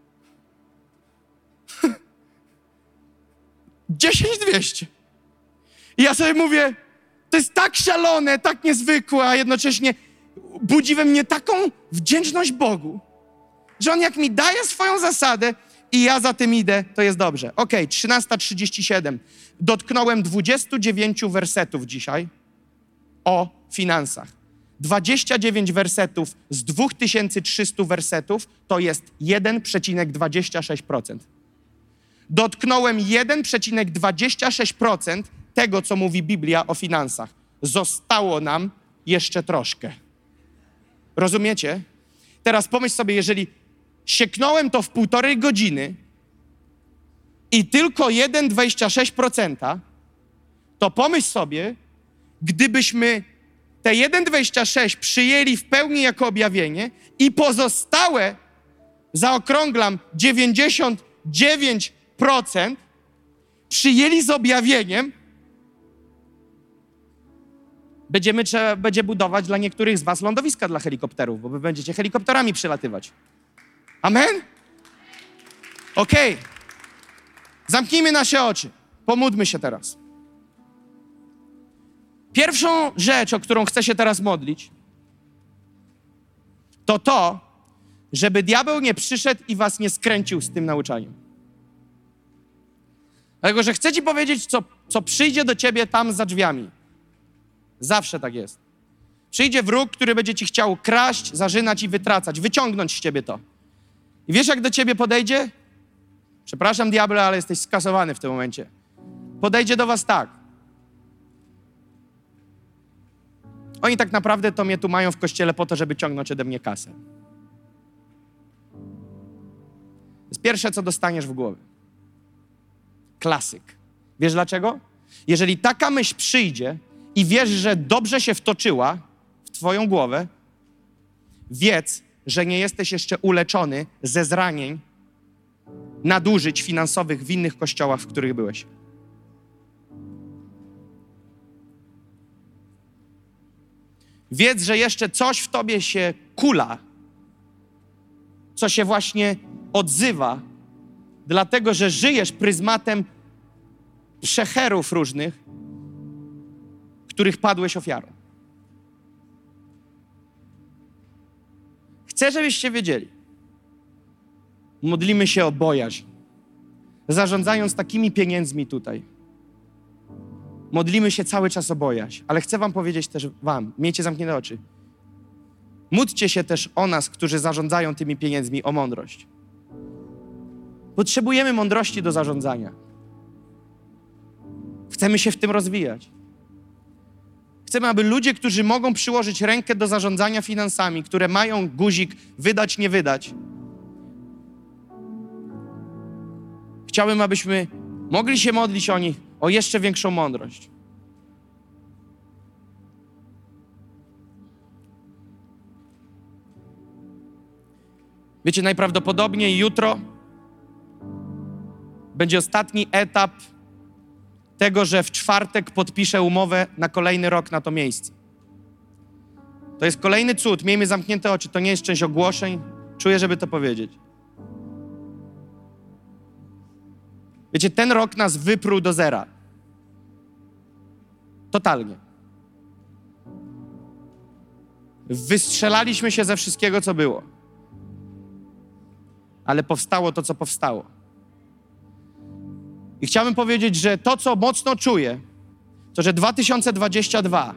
10200. I ja sobie mówię, to jest tak szalone, tak niezwykłe, a jednocześnie budzi we mnie taką wdzięczność Bogu, że On jak mi daje swoją zasadę i ja za tym idę, to jest dobrze. Okej, 13:37. Dotknąłem 29 wersetów dzisiaj o finansach. 29 wersetów z 2300 wersetów to jest 1,26%. Dotknąłem 1,26% tego, co mówi Biblia o finansach. Zostało nam jeszcze troszkę. Rozumiecie? Teraz pomyśl sobie, jeżeli sieknąłem to w 1,5 godziny i tylko 1,26%, to pomyśl sobie, gdybyśmy te 1,26 przyjęli w pełni jako objawienie i pozostałe, zaokrąglam, 99% przyjęli z objawieniem, trzeba będzie budować dla niektórych z was lądowiska dla helikopterów, bo wy będziecie helikopterami przylatywać. Amen? Okej. Zamknijmy nasze oczy. Pomódlmy się teraz. Pierwszą rzecz, o którą chcę się teraz modlić, to, żeby diabeł nie przyszedł i was nie skręcił z tym nauczaniem. Dlatego, że chcę ci powiedzieć, co przyjdzie do ciebie tam za drzwiami. Zawsze tak jest. Przyjdzie wróg, który będzie ci chciał kraść, zarzynać i wytracać, wyciągnąć z ciebie to. I wiesz, jak do ciebie podejdzie? Przepraszam, diable, ale jesteś skasowany w tym momencie. Podejdzie do was tak. Oni tak naprawdę to mnie tu mają w kościele po to, żeby ciągnąć ode mnie kasę. To jest pierwsze, co dostaniesz w głowę. Klasyk. Wiesz dlaczego? Jeżeli taka myśl przyjdzie i wiesz, że dobrze się wtoczyła w twoją głowę, wiedz, że nie jesteś jeszcze uleczony ze zranień, nadużyć finansowych w innych kościołach, w których byłeś. Wiedz, że jeszcze coś w tobie się kula, co się właśnie odzywa, dlatego, że żyjesz pryzmatem przecherów różnych, których padłeś ofiarą. Chcę, żebyście wiedzieli. Modlimy się o bojaźń. Zarządzając takimi pieniędzmi tutaj. Modlimy się cały czas o bojaźń. Ale chcę wam powiedzieć też miejcie zamknięte oczy. Módlcie się też o nas, którzy zarządzają tymi pieniędzmi, o mądrość. Potrzebujemy mądrości do zarządzania. Chcemy się w tym rozwijać. Chcemy, aby ludzie, którzy mogą przyłożyć rękę do zarządzania finansami, które mają guzik wydać, nie wydać, chciałbym, abyśmy mogli się modlić o nich, o jeszcze większą mądrość. Wiecie, najprawdopodobniej jutro będzie ostatni etap tego, że w czwartek podpiszę umowę na kolejny rok na to miejsce. To jest kolejny cud. Miejmy zamknięte oczy. To nie jest część ogłoszeń. Czuję, żeby to powiedzieć. Wiecie, ten rok nas wyprół do zera. Totalnie. Wystrzelaliśmy się ze wszystkiego, co było. Ale powstało to, co powstało. I chciałbym powiedzieć, że to, co mocno czuję, to, że 2022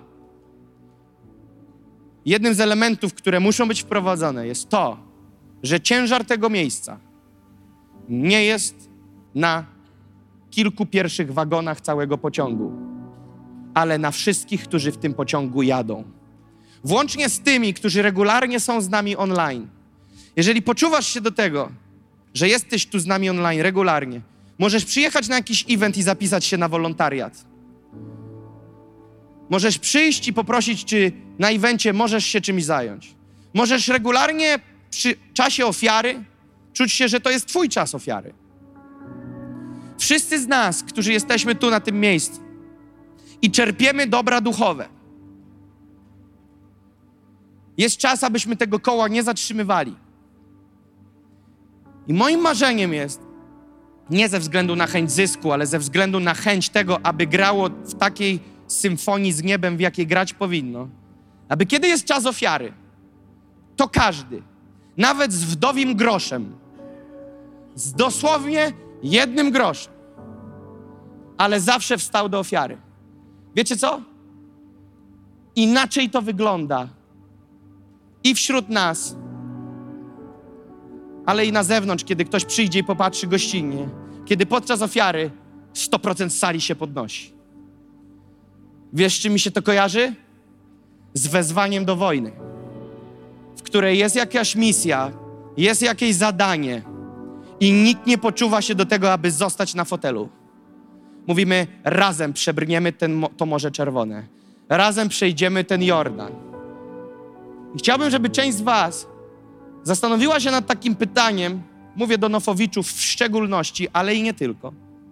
jednym z elementów, które muszą być wprowadzone, jest to, że ciężar tego miejsca nie jest na kilku pierwszych wagonach całego pociągu, ale na wszystkich, którzy w tym pociągu jadą. Włącznie z tymi, którzy regularnie są z nami online. Jeżeli poczuwasz się do tego, że jesteś tu z nami online regularnie, możesz przyjechać na jakiś event i zapisać się na wolontariat. Możesz przyjść i poprosić, czy na evencie możesz się czymś zająć. Możesz regularnie przy czasie ofiary czuć się, że to jest twój czas ofiary. Wszyscy z nas, którzy jesteśmy tu na tym miejscu i czerpiemy dobra duchowe, jest czas, abyśmy tego koła nie zatrzymywali. I moim marzeniem jest, nie ze względu na chęć zysku, ale ze względu na chęć tego, aby grało w takiej symfonii z niebem, w jakiej grać powinno, aby kiedy jest czas ofiary, to każdy, nawet z wdowim groszem, z dosłownie 1 groszem, ale zawsze wstał do ofiary. Wiecie co? Inaczej to wygląda i wśród nas, ale i na zewnątrz, kiedy ktoś przyjdzie i popatrzy gościnnie, kiedy podczas ofiary 100% sali się podnosi. Wiesz, czym mi się to kojarzy? Z wezwaniem do wojny, w której jest jakaś misja, jest jakieś zadanie i nikt nie poczuwa się do tego, aby zostać na fotelu. Mówimy, razem przebrniemy to Morze Czerwone. Razem przejdziemy ten Jordan. I chciałbym, żeby część z was zastanowiła się nad takim pytaniem, mówię do Nofowiczów w szczególności, ale i nie tylko.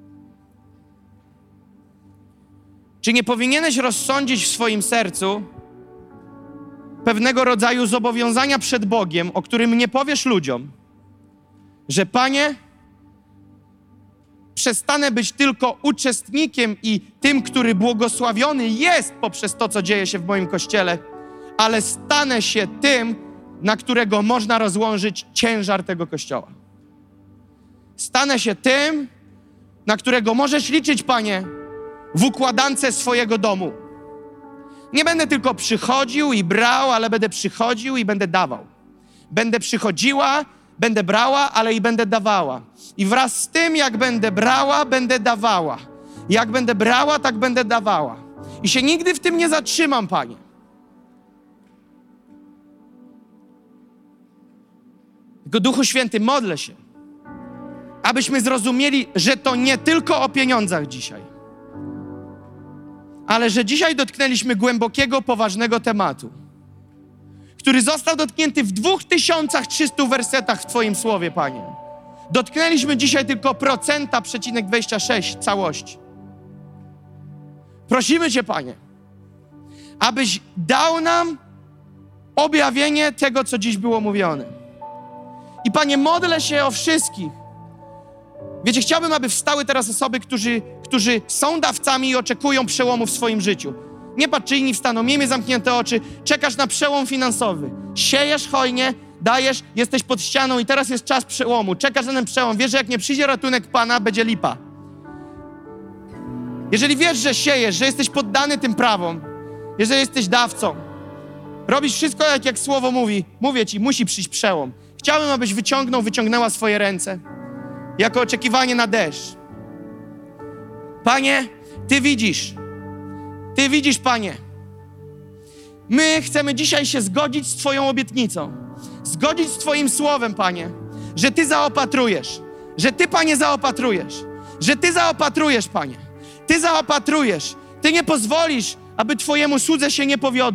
Czy nie powinieneś rozsądzić w swoim sercu pewnego rodzaju zobowiązania przed Bogiem, o którym nie powiesz ludziom, że Panie, przestanę być tylko uczestnikiem i tym, który błogosławiony jest poprzez to, co dzieje się w moim Kościele, ale stanę się tym, na którego można rozłożyć ciężar tego Kościoła. Stanę się tym, na którego możesz liczyć, Panie, w układance swojego domu. Nie będę tylko przychodził i brał, ale będę przychodził i będę dawał. Będę przychodziła, będę brała, ale i będę dawała. I wraz z tym, jak będę brała, będę dawała. Jak będę brała, tak będę dawała. I się nigdy w tym nie zatrzymam, Panie. Tylko Duchu Święty, modlę się, abyśmy zrozumieli, że to nie tylko o pieniądzach dzisiaj, ale że dzisiaj dotknęliśmy głębokiego, poważnego tematu, który został dotknięty w 2300 wersetach w Twoim Słowie, Panie. Dotknęliśmy dzisiaj tylko 0,26% całości. Prosimy Cię, Panie, abyś dał nam objawienie tego, co dziś było mówione. I Panie, modlę się o wszystkich. Wiecie, chciałbym, aby wstały teraz osoby, którzy są dawcami i oczekują przełomu w swoim życiu. Nie patrz, czy inni wstaną, miejmy zamknięte oczy, czekasz na przełom finansowy. Siejesz hojnie, dajesz, jesteś pod ścianą i teraz jest czas przełomu. Czekasz na ten przełom, wiesz, że jak nie przyjdzie ratunek Pana, będzie lipa. Jeżeli wiesz, że siejesz, że jesteś poddany tym prawom, jeżeli jesteś dawcą, robisz wszystko, jak Słowo mówi, mówię Ci, musi przyjść przełom. Chciałbym, abyś wyciągnęła swoje ręce jako oczekiwanie na deszcz. Panie, Ty widzisz, Panie. My chcemy dzisiaj się zgodzić z Twoją obietnicą, zgodzić z Twoim słowem, Panie, że Ty zaopatrujesz, że Ty, Panie, zaopatrujesz, że Ty zaopatrujesz, Panie. Ty zaopatrujesz. Ty nie pozwolisz, aby Twojemu słudze się nie powiodło.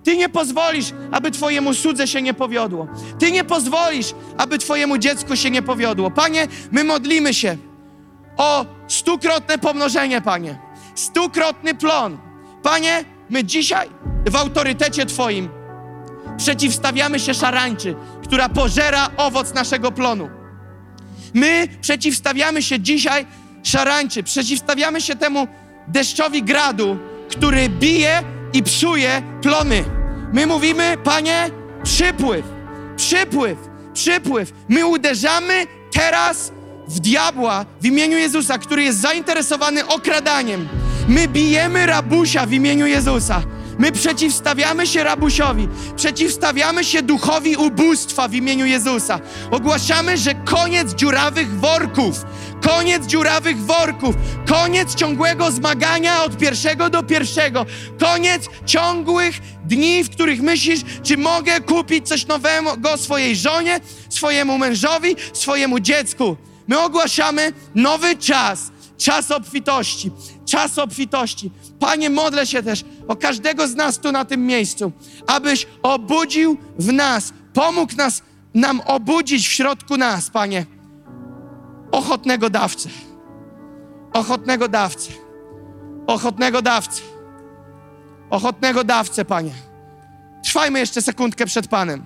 Ty nie pozwolisz, aby Twojemu słudze się nie powiodło. Ty nie pozwolisz, aby Twojemu dziecku się nie powiodło. Panie, my modlimy się o 100-krotne pomnożenie, Panie. 100-krotny plon. Panie, my dzisiaj w autorytecie Twoim przeciwstawiamy się szarańczy, która pożera owoc naszego plonu. My przeciwstawiamy się dzisiaj szarańczy, przeciwstawiamy się temu deszczowi gradu, który bije i psuje plony. My mówimy, Panie, przypływ, przypływ, przypływ. My uderzamy teraz w diabła w imieniu Jezusa, który jest zainteresowany okradaniem. My bijemy rabusia w imieniu Jezusa. My przeciwstawiamy się rabusiowi, przeciwstawiamy się duchowi ubóstwa w imieniu Jezusa. Ogłaszamy, że koniec dziurawych worków, koniec dziurawych worków, koniec ciągłego zmagania od pierwszego do pierwszego, koniec ciągłych dni, w których myślisz, czy mogę kupić coś nowego swojej żonie, swojemu mężowi, swojemu dziecku. My ogłaszamy nowy czas, czas obfitości, czas obfitości. Panie, modlę się też o każdego z nas tu na tym miejscu, abyś obudził w nas, pomógł nam obudzić w środku nas, Panie, ochotnego dawcę, ochotnego dawcę, ochotnego dawcę, ochotnego dawcę, Panie. Trwajmy jeszcze sekundkę przed Panem.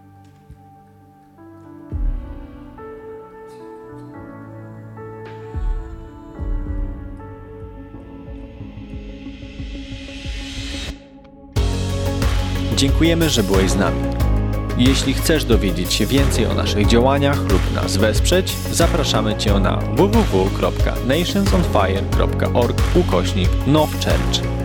Dziękujemy, że byłeś z nami. Jeśli chcesz dowiedzieć się więcej o naszych działaniach lub nas wesprzeć, zapraszamy Cię na www.nationsonfire.org/nowchurch.